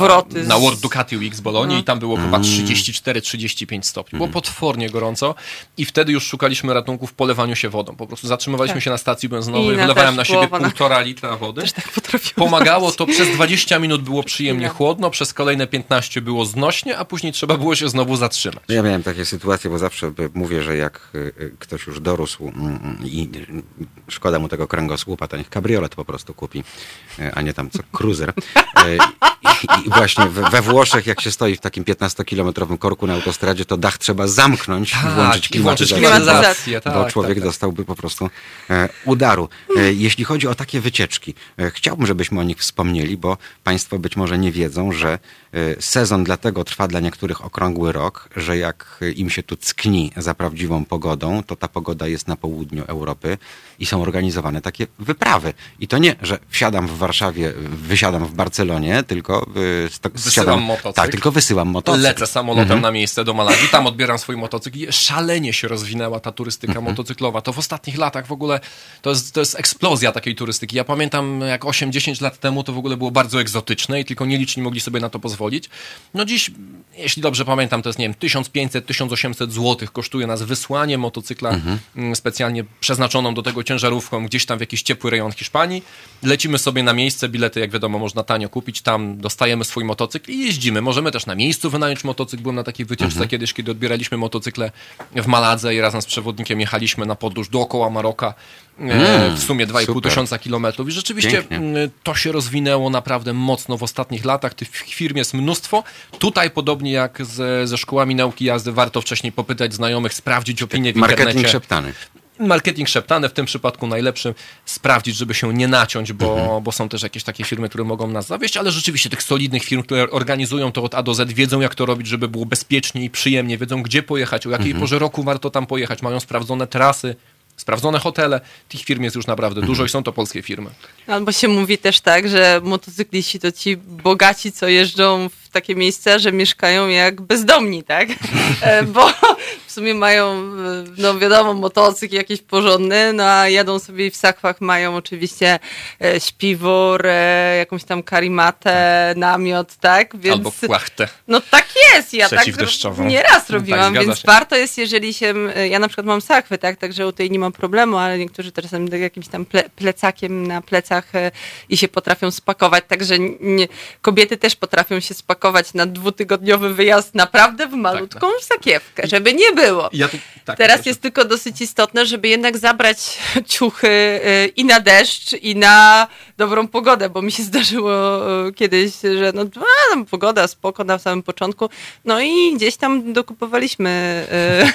na World Ducati Week z Bolonii No. i tam było chyba trzydzieści cztery trzydzieści pięć stopni. Było potwornie gorąco i wtedy już szukaliśmy ratunku w polewaniu się wodą. Po prostu zatrzymywaliśmy Tak. się na stacji I benzynowej, na wylewałem też na siebie głowa, na- półtora litra wody. Też tak potrafiłam Pomagało zrobić. to, przez dwadzieścia minut było przyjemnie Ile? chłodno, przez kolejne piętnaście było znośnie, a później trzeba było się znowu zatrzymać. Ja miałem takie sytuacje, bo zawsze y, mówię, że jak y, y, ktoś już dorósł mm, i y, szkoda mu tego kręgosłupa, to niech kabriolet po prostu kupi, y, a nie tam co cruiser. Y, I, I właśnie we, we Włoszech, jak się stoi w takim piętnastokilometrowym korku na autostradzie, to dach trzeba zamknąć i włączyć i włączyć klimatyzację, klimatyzację, bo tak, człowiek tak, tak. dostałby po prostu e, udaru. E, jeśli chodzi o takie wycieczki, e, chciałbym, żebyśmy o nich wspomnieli, bo Państwo być może nie wiedzą, że e, sezon dlatego trwa dla niektórych okrągły rok, że jak im się tu ckni za prawdziwą pogodą, to ta pogoda jest na południu Europy i są organizowane takie wyprawy. I to nie, że wsiadam w Warszawie, wysiadam w Barcelonie, tylko y, sto, Wysyłam motocykl. Tak, tylko wysyłam motocykl. Lecę samolotem na miejsce do Malagi, tam odbieram swój motocykl i szalenie się rozwinęła ta turystyka motocyklowa. To w ostatnich latach w ogóle to jest, to jest eksplozja takiej turystyki. Ja pamiętam jak osiem dziesięć lat temu to w ogóle było bardzo egzotyczne i tylko nieliczni mogli sobie na to pozwolić. No dziś, jeśli dobrze pamiętam, to jest, nie wiem, tysiąc pięćset tysiąc osiemset złotych kosztuje nas wysłanie motocykla mm, specjalnie przeznaczoną do tego ciężarówką gdzieś tam w jakiś ciepły rejon Hiszpanii. Lecimy sobie na miejsce, bilety jak wiadomo można tanio kupić, tam dostajemy swój motocykl i jeździmy. Możemy też na miejscu wynająć motocykl. Byłem na takiej wycieczce Mhm. kiedyś, kiedy odbieraliśmy motocykle w Maladze i razem z przewodnikiem jechaliśmy na podróż dookoła Maroka. E, Mm, w sumie dwa i pół super. tysiąca kilometrów i rzeczywiście Pięknie. mm, to się rozwinęło naprawdę mocno w ostatnich latach. Tych firm jest mnóstwo. Tutaj podobnie jak ze, ze szkołami nauki jazdy warto wcześniej popytać znajomych, sprawdzić opinie w Marketing internecie. szeptany. Marketing szeptany, w tym przypadku najlepszym, sprawdzić, żeby się nie naciąć, bo, Mhm. bo są też jakieś takie firmy, które mogą nas zawieść, ale rzeczywiście tych solidnych firm, które organizują to od A do Z, wiedzą jak to robić, żeby było bezpiecznie i przyjemnie, wiedzą gdzie pojechać, o jakiej Mhm. porze roku warto tam pojechać, mają sprawdzone trasy, sprawdzone hotele. Tych firm jest już naprawdę dużo i są to polskie firmy. Albo się mówi też tak, że motocykliści to ci bogaci, co jeżdżą w takie miejsca, że mieszkają jak bezdomni, tak? E, Bo w sumie mają, e, no wiadomo, motocykl jakiś porządny, no a jadą sobie i w sakwach mają oczywiście e, śpiwór, e, jakąś tam karimatę, namiot, tak? Więc Albo płachtę. no tak jest, ja tak Przeciwdeszczową. nieraz robiłam, Tak, zgadza więc się. warto jest, jeżeli się, ja na przykład mam sakwy, tak, także tutaj nie mam problemu, ale niektórzy też są jakimś tam ple, plecakiem na plecach e, i się potrafią spakować, także nie, kobiety też potrafią się spakować na dwutygodniowy wyjazd naprawdę w malutką sakiewkę, żeby nie było. Ja tu, tak, Teraz proszę. jest tylko dosyć istotne, żeby jednak zabrać ciuchy y, i na deszcz, i na dobrą pogodę, bo mi się zdarzyło y, kiedyś, że no a, tam pogoda spoko na samym początku, no i gdzieś tam dokupowaliśmy y,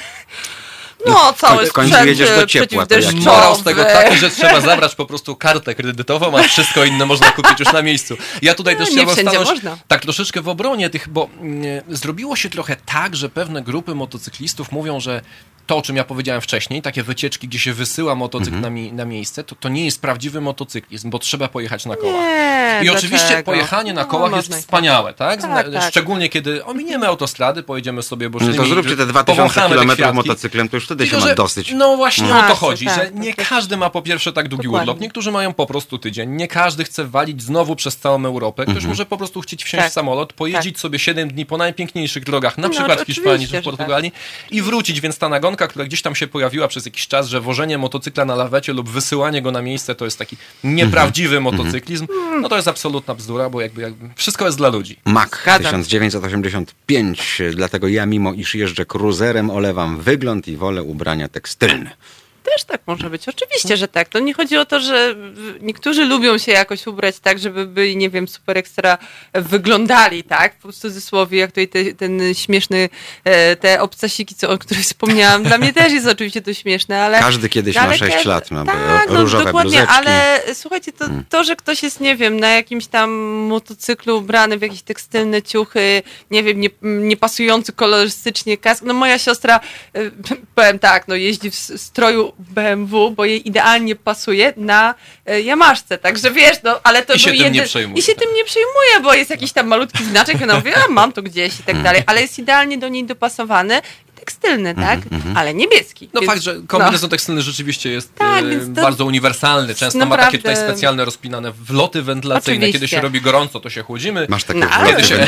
no cały w końcu sprzęt jedziesz do ciepła, to jak- przeciwdeszczowy. Morał z tego taki, że trzeba zabrać po prostu kartę kredytową, a wszystko inne można kupić już na miejscu. Ja tutaj też No, nie chciałbym wszędzie stanąć można. tak troszeczkę w obronie tych, bo mm, zrobiło się trochę tak, że pewne grupy motocyklistów mówią, że to, o czym ja powiedziałem wcześniej, takie wycieczki, gdzie się wysyła motocykl Mhm. na, mi, na miejsce, to, to nie jest prawdziwy motocyklizm, bo trzeba pojechać na kołach. Nie, I oczywiście dlaczego? pojechanie na No, kołach jest można i tak. wspaniałe, tak? Tak, Zna- tak. Szczególnie kiedy ominiemy autostrady, pojedziemy sobie No bocznymi, to zróbcie te dwa tysiące powąchamy te kilometrów kwiatki. motocyklem, to już wtedy Tylko, się ma że- dosyć. No właśnie Tak, o to że chodzi, tak, że to nie też- każdy ma po pierwsze tak długi Dokładnie. urlop. Niektórzy mają po prostu tydzień. Nie każdy chce walić znowu przez całą Europę. Ktoś może po prostu chcieć wsiąść Tak. w samolot, pojeździć sobie siedem dni po najpiękniejszych drogach, na No, przykład w oczywiście, Hiszpanii czy że w Portugalii i wrócić. Więc ta nagonka, która gdzieś tam się pojawiła przez jakiś czas, że wożenie motocykla na lawecie lub wysyłanie go na miejsce to jest taki nieprawdziwy motocyklizm, no to jest absolutna bzdura, bo jakby, jakby wszystko jest dla ludzi. Mac Zgadzam. tysiąc dziewięćset osiemdziesiąt pięć, dlatego ja mimo iż jeżdżę cruiserem olewam wygląd i wolę ubrania tekstylne. Też tak może być, oczywiście, że tak. To nie chodzi o to, że niektórzy lubią się jakoś ubrać tak, żeby byli, nie wiem, super ekstra wyglądali, tak? W cudzysłowie, jak tutaj te, ten śmieszny, e, te obcasiki, co, o których wspomniałam, dla mnie też jest oczywiście to śmieszne, ale... Każdy kiedyś ale ma sześć każdy- lat, ma tak, no, różowe dokładnie, bluzeczki. ale słuchajcie, to, to, że ktoś jest, nie wiem, na jakimś tam motocyklu ubrany w jakieś tekstylne ciuchy, nie wiem, nie, nie pasujący kolorystycznie kask. No moja siostra, e, powiem tak, no jeździ w s- stroju B M W, bo jej idealnie pasuje na e, Yamaszce, także wiesz, no, ale to I się był tym nie jeden... przejmuje, I się tak. tym nie przejmuje, bo jest jakiś tam malutki znaczek i ona mówi, a mam to gdzieś i tak dalej, ale jest idealnie do niej dopasowany. tekstylny, tak? Ale niebieski. No więc, fakt, że kombinezon tekstylny rzeczywiście jest Tak, e, więc to bardzo uniwersalny. Często ma naprawdę- takie tutaj specjalne rozpinane wloty wentylacyjne. Oczywiście. Kiedy się robi gorąco, to się chłodzimy. Masz takie No, no, ale- się-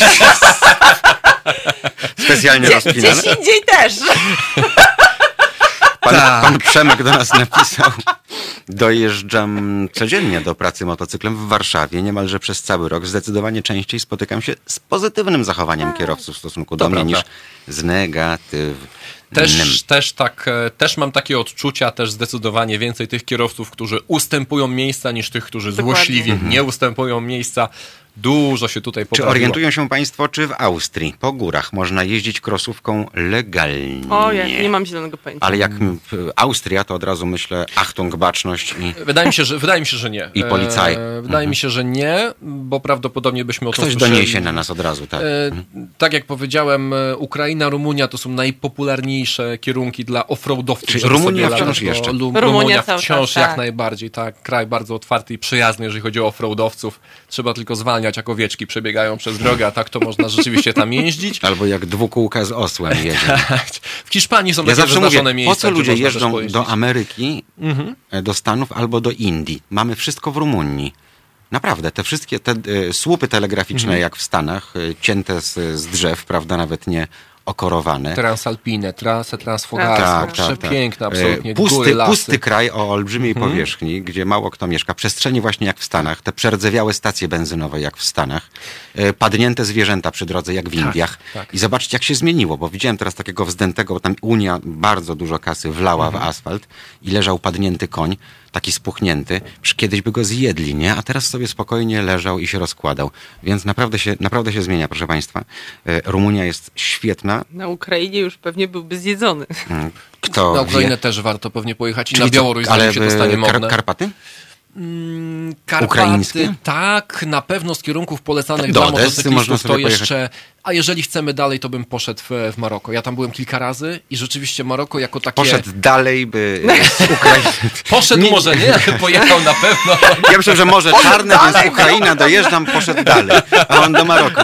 specjalnie Gdzie, rozpinane. gdzieś indziej też. Pan, pan Przemek do nas napisał. Dojeżdżam codziennie do pracy motocyklem w Warszawie, niemalże przez cały rok. Zdecydowanie częściej spotykam się z pozytywnym zachowaniem kierowców w stosunku do To mnie prawda. niż z negatywnym. Też, też, tak, e, też mam takie odczucia, też zdecydowanie więcej tych kierowców, którzy ustępują miejsca, niż tych, którzy Dokładnie. złośliwie nie ustępują miejsca. Dużo się tutaj Czy poprawiło. orientują się Państwo, czy w Austrii po górach można jeździć krosówką legalnie? O, ja nie mam zielonego pojęcia. Ale jak m, w Austria, to od razu myślę Achtung, baczność i Wydaje mi się, że, wydaje mi się, że nie. I policaj. E, wydaje mi się, że nie, bo prawdopodobnie byśmy o tym ktoś słyszeli. doniesie na nas od razu, tak? E, tak jak powiedziałem, e, Ukraina, Rumunia to są najpopularniejsze kierunki dla offroadowców. Czyli żeby Rumunia sobie wciąż latać, bo jeszcze? Lu- Rumunia Rumunia cały wciąż czas, jak tak. najbardziej, tak. Kraj bardzo otwarty i przyjazny, jeżeli chodzi o offroadowców. Trzeba tylko zwalniać, jak owieczki przebiegają przez drogę, a tak to można rzeczywiście tam jeździć. Albo jak dwukółka z osłem jedzie. W Hiszpanii są Ja takie zawsze mówię, wyznaczone po miejsca, co gdzie ludzie można też jeżdżą pojeździć. do Ameryki, e, do Stanów albo do Indii? Mamy wszystko w Rumunii. Naprawdę, te wszystkie te e, słupy telegraficzne, jak w Stanach, e, cięte z, z drzew, prawda, nawet nie okorowane. Transalpine, trasę transfogalską, Tak, tak, przepiękne, tak. absolutnie, E, pusty, góry, lasy. pusty kraj o olbrzymiej powierzchni, gdzie mało kto mieszka. Przestrzenie właśnie jak w Stanach, te przerdzewiałe stacje benzynowe jak w Stanach, e, padnięte zwierzęta przy drodze jak w Indiach. tak. I zobaczcie, jak się zmieniło, bo widziałem teraz takiego wzdętego, bo tam Unia bardzo dużo kasy wlała w asfalt i leżał padnięty koń, taki spuchnięty. Przecież kiedyś by go zjedli, nie? A teraz sobie spokojnie leżał i się rozkładał. Więc naprawdę się, naprawdę się zmienia, proszę Państwa. E, Rumunia jest świetna. Na Ukrainie już pewnie byłby zjedzony. Mm, Kto Na Ukrainę wie. też warto pewnie pojechać i Czyli na co, Białoruś, ale zanim się to stanie e, modne. Kar- Karpaty? Mm, Karpaty, Ukraińskie? tak, na pewno z kierunków polecanych Do dla Odessy motocyklistów można to sobie jeszcze, a jeżeli chcemy dalej, to bym poszedł w, w Maroko. Ja tam byłem kilka razy i rzeczywiście Maroko jako takie... Poszedł dalej, by z Ukrainy. Poszedł Nie- może nie, ale pojechał na pewno. Ja myślę, że może czarne, więc Ukraina, dojeżdżam, poszedł dalej. A on do Maroka.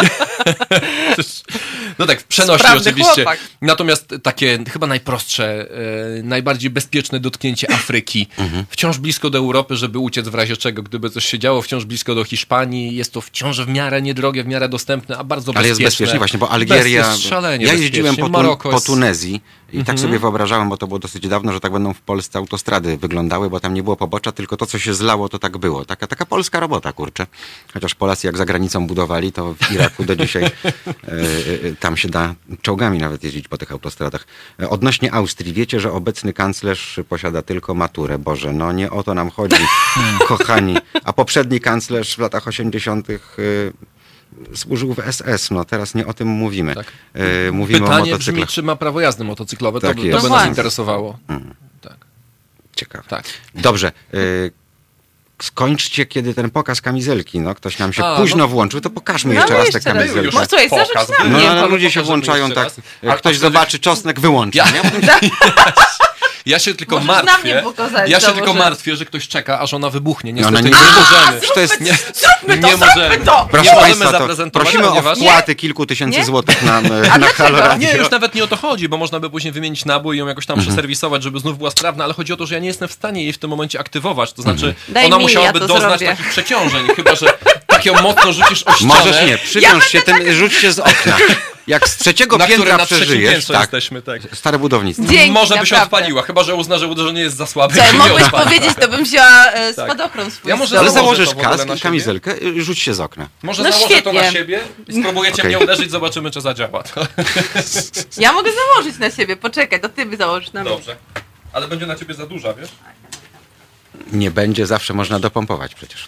No tak, w przenośni Sprawny oczywiście. chłopak. Natomiast takie chyba najprostsze, e, najbardziej bezpieczne dotknięcie Afryki. Wciąż blisko do Europy, żeby uciec w razie czego, gdyby coś się działo, wciąż blisko do Hiszpanii. Jest to wciąż w miarę niedrogie, w miarę dostępne, a bardzo Ale bezpieczne. jest bezpiecznie właśnie, bo Algieria... Bez, jest szalenie ja bezpiecznie. jeździłem po, tu, Maroko po jest... Tunezji i tak sobie wyobrażałem, bo to było dosyć dawno, że tak będą w Polsce autostrady wyglądały, bo tam nie było pobocza, tylko to, co się zlało, to tak było. Taka, taka polska robota, kurczę. Chociaż Polacy jak za granicą budowali, to w Iraku do dzisiaj e, e, tam się da czołgami nawet jeździć po tych autostradach. E, Odnośnie Austrii, wiecie, że obecny kanclerz posiada tylko maturę. Boże, no nie o to nam chodzi, kochani. A poprzedni kanclerz w latach osiemdziesiątych e, służył w S S, no teraz nie o tym mówimy. Tak. E, mówimy o Pytanie brzmi, motocyklach. czy ma prawo jazdy motocyklowe, to, Tak to jest. by No nas właśnie. interesowało. Tak, Ciekawe. tak. Dobrze. Y, skończcie, kiedy ten pokaz kamizelki, no ktoś nam się A, późno no. włączył, to pokażmy No, jeszcze no raz jeszcze te raz. kamizelki. Już No słuchaj, pokaz zarzuć na był. No mnie. ale panu ludzie się pokażemy włączają jeszcze tak, raz. jak A- ktoś a wtedy- zobaczy czosnek, wyłączy. Ja- Nie? Ja się tylko Możesz na martwię. mnie pokazać, Ja się założę. tylko martwię, że ktoś czeka, aż ona wybuchnie. No, Niestety ona nie nie wybuchnie. możemy. Że to jest, nie, Zróbmy to, nie zróbmy możemy. to! proszę nie możemy Państwa, to zaprezentować, prosimy o ponieważ... wpłaty kilku tysięcy Nie? złotych na, na dlaczego? Halo Radio. Nie, już nawet nie o to chodzi, bo można by później wymienić nabój i ją jakoś tam przeserwisować, żeby znów była sprawna, ale chodzi o to, że ja nie jestem w stanie jej w tym momencie aktywować. To znaczy, Daj ona mi, musiałaby ja to doznać zrobię. takich przeciążeń, chyba że tak ją mocno rzucisz o ścianę. Możesz nie, przywiąż się tym, rzuć się z okna. Jak z trzeciego na które piętra na trzecim przeżyjesz, piętrze tak, jesteśmy, tak. stare budownictwo. Dzięki, Może by się naprawdę. odpaliła, chyba że uzna, że uderzenie jest za słabe. Słuchaj, i się nie mogłeś odpali. powiedzieć, to bym wzięła e, spadochron swój. Ja może z Ale domu. założę założysz to w ogóle kask na i siebie? kamizelkę, y, rzuć się z okna. Może No założę to na świetnie. siebie i spróbujecie Okej. mnie uderzyć, zobaczymy, czy zadziała. Ja mogę założyć na siebie, poczekaj, to ty by założysz na mnie. Dobrze. Ale będzie na ciebie za duża, wiesz? Nie będzie, zawsze można dopompować przecież.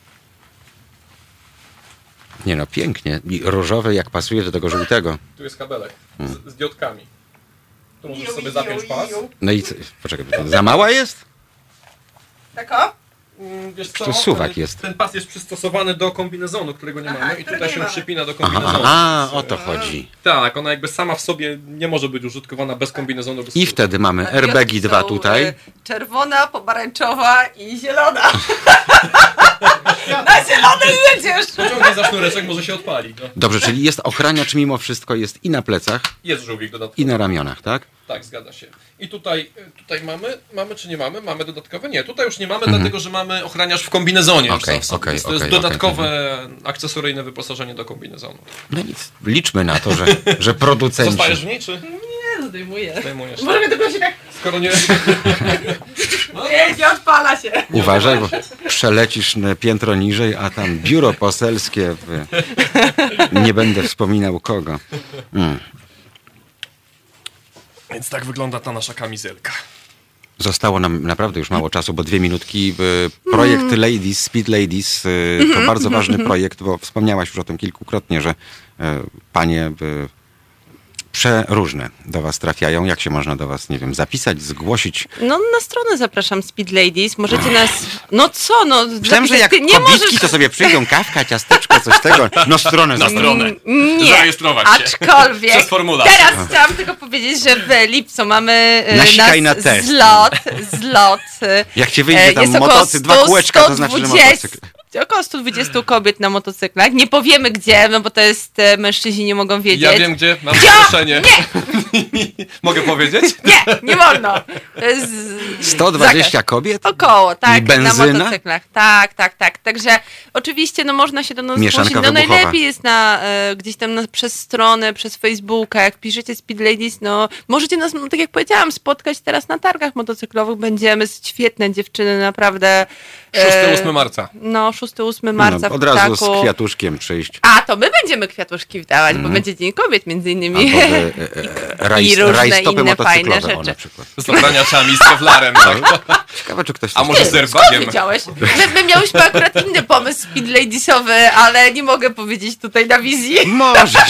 Nie no, pięknie. I różowy jak pasuje do tego żółtego. Tu jest kabelek z, z diodkami. Tu możesz sobie zapiąć pas. No i co, poczekaj, za mała jest? Tak o? Wiesz co? To suwak ten, jest. Ten pas jest przystosowany do kombinezonu, którego nie Aha, mamy i tutaj się mamy. przypina do Aha, kombinezonu. a, o to chodzi. Tak, ona jakby sama w sobie nie może być użytkowana bez kombinezonu. Bez I wtedy mamy airbagi dwa Są, tutaj. e, Czerwona, pomarańczowa i zielona. Na zielonej jedziesz! Pociągnij za sznureczek, może się odpali. No. Dobrze, czyli jest ochraniacz mimo wszystko, jest i na plecach, Jest żółwik dodatkowy. i na ramionach, tak? Tak, zgadza się. I tutaj, tutaj mamy, mamy czy nie mamy? Mamy dodatkowe? Nie, tutaj już nie mamy, dlatego że mamy ochraniacz w kombinezonie już Okej, sam w sobie. okej, Więc to jest okej, dodatkowe akcesoryjne wyposażenie do kombinezonu. No nic, liczmy na to, że, że producenci... Zostajesz w niej, czy Nie, no zdejmuję. zdejmujesz? Może mnie tylko się tak... Skoro nie... Nie, nie odpala się. Uważaj, bo przelecisz na piętro niżej, a tam biuro poselskie, w... nie będę wspominał kogo. Mm. Więc tak wygląda ta nasza kamizelka. Zostało nam naprawdę już mało czasu, bo dwie minutki. Y, Projekt Ladies, Speed Ladies y, to bardzo ważny projekt, bo wspomniałaś już o tym kilkukrotnie, że y, panie y, przeróżne do was trafiają. Jak się można do was, nie wiem, zapisać, zgłosić? No na stronę zapraszam Speed Ladies. Możecie nas... No co, no... Myślałem, że zapisać- jak Ty nie kobitki, możesz... to sobie przyjdą kawka, ciasteczko, coś tego. No stronę Na za stronę. Mm, Nie, Zarejestrować się. aczkolwiek Przez formularz. teraz chciałam tylko powiedzieć, że w lipcu mamy e, Nasikaj nas na test. zlot, zlot. e, Jak ci wyjdzie e, tam jest około motocykl, dwa sto, kółeczka, to znaczy, że sto dwadzieścia motocykl. Około sto dwadzieścia kobiet na motocyklach. Nie powiemy gdzie, no bo to jest, e, mężczyźni nie mogą wiedzieć. Ja wiem gdzie, mam zaproszenie. Nie, Mogę powiedzieć? nie, nie wolno. To jest sto dwadzieścia kobiet? Około, tak, I benzyna? na motocyklach. Tak, tak, tak. Także oczywiście no można się do nas Mieszanka zgłosić. No wybuchowa. najlepiej jest na, e, gdzieś tam na, przez stronę, przez Facebooka, jak piszecie Speed Ladies, no możecie nas, no, tak jak powiedziałam, spotkać teraz na targach motocyklowych. Będziemy świetne dziewczyny, naprawdę. szóstego ósmego marca. No, szóstego ósmego marca No, w od razu Ptaku. z kwiatuszkiem przyjść. A, to my będziemy kwiatuszki wdawać, bo będzie Dzień Kobiet między innymi. Albo e, e, raj, I różne rajstopy inne fajne motocyklowe, o, rzeczy. na przykład. Z ochraniaczami, z kewlarem. Tak? Ciekawe, czy ktoś A coś może takiego- z Skąd airbagiem? wiedziałeś? My, my miałyśmy akurat inny pomysł Speed Ladiesowy, ale nie mogę powiedzieć tutaj na wizji. Możesz.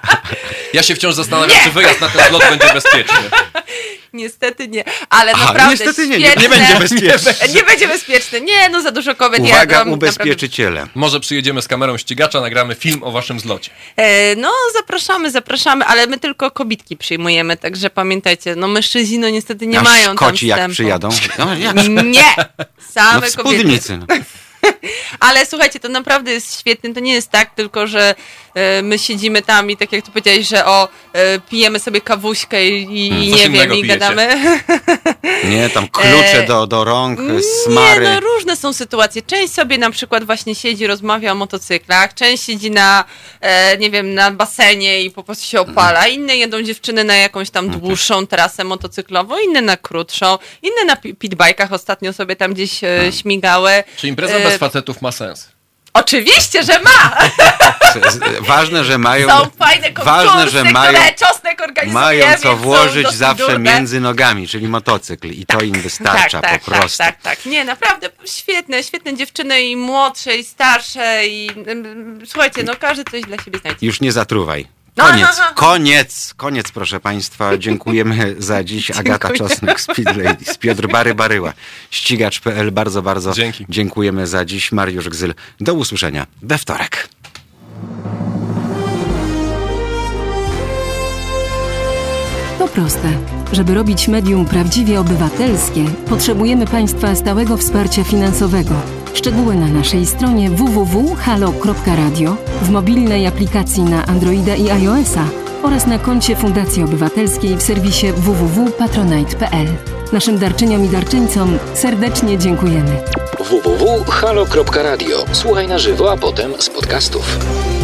Ja się wciąż zastanawiam, Nie. czy wyjazd na ten zlot będzie bezpieczny. Niestety nie, ale Aha, naprawdę niestety nie, nie, świetne. nie będzie bezpieczny. Nie będzie bezpieczny. Nie, no za dużo kobiet. Uwaga, ja mam ubezpieczyciele. Może przyjedziemy z kamerą ścigacza, nagramy film o waszym zlocie. Naprawdę, e, no zapraszamy, zapraszamy, ale my tylko kobitki przyjmujemy, także pamiętajcie, no mężczyźni no niestety nie A mają tam Szkoci jak wstępu. przyjadą? No, jak? Nie, same No w kobiety. spódnicy. No. Ale słuchajcie, to naprawdę jest świetne. To nie jest tak tylko, że e, my siedzimy tam i tak jak tu powiedziałeś, że o, e, pijemy sobie kawuśkę i, i Coś nie wiem, innego i pijecie. gadamy. Nie, tam klucze E, do, do rąk, smary. Nie, no różne są sytuacje. Część sobie na przykład właśnie siedzi, rozmawia o motocyklach, część siedzi na, e, nie wiem, na basenie i po prostu się opala. Inne jedą dziewczyny na jakąś tam dłuższą trasę motocyklową, inne na krótszą, inne na pi- pitbajkach ostatnio sobie tam gdzieś e, śmigały. Czy impreza E, bez facetów ma sens? Oczywiście, że ma! Ważne, że mają, Są fajne konkursy, ważne, że mają, które Czosnek organizuje, mają więc co są włożyć dosyć zawsze durne. między nogami, czyli motocykl. I to im wystarcza tak, po tak, prostu. Tak, tak, tak. Nie, naprawdę świetne, świetne dziewczyny i młodsze, i starsze i ym, słuchajcie, no każdy coś dla siebie znajdzie. Już nie zatruwaj. No, Koniec, aha, aha. koniec, koniec, proszę Państwa. Dziękujemy za dziś. Agata Dziękuję. Czosnek, Speed Ladies, Piotr Bary Baryła, ścigacz kropka p l. Bardzo, bardzo Dzięki. dziękujemy za dziś. Mariusz Gzyl. Do usłyszenia we wtorek. To proste. Żeby robić medium prawdziwie obywatelskie, potrzebujemy Państwa stałego wsparcia finansowego. Szczegóły na naszej stronie w w w kropka halo kropka radio, w mobilnej aplikacji na Androida i iOS-a oraz na koncie Fundacji Obywatelskiej w serwisie w w w kropka patronite kropka p l. Naszym darczyniom i darczyńcom serdecznie dziękujemy. w w w kropka halo kropka radio. Słuchaj na żywo, a potem z podcastów.